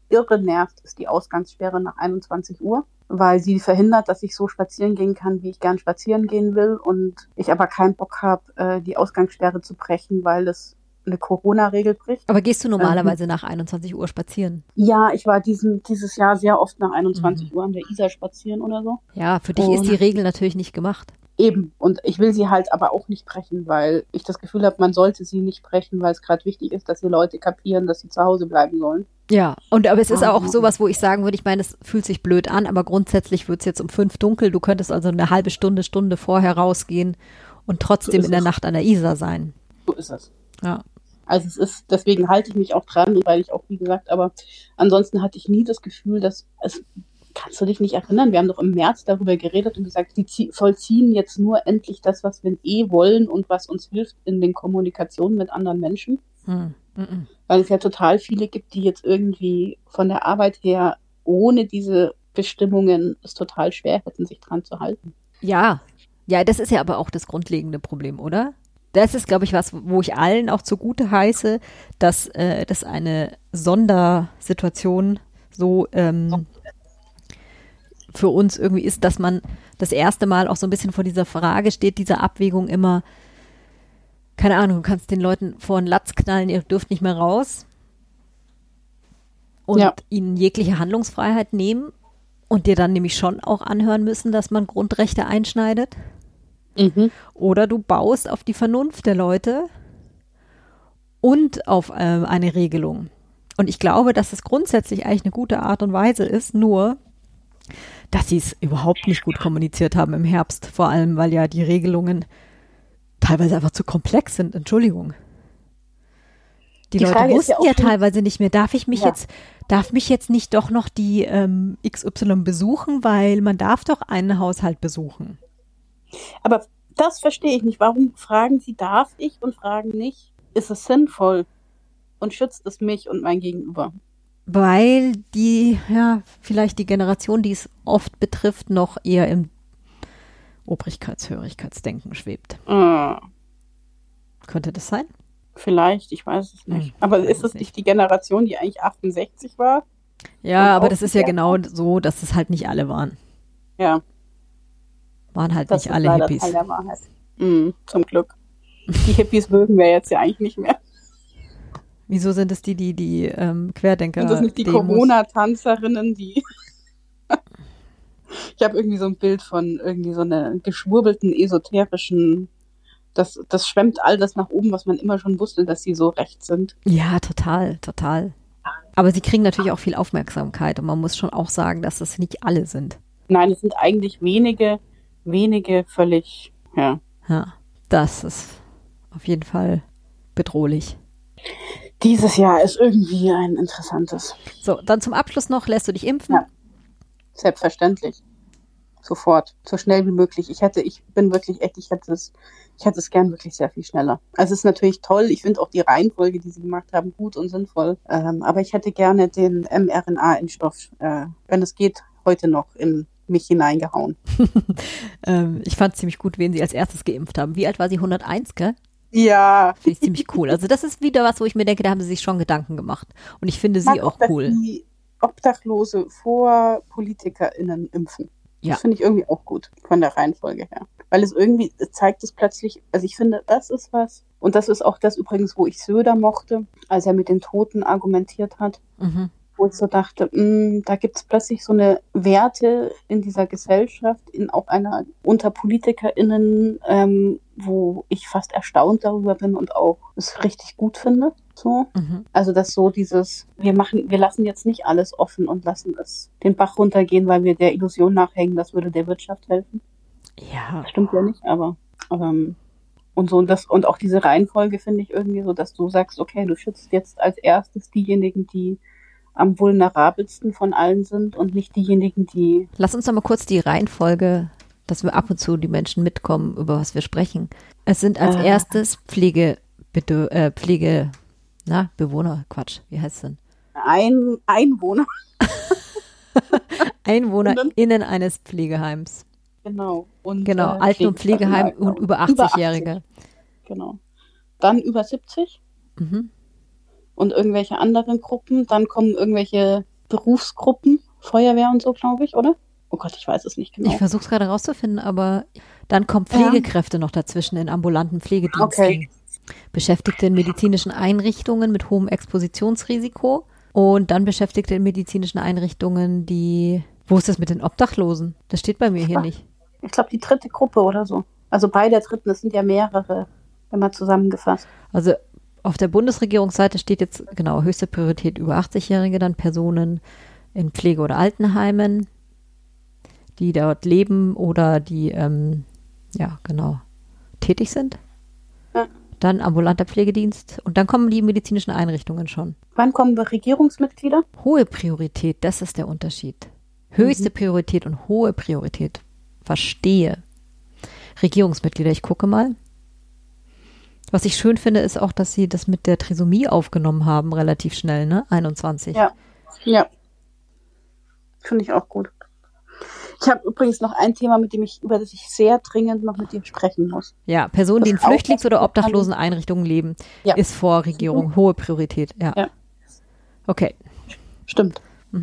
irre nervt, ist die Ausgangssperre nach 21 Uhr, weil sie verhindert, dass ich so spazieren gehen kann, wie ich gern spazieren gehen will und ich aber keinen Bock habe, die Ausgangssperre zu brechen, weil es eine Corona-Regel bricht. Aber gehst du normalerweise nach 21 Uhr spazieren? Ja, ich war dieses Jahr sehr oft nach 21 Uhr an der Isar spazieren oder so. Ja, für dich ist die Regel natürlich nicht gemacht. Eben. Und ich will sie halt aber auch nicht brechen, weil ich das Gefühl habe, man sollte sie nicht brechen, weil es gerade wichtig ist, dass die Leute kapieren, dass sie zu Hause bleiben sollen. Ja, aber es ist auch sowas, wo ich sagen würde, ich meine, es fühlt sich blöd an, aber grundsätzlich wird es jetzt um 5 dunkel. Du könntest also eine halbe Stunde vorher rausgehen und trotzdem in der Nacht an der Isar sein. So ist es. Ja. Also es ist, deswegen halte ich mich auch dran, weil ich auch, wie gesagt, aber ansonsten hatte ich nie das Gefühl, dass es, kannst du dich nicht erinnern, wir haben doch im März darüber geredet und gesagt, die vollziehen jetzt nur endlich das, was wir wollen und was uns hilft in den Kommunikationen mit anderen Menschen. Weil es ja total viele gibt, die jetzt irgendwie von der Arbeit her ohne diese Bestimmungen es total schwer hätten, sich dran zu halten. Ja, das ist ja aber auch das grundlegende Problem, oder? Das ist, glaube ich, was, wo ich allen auch zugute heiße, dass das eine Sondersituation so für uns irgendwie ist, dass man das erste Mal auch so ein bisschen vor dieser Frage steht, dieser Abwägung immer, keine Ahnung, du kannst den Leuten vor den Latz knallen, ihr dürft nicht mehr raus und ihnen jegliche Handlungsfreiheit nehmen und dir dann nämlich schon auch anhören müssen, dass man Grundrechte einschneidet. Oder du baust auf die Vernunft der Leute und auf eine Regelung. Und ich glaube, dass es grundsätzlich eigentlich eine gute Art und Weise ist, nur, dass sie es überhaupt nicht gut kommuniziert haben im Herbst, vor allem, weil ja die Regelungen teilweise einfach zu komplex sind. Entschuldigung. Die Leute wussten ja teilweise nicht mehr, darf mich jetzt nicht doch noch die XY besuchen, weil man darf doch einen Haushalt besuchen. Aber das verstehe ich nicht. Warum fragen Sie, darf ich und fragen nicht, ist es sinnvoll und schützt es mich und mein Gegenüber? Weil vielleicht die Generation, die es oft betrifft, noch eher im Obrigkeitshörigkeitsdenken schwebt. Könnte das sein? Vielleicht, ich weiß es nicht. Aber ist es nicht die Generation, die eigentlich 68 war? Ja, aber das ist ja genau so, dass es halt nicht alle waren. Ja. Waren halt nicht alle Hippies. Das ist leider Teil der Wahrheit. Zum Glück. Die Hippies mögen wir jetzt ja eigentlich nicht mehr. Wieso sind es die Querdenker? Sind das nicht die Corona-Tanzerinnen, die... Ich habe irgendwie so ein Bild von irgendwie so einer geschwurbelten, esoterischen... Das schwemmt all das nach oben, was man immer schon wusste, dass sie so recht sind. Ja, total. Aber sie kriegen natürlich auch viel Aufmerksamkeit und man muss schon auch sagen, dass das nicht alle sind. Nein, es sind eigentlich wenige völlig, ja. Ja, das ist auf jeden Fall bedrohlich. Dieses Jahr ist irgendwie ein interessantes. So, dann zum Abschluss noch, lässt du dich impfen? Ja, selbstverständlich. Sofort, so schnell wie möglich. Ich hätte es gern wirklich sehr viel schneller. Also es ist natürlich toll, ich finde auch die Reihenfolge, die sie gemacht haben, gut und sinnvoll. Aber ich hätte gerne den mRNA-Impfstoff, wenn es geht, heute noch in mich hineingehauen. Ich fand es ziemlich gut, wen sie als erstes geimpft haben. Wie alt war sie? 101, gell? Ja. Finde ich ziemlich cool. Also das ist wieder was, wo ich mir denke, da haben sie sich schon Gedanken gemacht. Und ich finde sie auch cool. Die Obdachlose vor PolitikerInnen impfen. Ja. Das finde ich irgendwie auch gut, von der Reihenfolge her. Weil es zeigt es plötzlich, also ich finde, das ist was. Und das ist auch das übrigens, wo ich Söder mochte, als er mit den Toten argumentiert hat. Wo ich so dachte, da gibt es plötzlich so eine Werte in dieser Gesellschaft, unter PolitikerInnen, wo ich fast erstaunt darüber bin und auch es richtig gut finde. So. Also dass so dieses, wir lassen jetzt nicht alles offen und lassen es den Bach runtergehen, weil wir der Illusion nachhängen, das würde der Wirtschaft helfen. Ja. Das stimmt ja nicht, aber und so und auch diese Reihenfolge finde ich irgendwie so, dass du sagst, okay, du schützt jetzt als erstes diejenigen, die am vulnerabelsten von allen sind und nicht diejenigen, die... Lass uns doch mal kurz die Reihenfolge, dass wir ab und zu die Menschen mitkommen, über was wir sprechen. Es sind als erstes Bewohner, Quatsch, wie heißt es denn? Einwohner. EinwohnerInnen eines Pflegeheims. Genau. Alten- und Pflegeheim und über 80-Jährige. Genau. Dann über 70. Und irgendwelche anderen Gruppen. Dann kommen irgendwelche Berufsgruppen, Feuerwehr und so, glaube ich, oder? Oh Gott, ich weiß es nicht genau. Ich versuche es gerade rauszufinden, aber dann kommen Pflegekräfte noch dazwischen in ambulanten Pflegediensten. Okay. Beschäftigte in medizinischen Einrichtungen mit hohem Expositionsrisiko und dann Beschäftigte in medizinischen Einrichtungen, wo ist das mit den Obdachlosen? Das steht bei mir hier nicht. Ich glaube, die dritte Gruppe oder so. Also bei der dritten, das sind ja mehrere, wenn man zusammengefasst. Also auf der Bundesregierungsseite steht jetzt genau höchste Priorität über 80-Jährige, dann Personen in Pflege- oder Altenheimen, die dort leben oder die tätig sind. Ja. Dann ambulanter Pflegedienst und dann kommen die medizinischen Einrichtungen schon. Wann kommen Regierungsmitglieder? Hohe Priorität, das ist der Unterschied. Höchste Priorität und hohe Priorität. Verstehe. Regierungsmitglieder, ich gucke mal. Was ich schön finde, ist auch, dass sie das mit der Trisomie aufgenommen haben, relativ schnell, ne? 21. Ja. Finde ich auch gut. Ich habe übrigens noch ein Thema, über das ich sehr dringend noch mit dir sprechen muss. Ja, Personen, die in Das auch Flüchtlings- oder Obdachloseneinrichtungen leben, Ja. ist vor Regierung hohe Priorität. Ja. Okay. Stimmt.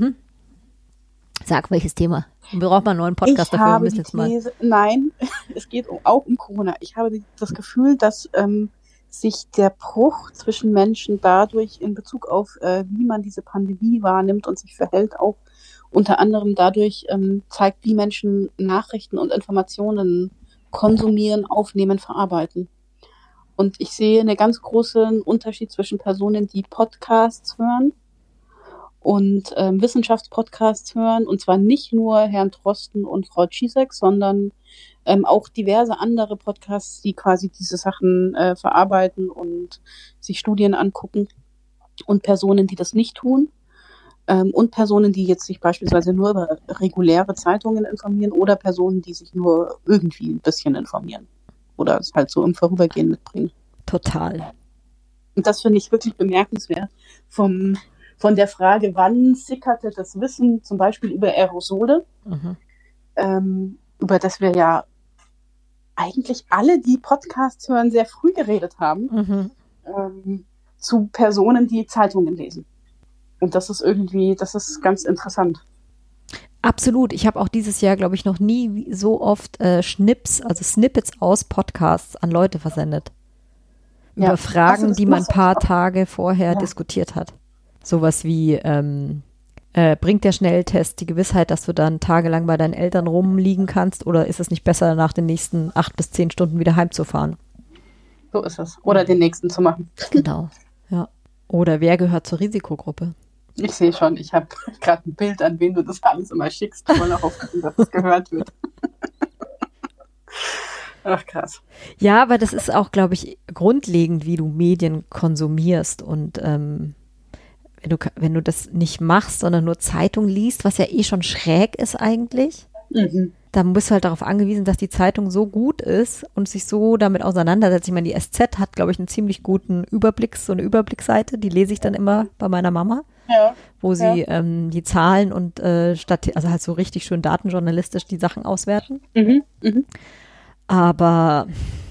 Sag, welches Thema? Braucht man einen neuen Podcast Ich dafür? habe Wir müssen die jetzt mal. These, nein, es geht auch um Corona. Ich habe das Gefühl, dass sich der Bruch zwischen Menschen dadurch in Bezug auf, wie man diese Pandemie wahrnimmt und sich verhält, auch unter anderem dadurch zeigt, wie Menschen Nachrichten und Informationen konsumieren, aufnehmen, verarbeiten. Und ich sehe einen ganz großen Unterschied zwischen Personen, die Podcasts hören und Wissenschaftspodcasts hören, und zwar nicht nur Herrn Drosten und Frau Czizek, sondern auch diverse andere Podcasts, die quasi diese Sachen verarbeiten und sich Studien angucken, und Personen, die das nicht tun, und Personen, die jetzt sich beispielsweise nur über reguläre Zeitungen informieren, oder Personen, die sich nur irgendwie ein bisschen informieren oder es halt so im Vorübergehen mitbringen. Total. Und das finde ich wirklich bemerkenswert. Von der Frage, wann sickerte das Wissen zum Beispiel über Aerosole, über das wir ja eigentlich alle, die Podcasts hören, sehr früh geredet haben, zu Personen, die Zeitungen lesen. Und das ist ganz interessant. Absolut. Ich habe auch dieses Jahr, glaube ich, noch nie so oft Snippets aus Podcasts an Leute versendet. Über Fragen, die man ein paar Tage vorher diskutiert hat. Sowas wie, bringt der Schnelltest die Gewissheit, dass du dann tagelang bei deinen Eltern rumliegen kannst, oder ist es nicht besser, nach den nächsten 8 bis 10 Stunden wieder heimzufahren? So ist es. Oder den nächsten zu machen. Genau, ja. Oder wer gehört zur Risikogruppe? Ich sehe schon, ich habe gerade ein Bild, an wen du das alles immer schickst, voll hoffen, dass es gehört wird. Ach, krass. Ja, aber das ist auch, glaube ich, grundlegend, wie du Medien konsumierst. Und wenn du das nicht machst, sondern nur Zeitung liest, was ja eh schon schräg ist eigentlich, dann bist du halt darauf angewiesen, dass die Zeitung so gut ist und sich so damit auseinandersetzt. Ich meine, die SZ hat, glaube ich, einen ziemlich guten Überblick, so eine Überblicksseite, die lese ich dann immer bei meiner Mama, wo sie die Zahlen und also halt so richtig schön datenjournalistisch die Sachen auswerten. Aber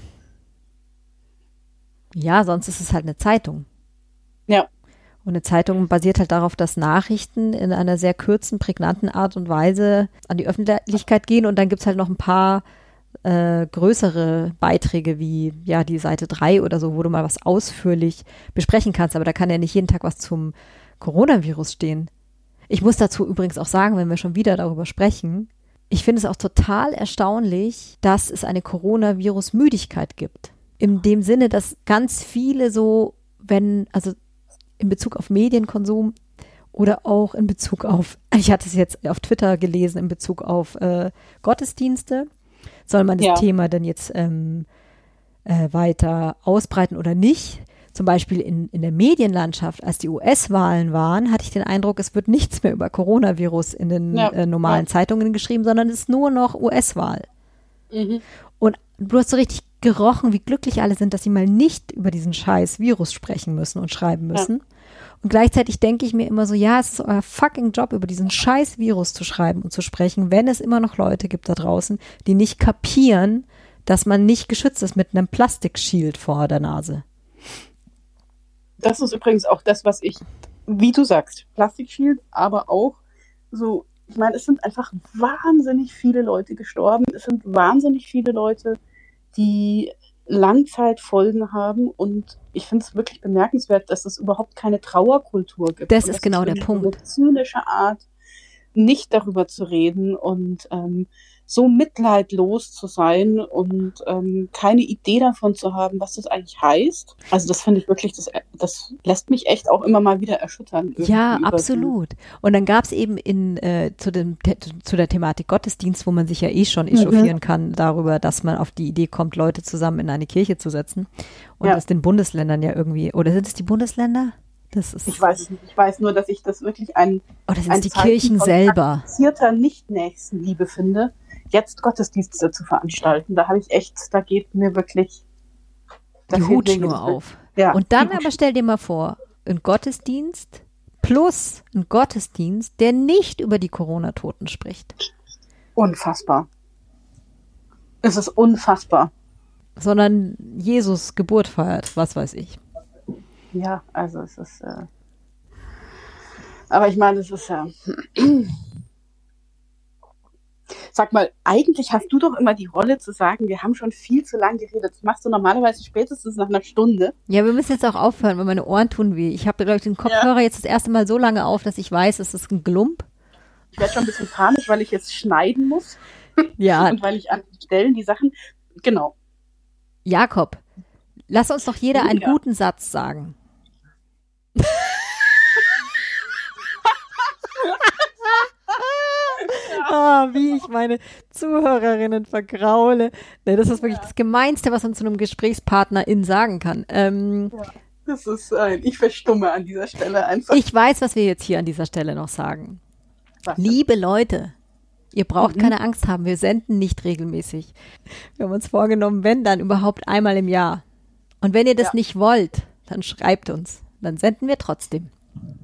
ja, sonst ist es halt eine Zeitung. Ja. Und eine Zeitung basiert halt darauf, dass Nachrichten in einer sehr kurzen, prägnanten Art und Weise an die Öffentlichkeit gehen. Und dann gibt es halt noch ein paar größere Beiträge wie die Seite 3 oder so, wo du mal was ausführlich besprechen kannst. Aber da kann ja nicht jeden Tag was zum Coronavirus stehen. Ich muss dazu übrigens auch sagen, wenn wir schon wieder darüber sprechen, ich finde es auch total erstaunlich, dass es eine Coronavirus-Müdigkeit gibt. In dem Sinne, dass ganz viele also in Bezug auf Medienkonsum oder auch in Bezug auf, ich hatte es jetzt auf Twitter gelesen, in Bezug auf Gottesdienste, soll man das Thema denn jetzt weiter ausbreiten oder nicht? Zum Beispiel in der Medienlandschaft, als die US-Wahlen waren, hatte ich den Eindruck, es wird nichts mehr über Coronavirus in den normalen Zeitungen geschrieben, sondern es ist nur noch US-Wahl. Und du hast so richtig gerochen, wie glücklich alle sind, dass sie mal nicht über diesen scheiß Virus sprechen müssen und schreiben müssen. Und gleichzeitig denke ich mir immer so, es ist euer fucking Job, über diesen scheiß Virus zu schreiben und zu sprechen, wenn es immer noch Leute gibt da draußen, die nicht kapieren, dass man nicht geschützt ist mit einem Plastikschild vor der Nase. Das ist übrigens auch das, was ich wie du sagst, Plastic Shield, aber auch so, ich meine, es sind einfach wahnsinnig viele Leute gestorben. Es sind wahnsinnig viele Leute, die Langzeitfolgen haben. Und ich finde es wirklich bemerkenswert, dass es überhaupt keine Trauerkultur gibt. Das und ist genau der so Punkt. eine zynische Art, nicht darüber zu reden und so mitleidlos zu sein und keine Idee davon zu haben, was das eigentlich heißt. Also das finde ich wirklich, das lässt mich echt auch immer mal wieder erschüttern. Ja, absolut. Und dann gab es eben zu der Thematik Gottesdienst, wo man sich ja eh schon echauffieren kann darüber, dass man auf die Idee kommt, Leute zusammen in eine Kirche zu setzen. Und das den Bundesländern ja irgendwie, oder sind es die Bundesländer? Das ist, ich weiß nicht. Ich weiß nur, dass ich das wirklich ein sind es die Kirchen selber? Praktizierter Nicht-Nächstenliebe finde, jetzt Gottesdienste zu veranstalten. Da habe ich echt, da geht mir wirklich die Hutschnur auf. Ja, und dann aber stell dir mal vor, ein Gottesdienst plus ein Gottesdienst, der nicht über die Corona-Toten spricht. Unfassbar. Es ist unfassbar. Sondern Jesus Geburt feiert, was weiß ich. Ja, also es ist, aber ich meine, es ist ja, sag mal, eigentlich hast du doch immer die Rolle zu sagen, wir haben schon viel zu lange geredet. Das machst du normalerweise spätestens nach einer Stunde. Ja, wir müssen jetzt auch aufhören, weil meine Ohren tun weh. Ich habe, glaube ich, den Kopfhörer jetzt das erste Mal so lange auf, dass ich weiß, es ist ein Glump. Ich werde schon ein bisschen panisch, weil ich jetzt schneiden muss. Ja. Und weil ich an Stellen die Sachen, genau. Jakob, lass uns doch jeder einen guten Satz sagen. Wie ich meine Zuhörerinnen vergraule. Nee, das ist wirklich das Gemeinste, was man zu einem Gesprächspartnerin sagen kann. Das ist ich verstumme an dieser Stelle einfach. Ich weiß, was wir jetzt hier an dieser Stelle noch sagen. Liebe Leute, ihr braucht keine Angst haben, wir senden nicht regelmäßig. Wir haben uns vorgenommen, wenn, dann überhaupt einmal im Jahr. Und wenn ihr das nicht wollt, dann schreibt uns. Dann senden wir trotzdem.